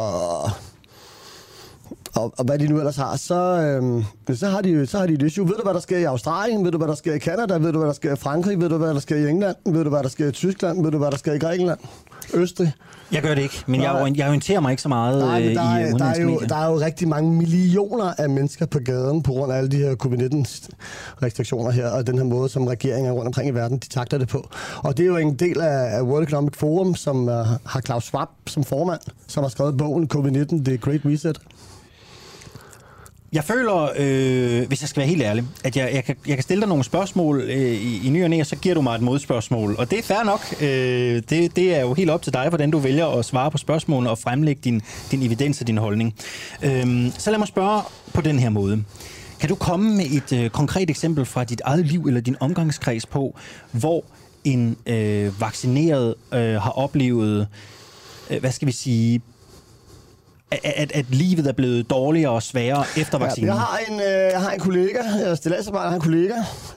og hvad de nu ellers har, så har de et issue. Ved du, hvad der sker i Australien? Ved du, hvad der sker i Canada? Ved du, hvad der sker i Frankrig? Ved du, hvad der sker i England? Ved du, hvad der sker i Tyskland? Ved du, hvad der sker i Grækenland? Østrig? Jeg gør det ikke, men jeg orienterer mig ikke så meget i udenlandske medier. Der er jo rigtig mange millioner af mennesker på gaden på grund af alle de her covid-19-restriktioner her, og den her måde, som regeringer rundt omkring i verden, de takter det på. Og det er jo en del af World Economic Forum, som har Klaus Schwab som formand, som har skrevet bogen COVID-19, The Great Reset. Jeg føler, hvis jeg skal være helt ærlig, at jeg kan stille dig nogle spørgsmål i ny og næ, og så giver du mig et modspørgsmål. Og det er fair nok. Det er jo helt op til dig, hvordan du vælger at svare på spørgsmålene og fremlægge din evidens og din holdning. Så lad mig spørge på den her måde. Kan du komme med et konkret eksempel fra dit eget liv eller din omgangskreds på, hvor en vaccineret har oplevet, hvad skal vi sige, at livet er blevet dårligere og sværere efter vaccinen? Jeg har en kollega, jeg er stilladsarbejder, har en kollega,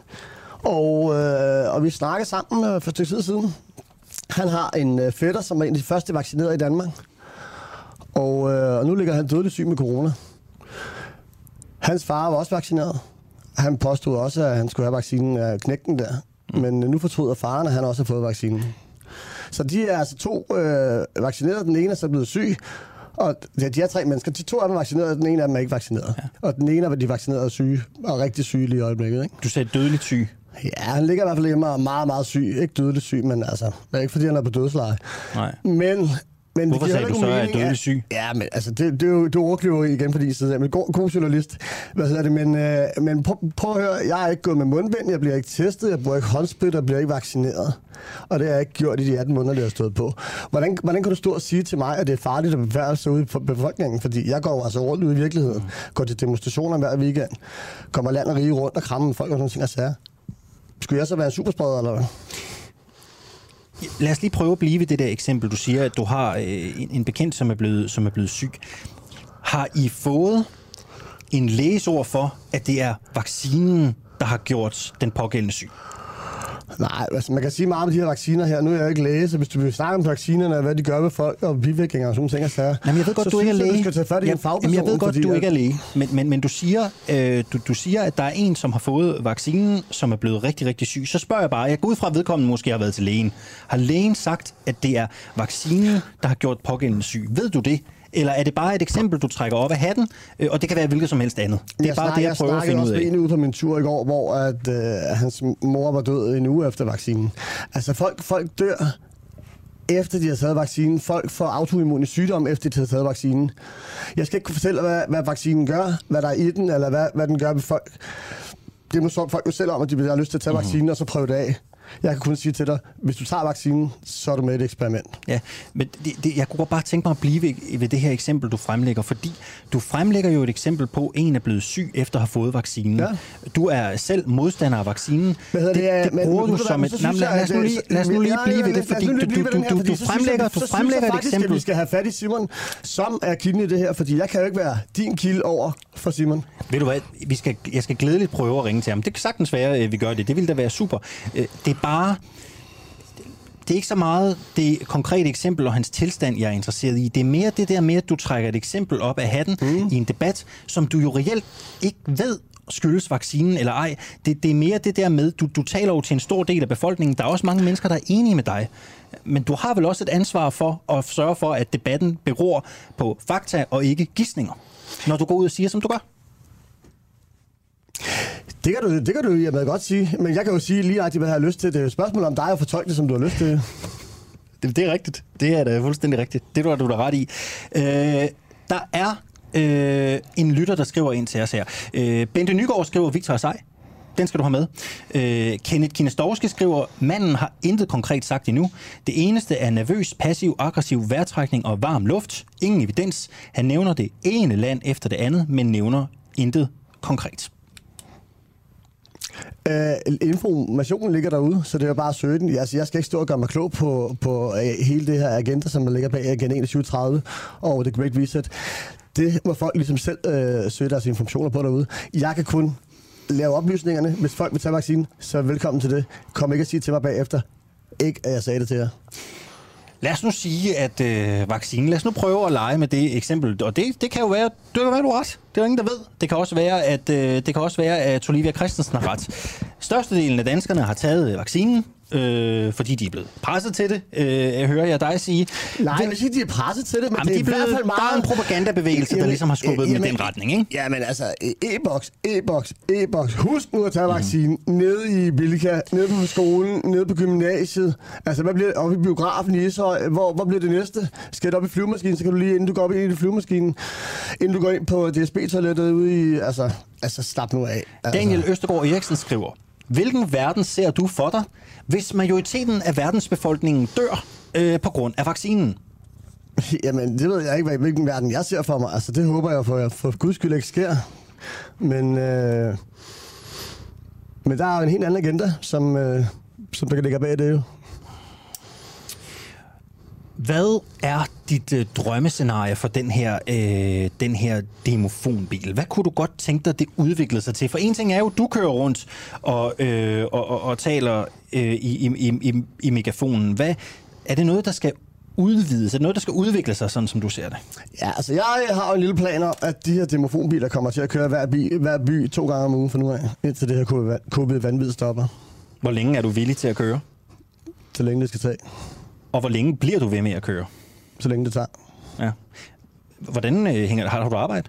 og vi snakker sammen for et stykke tid siden. Han har en fætter, som er en af de første vaccinerede i Danmark, og nu ligger han dødeligt syg med corona. Hans far var også vaccineret. Han påstod også, at han skulle have vaccinen af knægten der, men nu fortryder faren, at han også har fået vaccinen. Så de er altså 2 vaccinerede, den ene er så blevet syg, og de er 3 mennesker. De 2 af dem er vaccineret, og den ene af dem er ikke vaccineret. Ja. Og den ene af de vaccinerede er syge, og rigtig syge lige i øjeblikket. Ikke? Du sagde dødeligt syg? Ja, han ligger i hvert fald hjemme og er meget, meget syg. Ikke dødeligt syg, men altså, det er ikke fordi, han er på dødsleje. Nej. Men Men hvorfor sagde du så, at jeg er dødelig syg? Ja, men altså, det er jo ordkløveri igen, fordi sidder men god journalist. Hvad hedder det? Men prøv at høre, jeg er ikke gået med mundbind, jeg bliver ikke testet, jeg bruger ikke håndsprit, jeg bliver ikke vaccineret. Og det har jeg ikke gjort i de 18 måneder, det har stået på. Hvordan kan du stå og sige til mig, at det er farligt at bevæge sig ud i befolkningen? Fordi jeg går altså rundt ud i virkeligheden, går til demonstrationer hver weekend, kommer land og rige rundt og krammer med folk og sådan ting og sager. Skulle jeg så være en superspreder, eller hvad? Lad os lige prøve at blive ved det der eksempel. Du siger, at du har en bekendt, som er blevet syg. Har I fået en lægesord for, at det er vaccinen, der har gjort den pågældende syg? Nej, altså man kan sige meget om de her vacciner her. Nu er jeg ikke læge, så hvis du vil snakke om vaccinerne og hvad de gør med folk og bivirkninger og sådan ting og sager. Jamen jeg ved godt, du ikke er læge. Du skal tage fat i en fagperson. Jeg ved godt, du ikke er læge. Men du siger, at der er en, som har fået vaccinen, som er blevet rigtig, rigtig syg. Så spørger jeg bare, jeg går ud fra, at vedkommende måske har været til lægen. Har lægen sagt, at det er vaccinen, der har gjort pågældende syg? Ved du det? Eller er det bare et eksempel, du trækker op af hatten, og det kan være hvilket som helst andet? Det er bare det, jeg prøver at finde ud af. Jeg snakkede også ude på min tur i går, hvor hans mor var død en uge efter vaccinen. Altså folk dør efter de har taget vaccinen. Folk får autoimmune sygdom efter de har taget vaccinen. Jeg skal ikke kunne fortælle, hvad vaccinen gør, hvad der er i den, eller hvad den gør ved folk. Det må så folk jo selv om, at de har lyst til at tage vaccinen, og så prøve det af. Jeg kan kun sige til dig, hvis du tager vaccinen, så er du med i et eksperiment. Ja, men jeg kunne bare tænke mig at blive ved det her eksempel, du fremlægger, fordi du fremlægger jo et eksempel på, at en er blevet syg efter at have fået vaccinen. Ja. Du er selv modstander af vaccinen. Det bruger du som et... Lad os nu lige blive ved det, fordi du fremlægger et eksempel. At vi skal have fat i Simon, som er kilden i det her, fordi jeg kan jo ikke være din kilde over for Simon. Ved du hvad, jeg skal glædeligt prøve at ringe til ham. Det kan sagtens være, at vi gør det. Det ville da være super. Det er ikke så meget det konkrete eksempel og hans tilstand, jeg er interesseret i. Det er mere det der med, at du trækker et eksempel op af hatten i en debat, som du jo reelt ikke ved skyldes vaccinen eller ej. Det er mere det der med, du taler jo til en stor del af befolkningen. Der er også mange mennesker, der er enige med dig. Men du har vel også et ansvar for at sørge for, at debatten beror på fakta og ikke gidsninger, når du går ud og siger, som du gør. Det kan du jeg godt sige, men jeg kan jo sige lige nøjagtigt, hvad jeg har lyst til. Det er et spørgsmål om dig at fortolke det, som du har lyst til. Det er rigtigt. Det er da fuldstændig rigtigt. Det er du da ret i. Der er en lytter, der skriver ind til os her. Bente Nygaard skriver, Victor er sej. Den skal du have med. Kenneth Kinestorski skriver, manden har intet konkret sagt endnu. Det eneste er nervøs, passiv, aggressiv vejrtrækning og varm luft. Ingen evidens. Han nævner det ene land efter det andet, men nævner intet konkret. Informationen ligger derude, så det er bare at søge den. Altså, jeg skal ikke stå og gøre mig klog på hele det her agenda, som der ligger bag Agenda 2130 og The Great Reset. Det må folk ligesom selv søge deres informationer på derude. Jeg kan kun lave oplysningerne. Hvis folk vil tage vaccinen, så velkommen til det. Kom ikke at sige til mig bagefter. Ikke, at jeg sagde det til jer. Lad os nu sige, at vaccinen, lad os nu prøve at lege med det eksempel, og det kan jo være, du har ret. Det er jo ingen, der ved. Det kan også være, at Olivia Christensen har ret. Størstedelen af danskerne har taget vaccinen, fordi de er blevet presset til det, hører jeg dig sige. Nej, jeg vil sige, de er presset til det, men det er i hvert fald meget... Der er en propagandabevægelse, der ligesom har skubbet med den retning, ikke? Jamen altså, e-boks. Husk nu at tage vaccinen nede i Bilka, nede på skolen, nede på gymnasiet. Altså, hvad bliver det oppe i biografen i Ishøj? Hvor bliver det næste? Skal du op i flyvemaskinen, så kan du lige, inden du går op i flyvemaskinen, inden du går ind på DSB-toilettet ude i... Altså, slap nu af. Altså. Daniel Østergaard Eriksen skriver, hvilken verden ser du for dig, hvis majoriteten af verdensbefolkningen dør på grund af vaccinen? Jamen, det ved jeg ikke, hvilken verden jeg ser for mig. Altså, det håber jeg for guds skyld ikke sker. Men der er jo en helt anden agenda, som der kan ligge bag det jo. Hvad er dit drømmescenarie for den her demofonbil? Hvad kunne du godt tænke dig, det udviklede sig til? For en ting er jo, du kører rundt og taler i megafonen. Hvad, er det noget, der skal udvides? Er det noget, der skal udvikle sig, sådan som du ser det? Ja, altså jeg har jo en lille plan om, at de her demofonbiler kommer til at køre hver by 2 gange om ugen for nu af, indtil det her covid-vanvid stopper. Hvor længe er du villig til at køre? Så længe det skal tage. Og hvor længe bliver du ved med at køre? Så længe det tager. Ja. Hvordan har du arbejde?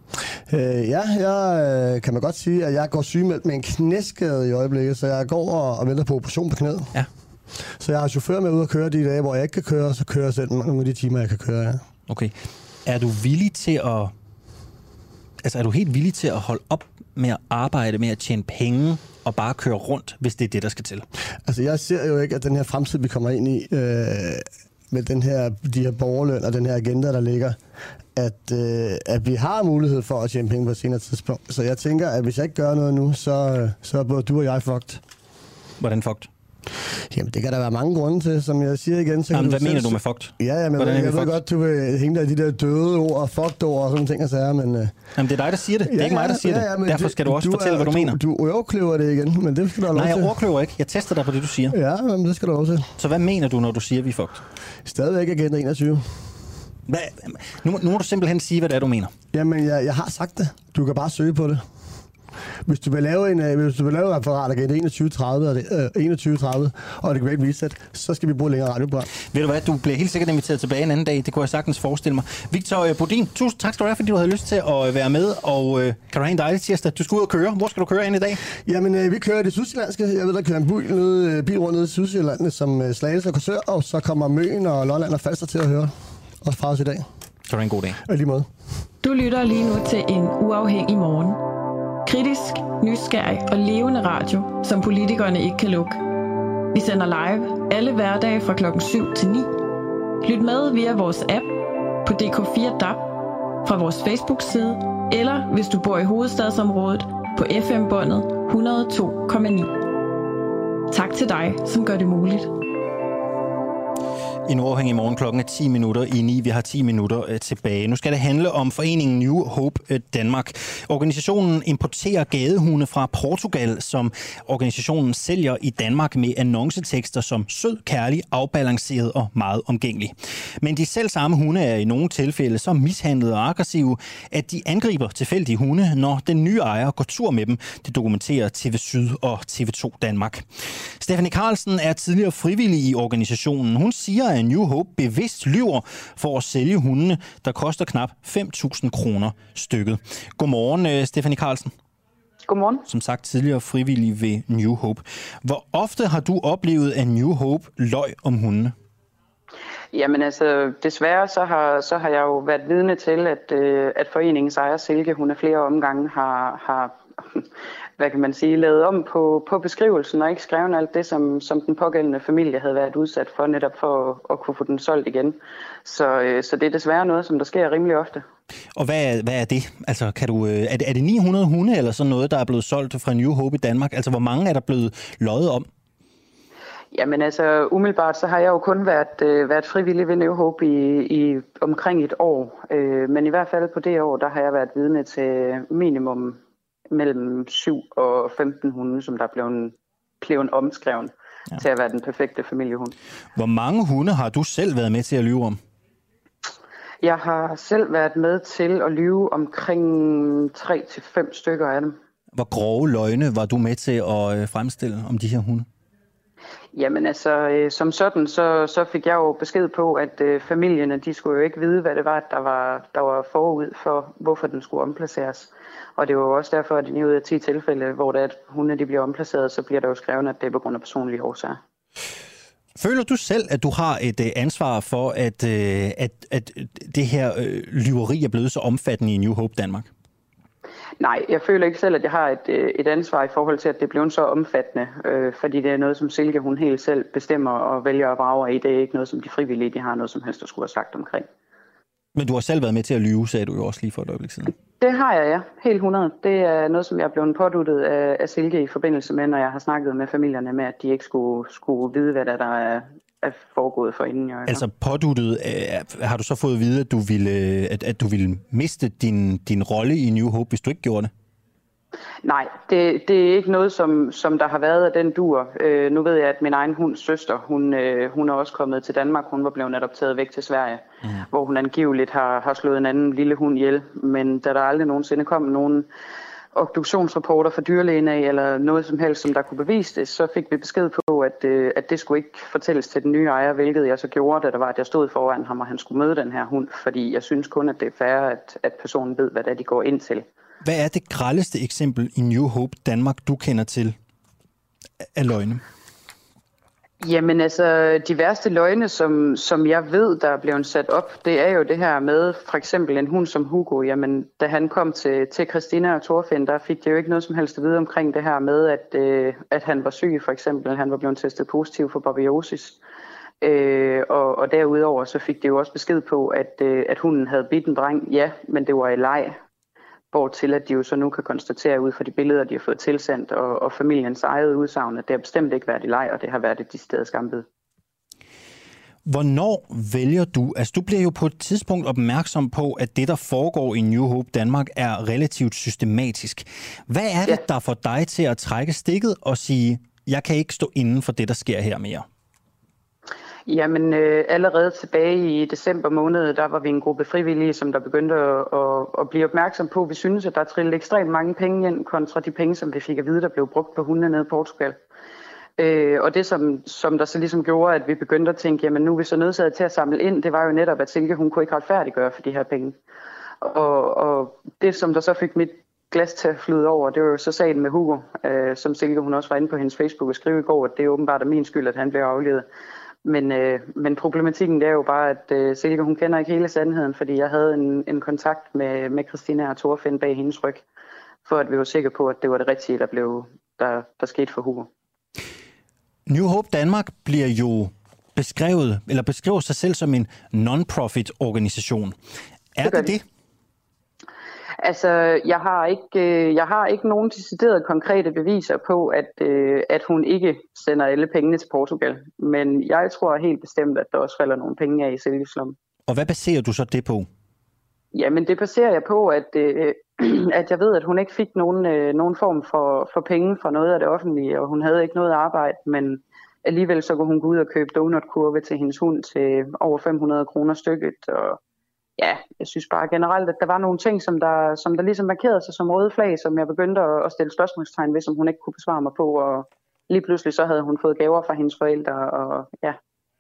Jeg kan man godt sige, at jeg går sygemeldt med en knæskade i øjeblikket, så jeg går og venter på operation på knæet. Ja. Så jeg har chauffør med ud at køre de dage, hvor jeg ikke kan køre, og så kører jeg selv nogle af de timer, jeg kan køre. Ja. Okay. Er du villig til at... Altså, er du helt villig til at holde op med at arbejde med at tjene penge og bare køre rundt, hvis det er det, der skal til? Altså, jeg ser jo ikke, at den her fremtid, vi kommer ind i, med de her borgerløn og den her agenda, der ligger, at vi har mulighed for at tjene penge på et senere tidspunkt. Så jeg tænker, at hvis jeg ikke gør noget nu, så er både du og jeg fucked. Hvordan fucked? Jamen, det kan der være mange grunde til, som jeg siger igen. Så jamen, hvad mener du med fucked? Ja, men jeg ved godt, du vil hænge der i de der døde ord og fucked ord og sådan ting og sager, men... Jamen, det er dig, der siger det. Det er ikke mig, der siger det. Derfor skal du også fortælle, hvad du mener. Du overkløver det igen, men det skal du have lov til. Nej, jeg overkløver ikke. Jeg tester dig på det, du siger. Ja, men det skal du også til. Så hvad mener du, når du siger, vi er fucked? Stadigvæk Agenda 21. Nu må du simpelthen sige, hvad det er, du mener. Jamen, jeg har sagt det. Du kan bare søge på det. Hvis du vil lave en referat af 2130 og det Great Reset, så skal vi bruge længere radioprogram. Ved du hvad, du bliver helt sikkert inviteret tilbage en anden dag. Det kunne jeg sagtens forestille mig. Victor Bodin, tusind tak skal du have, fordi du havde lyst til at være med. Og kan du have en dejlig tirsdag. Du skal ud og køre. Hvor skal du køre ind i dag? Jamen, vi kører det sydsjællandske. Jeg ved, der kører en bil rundt nede i Sydsjælland, som Slagelse og Korsør, og så kommer Møn og Lolland og Falster til at høre. Også fra os i dag. Så er det en god dag. Og lige måde. Du lytter lige nu til en uafhængig morgen. Kritisk, nysgerrig og levende radio, som politikerne ikke kan lukke. Vi sender live alle hverdage fra klokken 7 til 9. Lyt med via vores app på DK4 DAB, fra vores Facebook-side, eller hvis du bor i hovedstadsområdet på FM-båndet 102,9. Tak til dig, som gør det muligt. En uafhængig morgen, klokken er 10 minutter i 9. Vi har 10 minutter tilbage. Nu skal det handle om foreningen New Hope Danmark. Organisationen importerer gadehunde fra Portugal, som organisationen sælger i Danmark med annoncetekster som sød, kærlig, afbalanceret og meget omgængelig. Men de selv samme hunde er i nogle tilfælde så mishandlede og aggressive, at de angriber tilfældige hunde, når den nye ejer går tur med dem. Det dokumenterer TV Syd og TV2 Danmark. Stephanie Carlsen er tidligere frivillig i organisationen. Hun siger, at New Hope bevidst lyver for at sælge hundene, der koster knap 5.000 kroner stykket. Godmorgen, Stephanie Carlsen. Godmorgen. Som sagt, tidligere frivillig ved New Hope. Hvor ofte har du oplevet, at New Hope løg om hundene? Jamen altså, desværre så har jeg jo været vidne til, at foreningens ejer Silke, hun af flere omgange har hvad kan man sige, lavet om på beskrivelsen og ikke skrevet alt det, som den pågældende familie havde været udsat for, netop for at kunne få den solgt igen. Så det er desværre noget, som der sker rimelig ofte. Og hvad er det? Altså, er det 900 hunde eller sådan noget, der er blevet solgt fra New Hope i Danmark? Altså, hvor mange er der blevet løjet om? Jamen altså, umiddelbart så har jeg jo kun været frivillig ved New Hope i omkring et år. Men i hvert fald på det år, der har jeg været vidne til minimum mellem 7 og 15 hunde, som der er blevet omskrevet til at være den perfekte familiehund. Hvor mange hunde har du selv været med til at lyve om? Jeg har selv været med til at lyve omkring 3-5 stykker af dem. Hvor grove løgne var du med til at fremstille om de her hunde? Jamen altså, som sådan, så fik jeg jo besked på, at familierne, de skulle jo ikke vide, hvad det var, der var forud for, hvorfor den skulle omplaceres. Og det var jo også derfor, at i 9 ud af 10 tilfælde, hvor det er, at hundene de bliver omplaceret, så bliver der jo skrevet, at det er på grund af personlige årsager. Føler du selv, at du har et ansvar for, at det her lyveri er blevet så omfattende i New Hope Danmark? Nej, jeg føler ikke selv, at jeg har et ansvar i forhold til, at det blev så omfattende, fordi det er noget, som Silke hun helt selv bestemmer og vælger at vrage i. Det er ikke noget, som de frivillige de har noget som helst at skulle have sagt omkring. Men du har selv været med til at lyve, sagde du jo også lige for et øjeblik siden. Det har jeg, ja. Helt 100. Det er noget, som jeg er blevet påduttet af Silke i forbindelse med, når jeg har snakket med familierne med, at de ikke skulle vide, hvad der er foregået for inden. Altså påduttet, har du så fået at vide, at du ville miste din rolle i New Hope, hvis du ikke gjorde det? Nej, det er ikke noget, som der har været af den dur. Nu ved jeg, at min egen hunds søster, hun er også kommet til Danmark. Hun var blevet adopteret væk til Sverige, hvor hun angiveligt har slået en anden lille hund ihjel. Men da der aldrig nogensinde kom nogen obduktionsrapporter fra dyrlægen af, eller noget som helst, som der kunne bevise det, så fik vi besked på, at det skulle ikke fortælles til den nye ejer, hvilket jeg så gjorde, da der var, at jeg stod foran ham, og han skulle møde den her hund, fordi jeg synes kun, at det er fair, at personen ved, hvad det er, de går ind til. Hvad er det grelleste eksempel i New Hope Danmark, du kender til af løgne? Jamen altså, de værste løgne, som jeg ved, der er blevet sat op, det er jo det her med, for eksempel en hund som Hugo. Jamen, da han kom til Christina og Thorfinn, der fik det jo ikke noget som helst at vide omkring det her med, at han var syg, for eksempel. Han var blevet testet positiv for babiosis. Og derudover så fik det jo også besked på, at hunden havde bidt en dreng. Ja, men det var i leg. Hvortil at de jo så nu kan konstatere ud fra de billeder, de har fået tilsendt, og familiens eget udsagn, at det har bestemt ikke været i leg, og det har været et decideret skambid. Hvornår vælger du, altså du bliver jo på et tidspunkt opmærksom på, at det, der foregår i New Hope Danmark, er relativt systematisk. Hvad er det, der får dig til at trække stikket og sige, jeg kan ikke stå inden for det, der sker her mere? Jamen allerede tilbage i december måned, der var vi en gruppe frivillige, som der begyndte at blive opmærksom på. Vi synes, at der trillede ekstremt mange penge ind kontra de penge, som vi fik at vide, der blev brugt på hundene nede i Portugal. Og det, som der så ligesom gjorde, at vi begyndte at tænke, jamen nu er vi så nødsaget til at samle ind, det var jo netop, at Silke, hun kunne ikke retfærdiggøre for de her penge. Og det, som der så fik mit glas til at flyde over, det var jo så sagen med Hugo, som Silke, hun også var inde på hendes Facebook og skrev i går, at det er åbenbart af min skyld, at han blev aflevet. Men problematikken det er jo bare, at Silke, hun kender ikke hele sandheden, fordi jeg havde en kontakt med Christina og Thorfinn bag hendes ryg, for at vi var sikre på, at det var det rigtige, der skete for Hugo. New Hope Danmark bliver jo beskriver sig selv som en non-profit organisation. Er det? Altså, jeg har ikke nogen deciderede konkrete beviser på, at hun ikke sender alle pengene til Portugal. Men jeg tror helt bestemt, at der også falder nogle penge af i Silkes lomme. Og hvad baserer du så det på? Jamen, det baserer jeg på, at jeg ved, at hun ikke fik nogen form for penge fra noget af det offentlige, og hun havde ikke noget arbejde, men alligevel så kunne hun gå ud og købe donutkurve til hendes hund til over 500 kroner stykket, og ja, jeg synes bare generelt, at der var nogle ting, som der ligesom markerede sig som røde flag, som jeg begyndte at stille spørgsmålstegn ved, som hun ikke kunne besvare mig på, og lige pludselig så havde hun fået gaver fra hendes forældre, og ja.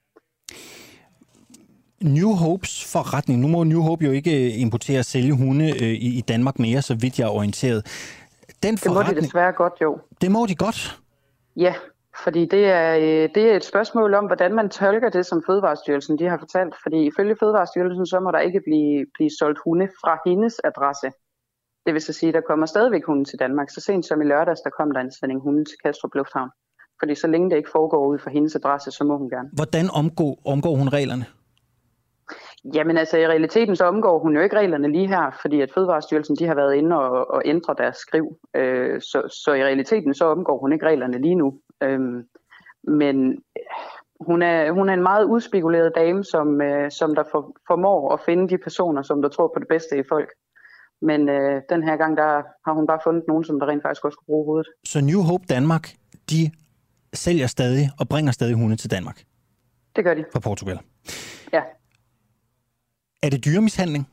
New Hopes forretning. Nu må New Hope jo ikke importere og sælge hunde i Danmark mere, så vidt jeg er orienteret. Det må de desværre godt, jo. Det må de godt? Ja, fordi det er et spørgsmål om, hvordan man tolker det, som Fødevarestyrelsen de har fortalt. Fordi ifølge Fødevarestyrelsen, så må der ikke blive solgt hunde fra hendes adresse. Det vil så sige, at der kommer stadigvæk hunde til Danmark. Så sent som i lørdags, der kom der en sending hunde til Kastrup Lufthavn. Fordi så længe det ikke foregår ud fra hendes adresse, så må hun gerne. Hvordan omgår hun reglerne? Jamen altså i realiteten så omgår hun jo ikke reglerne lige her, fordi at Fødevarestyrelsen de har været inde og ændre deres skriv. Så i realiteten så omgår hun ikke reglerne lige nu. Men hun er en meget udspekuleret dame, som der formår at finde de personer, som der tror på det bedste i folk. Men den her gang, der har hun bare fundet nogen, som der rent faktisk også kunne bruge hovedet. Så New Hope Danmark, de sælger stadig og bringer stadig hunde til Danmark? Det gør de. Fra Portugal? Ja. Er det dyremishandling?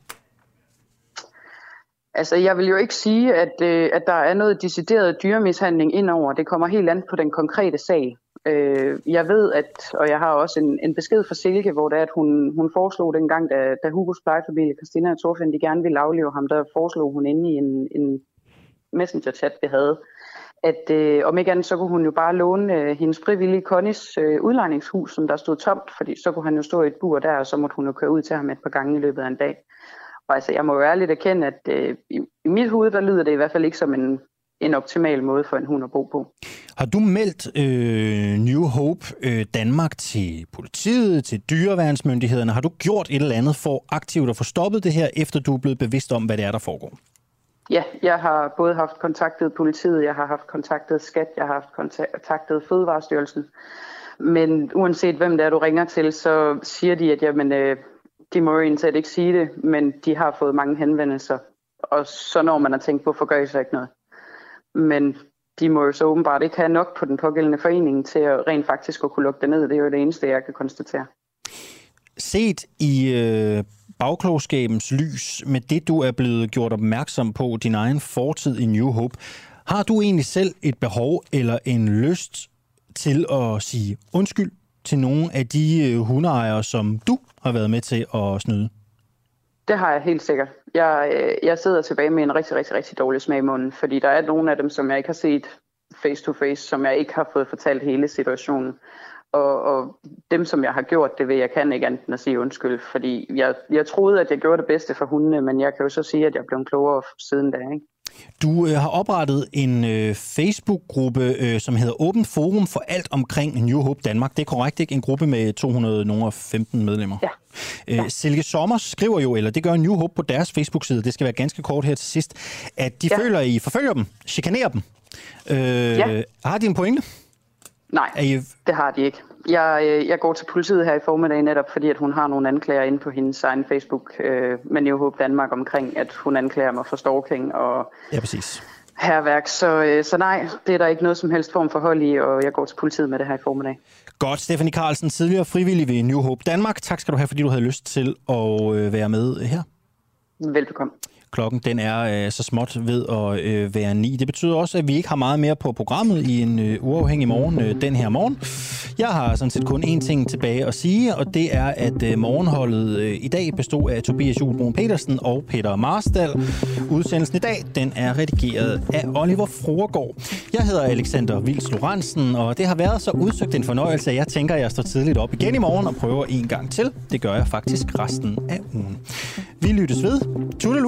Altså, jeg vil jo ikke sige, at der er noget decideret dyremishandling indover. Det kommer helt an på den konkrete sag. Jeg ved, og jeg har også en besked fra Silke, hvor det er, at hun foreslog dengang, da Hugos plejefamilie, Christina og Thorfinn, de gerne ville aflive ham, der foreslog hun inde i en messenger-chat, vi havde, at om ikke andet, så kunne hun jo bare låne hendes frivillige Connys udlejningshus, som der stod tomt, fordi så kunne han jo stå i et bur der, og så måtte hun jo køre ud til ham et par gange i løbet af en dag. Og altså, jeg må jo ærligt erkende, at i mit hoved, der lyder det i hvert fald ikke som en optimal måde for en hund at bo på. Har du meldt New Hope Danmark til politiet, til dyreværnsmyndighederne? Har du gjort et eller andet for aktivt at få stoppet det her, efter du er blevet bevidst om, hvad det er, der foregår? Ja, jeg har både haft kontaktet politiet, jeg har haft kontaktet SKAT, jeg har haft kontaktet Fødevarestyrelsen. Men uanset hvem det er, du ringer til, så siger de, at jamen, de må jo egentlig ikke sige det, men de har fået mange henvendelser. Og så når man har tænkt på, hvorfor gør I så ikke noget? Men de må jo så åbenbart ikke have nok på den pågældende forening til at rent faktisk at kunne lukke det ned. Det er jo det eneste, jeg kan konstatere. Set i bagklogskabens lys med det, du er blevet gjort opmærksom på, din egen fortid i New Hope, har du egentlig selv et behov eller en lyst til at sige undskyld til nogle af de hundeejere, som du har været med til at snyde? Det har jeg helt sikkert. Jeg sidder tilbage med en rigtig, rigtig, rigtig dårlig smag i munden, fordi der er nogle af dem, som jeg ikke har set face to face, som jeg ikke har fået fortalt hele situationen. Og dem, som jeg har gjort det ved, jeg kan ikke andet end at sige undskyld, fordi jeg troede, at jeg gjorde det bedste for hundene, men jeg kan jo så sige, at jeg blev klogere siden da, ikke? Du har oprettet en Facebook-gruppe, som hedder Åbent Forum for alt omkring New Hope Danmark. Det er korrekt, ikke? En gruppe med 215 medlemmer. Ja. Silke Sommer skriver jo, eller det gør New Hope på deres Facebook-side, det skal være ganske kort her til sidst, at de føler, at I forfølger dem, chikanerer dem. Har de en pointe? Nej, det har de ikke. Jeg går til politiet her i formiddag netop, fordi at hun har nogle anklager inde på hendes egen Facebook med New Hope Danmark omkring, at hun anklager mig for stalking og hærværk. Så nej, det er der ikke noget som helst form for hold i, og jeg går til politiet med det her i formiddag. Godt, Stephanie Carlsen, tidligere frivillig ved New Hope Danmark. Tak skal du have, fordi du havde lyst til at være med her. Velbekomme. Klokken den er så småt ved at være 9. Det betyder også, at vi ikke har meget mere på programmet i en uafhængig morgen den her morgen. Jeg har sådan set kun én ting tilbage at sige, og det er, at morgenholdet i dag bestod af Tobias Juhl Petersen og Peter Marstal. Udsendelsen i dag, den er redigeret af Oliver Fruergaard. Jeg hedder Alexander Vils Lorentzen, og det har været så udsøgt en fornøjelse, at jeg tænker, at jeg står tidligt op igen i morgen og prøver en gang til. Det gør jeg faktisk resten af ugen. Vi lyttes ved. Tudelu!